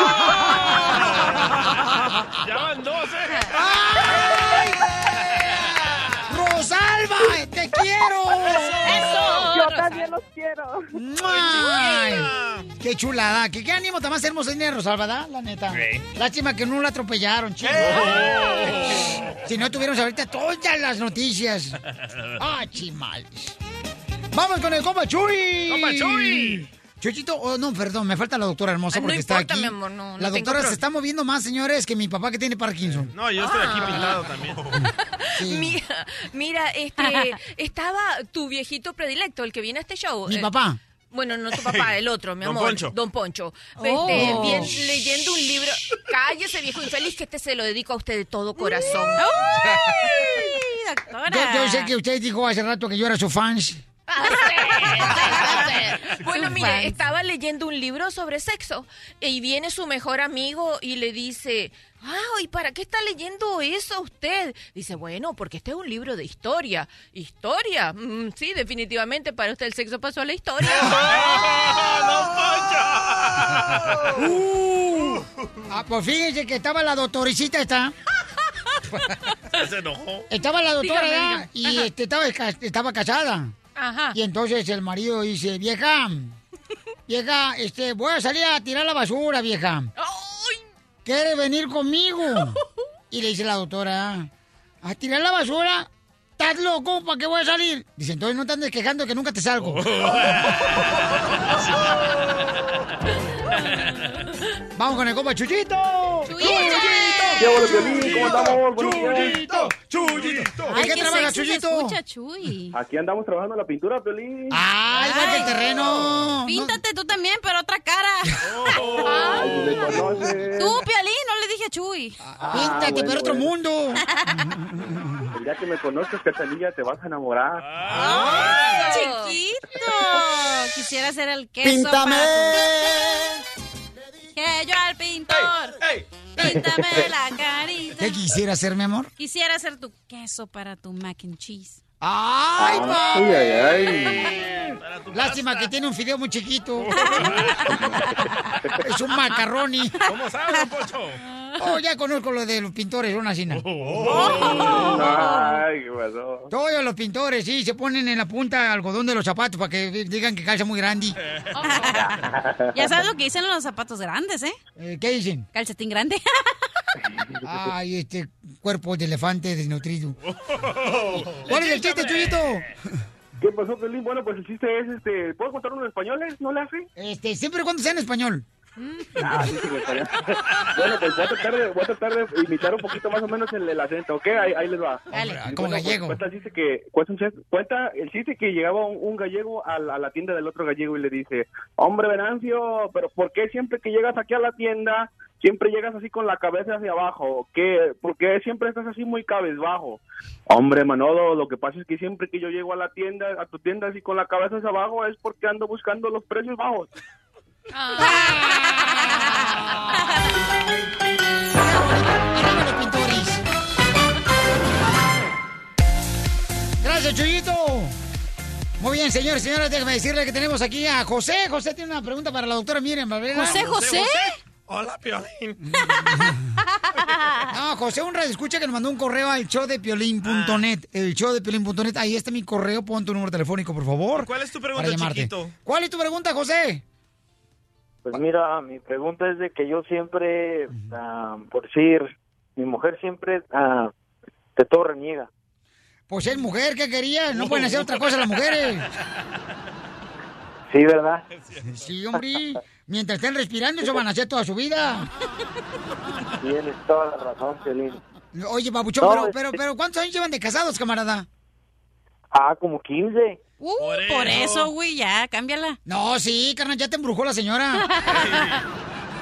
¡Ya van dos, eh! ¡Ay! ¡Rosalba! ¡Te quiero! ¡Eso! Yo también los quiero. ¡Ay! ¡Qué chulada! ¿Qué, qué ánimo tan más hermoso tiene Rosalba, ¿da? La neta. Sí. Lástima que no la atropellaron, chico. Si no tuviéramos ahorita todas las noticias. ¡Ah, chimales! ¡Vamos con el compa Chuy! ¡Compa Chuy! Chuchito, oh, no, perdón, me falta la doctora hermosa Ay, no porque está importa, aquí. mi amor, no, no la tengo doctora se pro- está moviendo más, señores, que mi papá que tiene Parkinson. No, yo estoy aquí pintado también. Mira, mira, este, estaba tu viejito predilecto, el que viene a este show. Mi Eh, papá. Bueno, no tu papá, el otro, mi Don amor. Poncho. Don Poncho. Oh. Este, bien, leyendo un libro. Cállese, viejo infeliz, que este se lo dedico a usted de todo corazón. ¡Ay, doctora! Yo, yo sé que usted dijo hace rato que yo era su fan. Bueno, Su mire, fans. estaba leyendo un libro sobre sexo y viene su mejor amigo y le dice, ah, ¿y para qué está leyendo eso usted? Dice, bueno, porque este es un libro de historia. ¿Historia? Mm, sí, definitivamente para usted el sexo pasó a la historia. Uh, ah, pues fíjense que estaba la doctoricita esta. Se enojó. Estaba la doctora Dígame, ¿verdad? dígame. Y este, estaba, ca- estaba casada. Ajá. Y entonces el marido dice, vieja, vieja, este, voy a salir a tirar la basura, vieja. ¿Quiere venir conmigo? Y le dice la doctora, ¿a tirar la basura? ¿Estás loco? ¿Para qué voy a salir? Dice, entonces no te andes quejando que nunca te salgo. Vamos con el compa Chuyito. ¡Chuyito! ¿Qué hola, Piolín? ¿Cómo andamos? Buenos días. Chuyito, Chuyito. ¿En Ay, qué qué trabajas, sexy se Chuyito? escucha, Chuy. Aquí andamos trabajando en la pintura, Piolín. ¡Ay, va el terreno! Píntate tú también, pero otra cara. Ay, si me conoces. Tú, Piolín, no le dije Chuy. Ah, Píntate, bueno, pero otro bueno. mundo. El día que me conozcas, Catalina, te vas a enamorar. ¡Ay, chiquito! Quisiera ser el queso Píntame. para tu... Que yo al pintor. Píntame la carita. ¿Qué quisiera hacer, mi amor? Quisiera ser tu queso para tu mac and cheese. ¡Ay, Ay, papi! ay, ay. Lástima que tiene un fideo muy chiquito. Es un macarroni. ¿Cómo sabes, Don Poncho? Oh, ya conozco lo de los pintores, una así. Ay, qué pasó. Todos los pintores, sí, se ponen en la punta algodón de los zapatos para que digan que calza muy grande. Ya sabes lo que dicen los zapatos grandes, ¿eh? Eh, ¿Qué dicen? Calcetín grande. Ay, este cuerpo de elefante desnutrido. ¿Cuál es el chiste, Chuyito? ¿Qué pasó, Piolín? Bueno, pues el chiste es, este, ¿puedo contar unos españoles? ¿No le hace? Este, siempre y cuando sea en español. Ah, sí, sí, en español. Bueno, pues voy a tratar de, voy a tratar de imitar un poquito más o menos el, el acento, ¿ok? Ahí, ahí les va. Dale. Y Como bueno, gallego. Cuenta el chiste que, cuenta, un chiste- cuenta el chiste que llegaba un, un gallego a la, a la tienda del otro gallego y le dice, hombre, Venancio, pero ¿por qué siempre que llegas aquí a la tienda, siempre llegas así con la cabeza hacia abajo? ¿Qué? ¿Por qué siempre estás así muy cabezbajo? Hombre, Manolo, lo que pasa es que siempre que yo llego a la tienda, a tu tienda así con la cabeza hacia abajo, es porque ando buscando los precios bajos. Arriba los pintores. Gracias, Chuyito. Muy bien, señores, señoras, déjame decirle que tenemos aquí a José. José tiene una pregunta para la doctora Miriam Valverde. José, José. Hola, Piolín. No, José, un radio escucha que nos mandó un correo al show de piolín punto net. El show de piolín punto net. Ahí está mi correo. Pon tu número telefónico, por favor. ¿Cuál es tu para pregunta, llamarte. chiquito? ¿Cuál es tu pregunta, José? Pues mira, mi pregunta es de que yo siempre, ah, por decir, mi mujer siempre ah, de todo reniega. Pues es mujer, ¿qué quería? No pueden hacer otra cosa las mujeres. Sí, ¿verdad? Sí, hombre. Mientras estén respirando, eso van a hacer toda su vida. Tienes toda la razón, Piolín. Oye, babuchón, No, pero, es pero, que- pero, ¿cuántos años llevan de casados, camarada? Ah, como quince. Uh, por eso, güey, ya, cámbiala. No, sí, carnal, ya te embrujó la señora.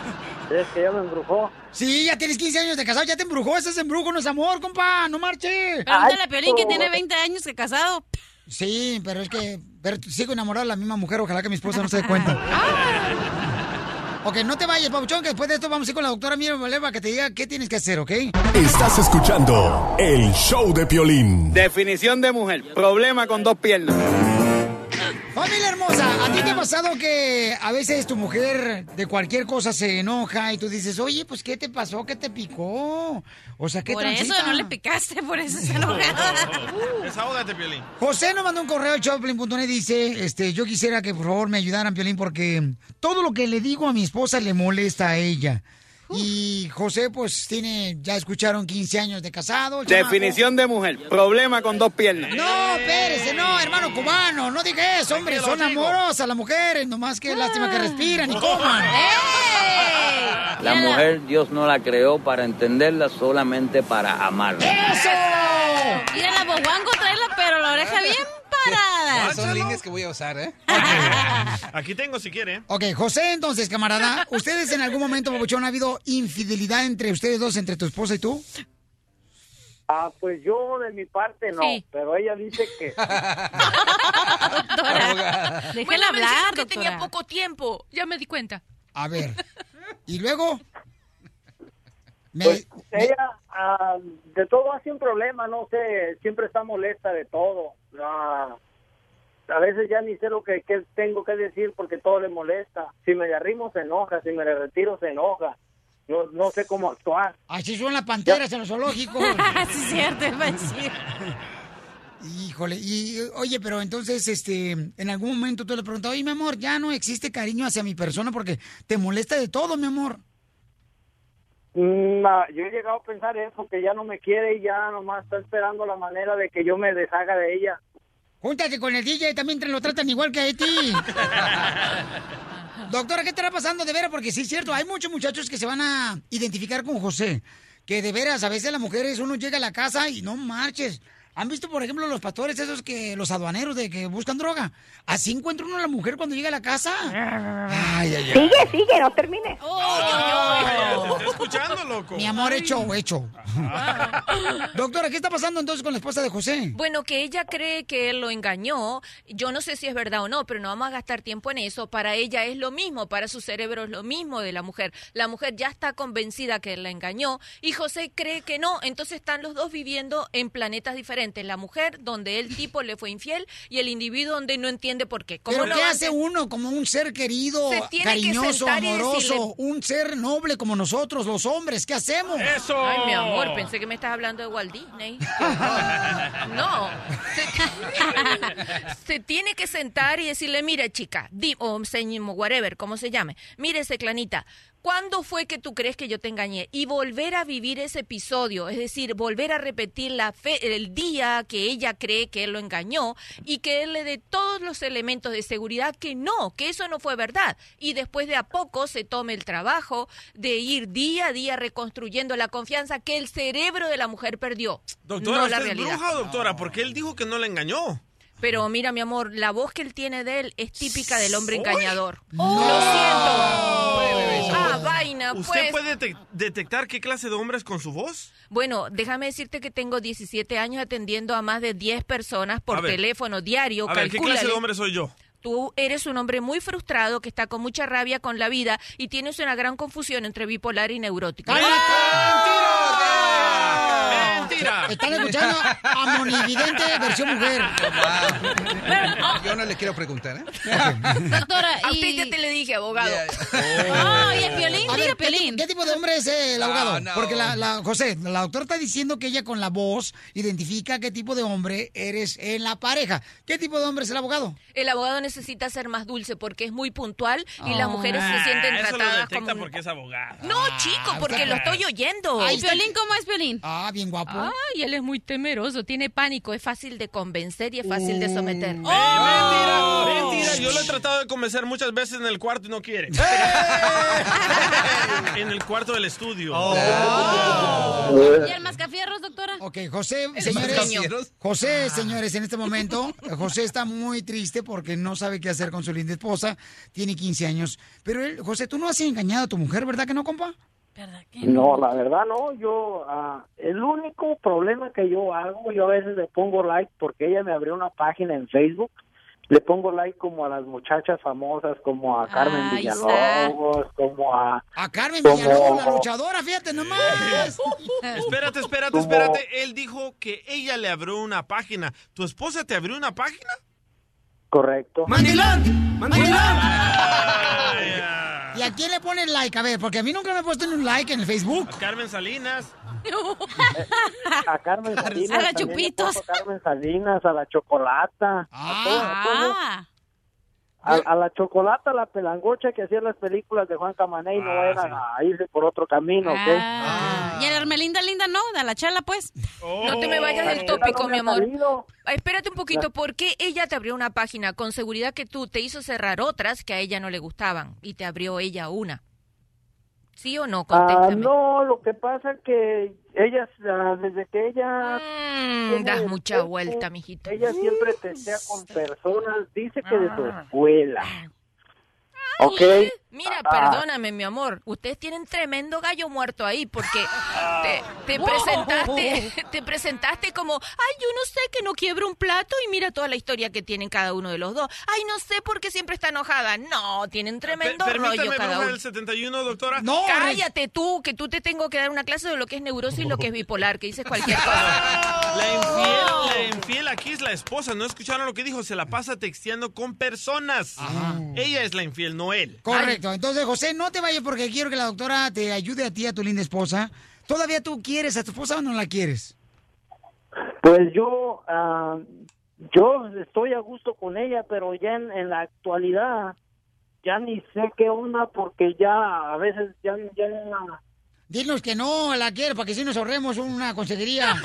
Es que ya me embrujó. Sí, ya tienes quince años de casado, ya te embrujó. Ese es embrujo, no es amor, compa. No marche. Pregúntale a Piolín que tiene veinte años de casado. Sí, pero es que pero sigo enamorado de la misma mujer. Ojalá que mi esposa no se dé cuenta. Ok, no te vayas, papuchón, que después de esto vamos a ir con la doctora Miriam Valera para que te diga qué tienes que hacer, ¿ok? Estás escuchando el show de Piolín. Definición de mujer, problema con dos piernas. Familia hermosa, ¿a ti te ha pasado que a veces tu mujer de cualquier cosa se enoja y tú dices, oye, pues ¿qué te pasó? ¿Qué te picó? O sea, ¿qué Por transita? eso no le picaste, por eso se enojada. Desahógate, Piolín. José nos mandó un correo al Choplin punto net, dice, este, yo quisiera que por favor me ayudaran, Piolín, porque todo lo que le digo a mi esposa le molesta a ella. Y José, pues, tiene, ya escucharon, quince años de casado. Definición de mujer, problema con dos piernas. No, espérese, no, hermano cubano, no diga eso, hombre, son amorosas las mujeres, nomás que lástima que respiran y coman. La mujer Dios no la creó para entenderla, solamente para amarla. ¡Eso! Y a la boguango traerla, pero la oreja bien parada. Son líneas que voy a usar, ¿eh? Aquí tengo si quiere. Ok, José, entonces, camarada, ¿ustedes en algún momento, papuchón, ha habido infidelidad entre ustedes dos, entre tu esposa y tú? Ah, pues yo de mi parte no, Sí. pero ella dice que... Doctora, déjela Bueno, me hablar, dijeron que doctora. tenía poco tiempo. Ya me di cuenta. A ver, ¿y luego? Me- Pues ella ah, de todo hace un problema, no sé, siempre está molesta de todo. Ah, a veces ya ni sé lo que, que tengo que decir porque todo le molesta. Si me le arrimo se enoja, si me le retiro se enoja. No, no sé cómo actuar. Así son las panteras en los zoológicos. Sí, es cierto, iba a decir. Híjole, y oye, pero entonces, este, en algún momento tú le preguntas, oye, mi amor, ya no existe cariño hacia mi persona porque te molesta de todo, mi amor. Mm, ah, yo he llegado a pensar eso, que ya no me quiere y ya nomás está esperando la manera de que yo me deshaga de ella. Júntate con el D J, también te lo tratan igual que a ti. Doctora, ¿qué estará pasando de veras? Porque sí es cierto, hay muchos muchachos que se van a identificar con José. Que de veras, a veces las mujeres, uno llega a la casa y no marches. ¿Han visto, por ejemplo, los pastores esos que, los aduaneros de que buscan droga? Así encuentra uno a la mujer cuando llega a la casa. Ay, ay, ay. Sigue, sigue, no termine. Te estoy escuchando, loco. Mi amor, hecho, hecho. Doctora, ¿qué está pasando entonces con la esposa de José? Bueno, que ella cree que él lo engañó. Yo no sé si es verdad o no, pero no vamos a gastar tiempo en eso. Para ella es lo mismo, para su cerebro es lo mismo de la mujer. La mujer ya está convencida que él la engañó y José cree que no. Entonces están los dos viviendo en planetas diferentes. La mujer donde el tipo le fue infiel y el individuo donde no entiende por qué. ¿Cómo ¿Pero no qué va a hace enten- uno como un ser querido, Se tiene que cariñoso, sentar y amoroso, decirle- un ser noble como nosotros, los hombres? ¿Qué hacemos? ¡Eso! Ay, mi amor, pensé que me estabas hablando de Walt Disney. No. Se, se tiene que sentar y decirle, mire, chica, di, o señor, whatever, como se llame. Mire, Seclanita, ¿cuándo fue que tú crees que yo te engañé? Y volver a vivir ese episodio, es decir, volver a repetir la fe, el día que ella cree que él lo engañó y que él le dé todos los elementos de seguridad que no, que eso no fue verdad. Y después de a poco se tome el trabajo de ir día a día reconstruyendo la confianza que el cerebro de la mujer perdió. Doctora, no la ¿usted es realidad. bruja o doctora? Porque él dijo que no le engañó. Pero mira, mi amor, la voz que él tiene de él es típica del hombre ¿Uy? engañador. No. Lo siento. Ah, vaina, ¿Usted pues. puede te- detectar qué clase de hombre es con su voz? Bueno, déjame decirte que tengo diecisiete años atendiendo a más de diez personas por A ver. teléfono diario. A ver, ¿qué clase de hombre soy yo? Tú eres un hombre muy frustrado que está con mucha rabia con la vida y tienes una gran confusión entre bipolar y neurótico. ¡Mentira! Están escuchando a Monividente versión mujer. Yo no le quiero preguntar, ¿eh? Doctora, A y... usted ya te le dije, abogado. Oh, y el Piolín, A diga ver, ¿qué, Piolín. ti- qué tipo de hombre es el No, abogado? no. Porque la, la, José, la doctora está diciendo que ella con la voz identifica qué tipo de hombre eres en la pareja. ¿Qué tipo de hombre es el abogado? El abogado necesita ser más dulce porque es muy puntual y las Oh. mujeres Ah, se sienten eso lo tratadas detecta como... porque es abogado. No, chico, porque lo estoy oyendo. Ahí ¿Y está. Piolín cómo es Piolín? Ah, bien guapo. Ay, él es muy temeroso, tiene pánico, es fácil de convencer y es fácil de someter. Mentira, mentira. Yo lo he tratado de convencer muchas veces en el cuarto y no quiere. En el cuarto del estudio. ¿Y el mascafierros, doctora? doctora. Ok, José, ¿Eres señores. brasileño? José, señores, en este momento, José está muy triste porque no sabe qué hacer con su linda esposa. Tiene quince años. Pero él, José, tú no has engañado a tu mujer, ¿verdad que no, compa? No, la verdad no, yo, ah, el único problema que yo hago, yo a veces le pongo like porque ella me abrió una página en Facebook, le pongo like como a las muchachas famosas, como a Carmen Ay, Villalobos, como a... A Carmen como- Villalobos, la luchadora, fíjate nomás. Espérate, espérate, Como- espérate. Él dijo que ella le abrió una página. ¿Tu esposa te abrió una página? Correcto. ¡Mandilón! ¡Mandilón! ¿Y a quién le pones like? A ver, porque a mí nunca me he puesto ni un like en el Facebook. A Carmen Salinas. A Carmen Salinas. A la también le Chupitos. pongo Carmen Salinas, a la Chocolata. A, todas, a, todas. Ah. A, a la Chocolata, la pelangocha que hacía las películas de Juan Camaney, no vayan a, a irse por otro camino, ¿ok? Ah. Y a la Hermelinda linda no, de la chala pues. No te me vayas del Esa tópico, no me mi ha amor. salido. Espérate un poquito, ¿por qué ella te abrió una página? Con seguridad que tú te hizo cerrar otras que a ella no le gustaban y te abrió ella una. ¿Sí o no? Ah, Contéstame. no, lo que pasa es que ella, ah, desde que ella... Mm, tiene das el mucha Facebook, vuelta, mijito. Ella siempre testea con personas, dice que de su Ah. escuela. ¿Ok? Mira, Ah. perdóname, mi amor. Ustedes tienen tremendo gallo muerto ahí porque te, te presentaste te presentaste como, ay, yo no sé que no quiebro un plato y mira toda la historia que tienen cada uno de los dos. Ay, no sé por qué siempre está enojada. No, tienen tremendo Per- rollo Permítame, cada bruja uno. del setenta y uno, doctora. Cállate tú, que tú te tengo que dar una clase de lo que es neurosis y lo que es bipolar, que dices cualquier cosa. La infiel, la infiel aquí es la esposa. ¿No escucharon lo que dijo? Se la pasa texteando con personas. Ella es la infiel, no él. Correcto. Entonces, José, no te vayas porque quiero que la doctora te ayude a ti, a tu linda esposa. ¿Todavía tú quieres a tu esposa o no la quieres? Pues yo, ah, yo estoy a gusto con ella, pero ya en, en la actualidad ya ni sé qué onda porque ya a veces ya... ya Dinos que no la quieres para que si nos ahorremos una consejería.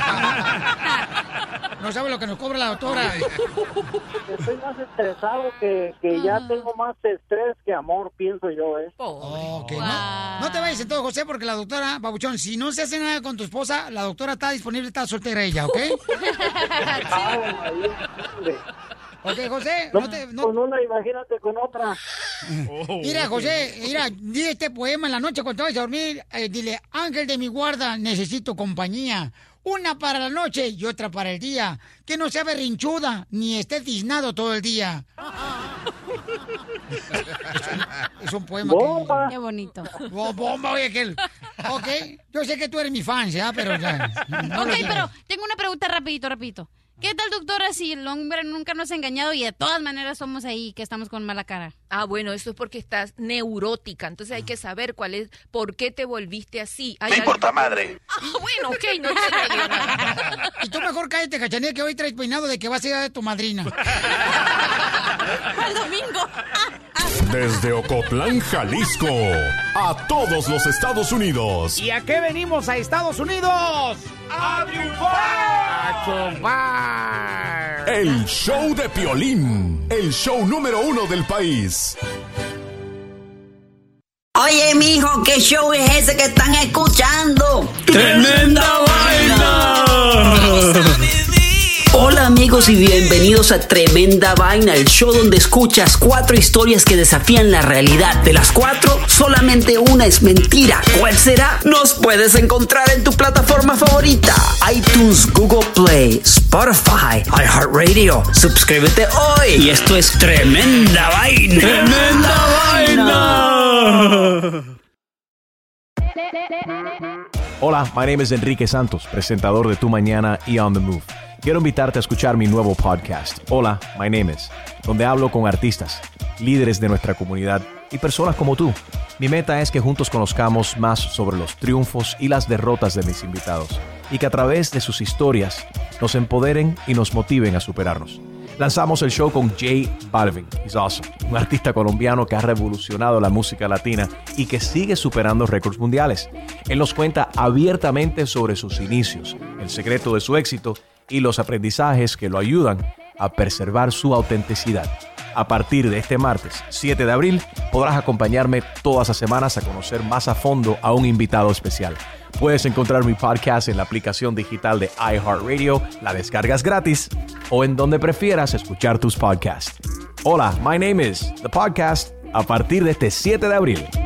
No sabe lo que nos cobra la doctora. Estoy más estresado que, que ya tengo más estrés que amor, pienso yo, ¿eh? Ok, no, no te vayas entonces, José, porque la doctora, Pabuchón, si no se hace nada con tu esposa, la doctora está disponible, está soltera ella, ¿ok? Ok, José, no te... No... Con una, imagínate con otra. Mira, José, mira, di este poema en la noche cuando te vayas a dormir. Eh, dile, ángel de mi guarda, necesito compañía. Una para la noche y otra para el día. Que no sea berrinchuda, ni esté tiznado todo el día. Es un, es un poema Bomba. que... Qué bonito. Oh, bomba, oye, aquel. Ok, yo sé que tú eres mi fan, ¿ya? Pero ya... no Ok, lo digas. pero tengo una pregunta rapidito, rapidito. ¿Qué tal, doctora, si el hombre nunca nos ha engañado y de todas maneras somos ahí que estamos con mala cara? Ah, bueno, eso es porque estás neurótica. Entonces hay que saber cuál es, por qué te volviste así. Hay Me algo- importa madre. Ah, bueno, ok, no te digo nada. Y tú mejor cállate, Cachanilla, que hoy traes peinado de que vas a ir a tu madrina. ¡Al domingo! Desde Ocotlán, Jalisco, a todos los Estados Unidos. ¿Y a qué venimos a Estados Unidos? ¡A triunfar! ¡A chupar! El show de Piolín, el show número uno del país. Oye, mijo, ¿qué show es ese que están escuchando? ¡Tremenda Vaina! Hola amigos y bienvenidos a Tremenda Vaina, el show donde escuchas cuatro historias que desafían la realidad. De las cuatro, solamente una es mentira. ¿Cuál será? Nos puedes encontrar en tu plataforma favorita: iTunes, Google Play, Spotify, iHeartRadio. Suscríbete hoy. Y esto es Tremenda Vaina. ¡Tremenda Vaina! Hola, my name is Enrique Santos, presentador de Tu Mañana y On The Move. Quiero invitarte a escuchar mi nuevo podcast, Hola, my name is, donde hablo con artistas, líderes de nuestra comunidad y personas como tú. Mi meta es que juntos conozcamos más sobre los triunfos y las derrotas de mis invitados y que a través de sus historias nos empoderen y nos motiven a superarnos. Lanzamos el show con J Balvin, he's awesome, un artista colombiano que ha revolucionado la música latina y que sigue superando récords mundiales. Él nos cuenta abiertamente sobre sus inicios, el secreto de su éxito y los aprendizajes que lo ayudan a preservar su autenticidad. A partir de este martes, siete de abril, podrás acompañarme todas las semanas a conocer más a fondo a un invitado especial. Puedes encontrar mi podcast en la aplicación digital de iHeartRadio, la descargas gratis, o en donde prefieras escuchar tus podcasts. Hola, my name is The Podcast, a partir de este siete de abril.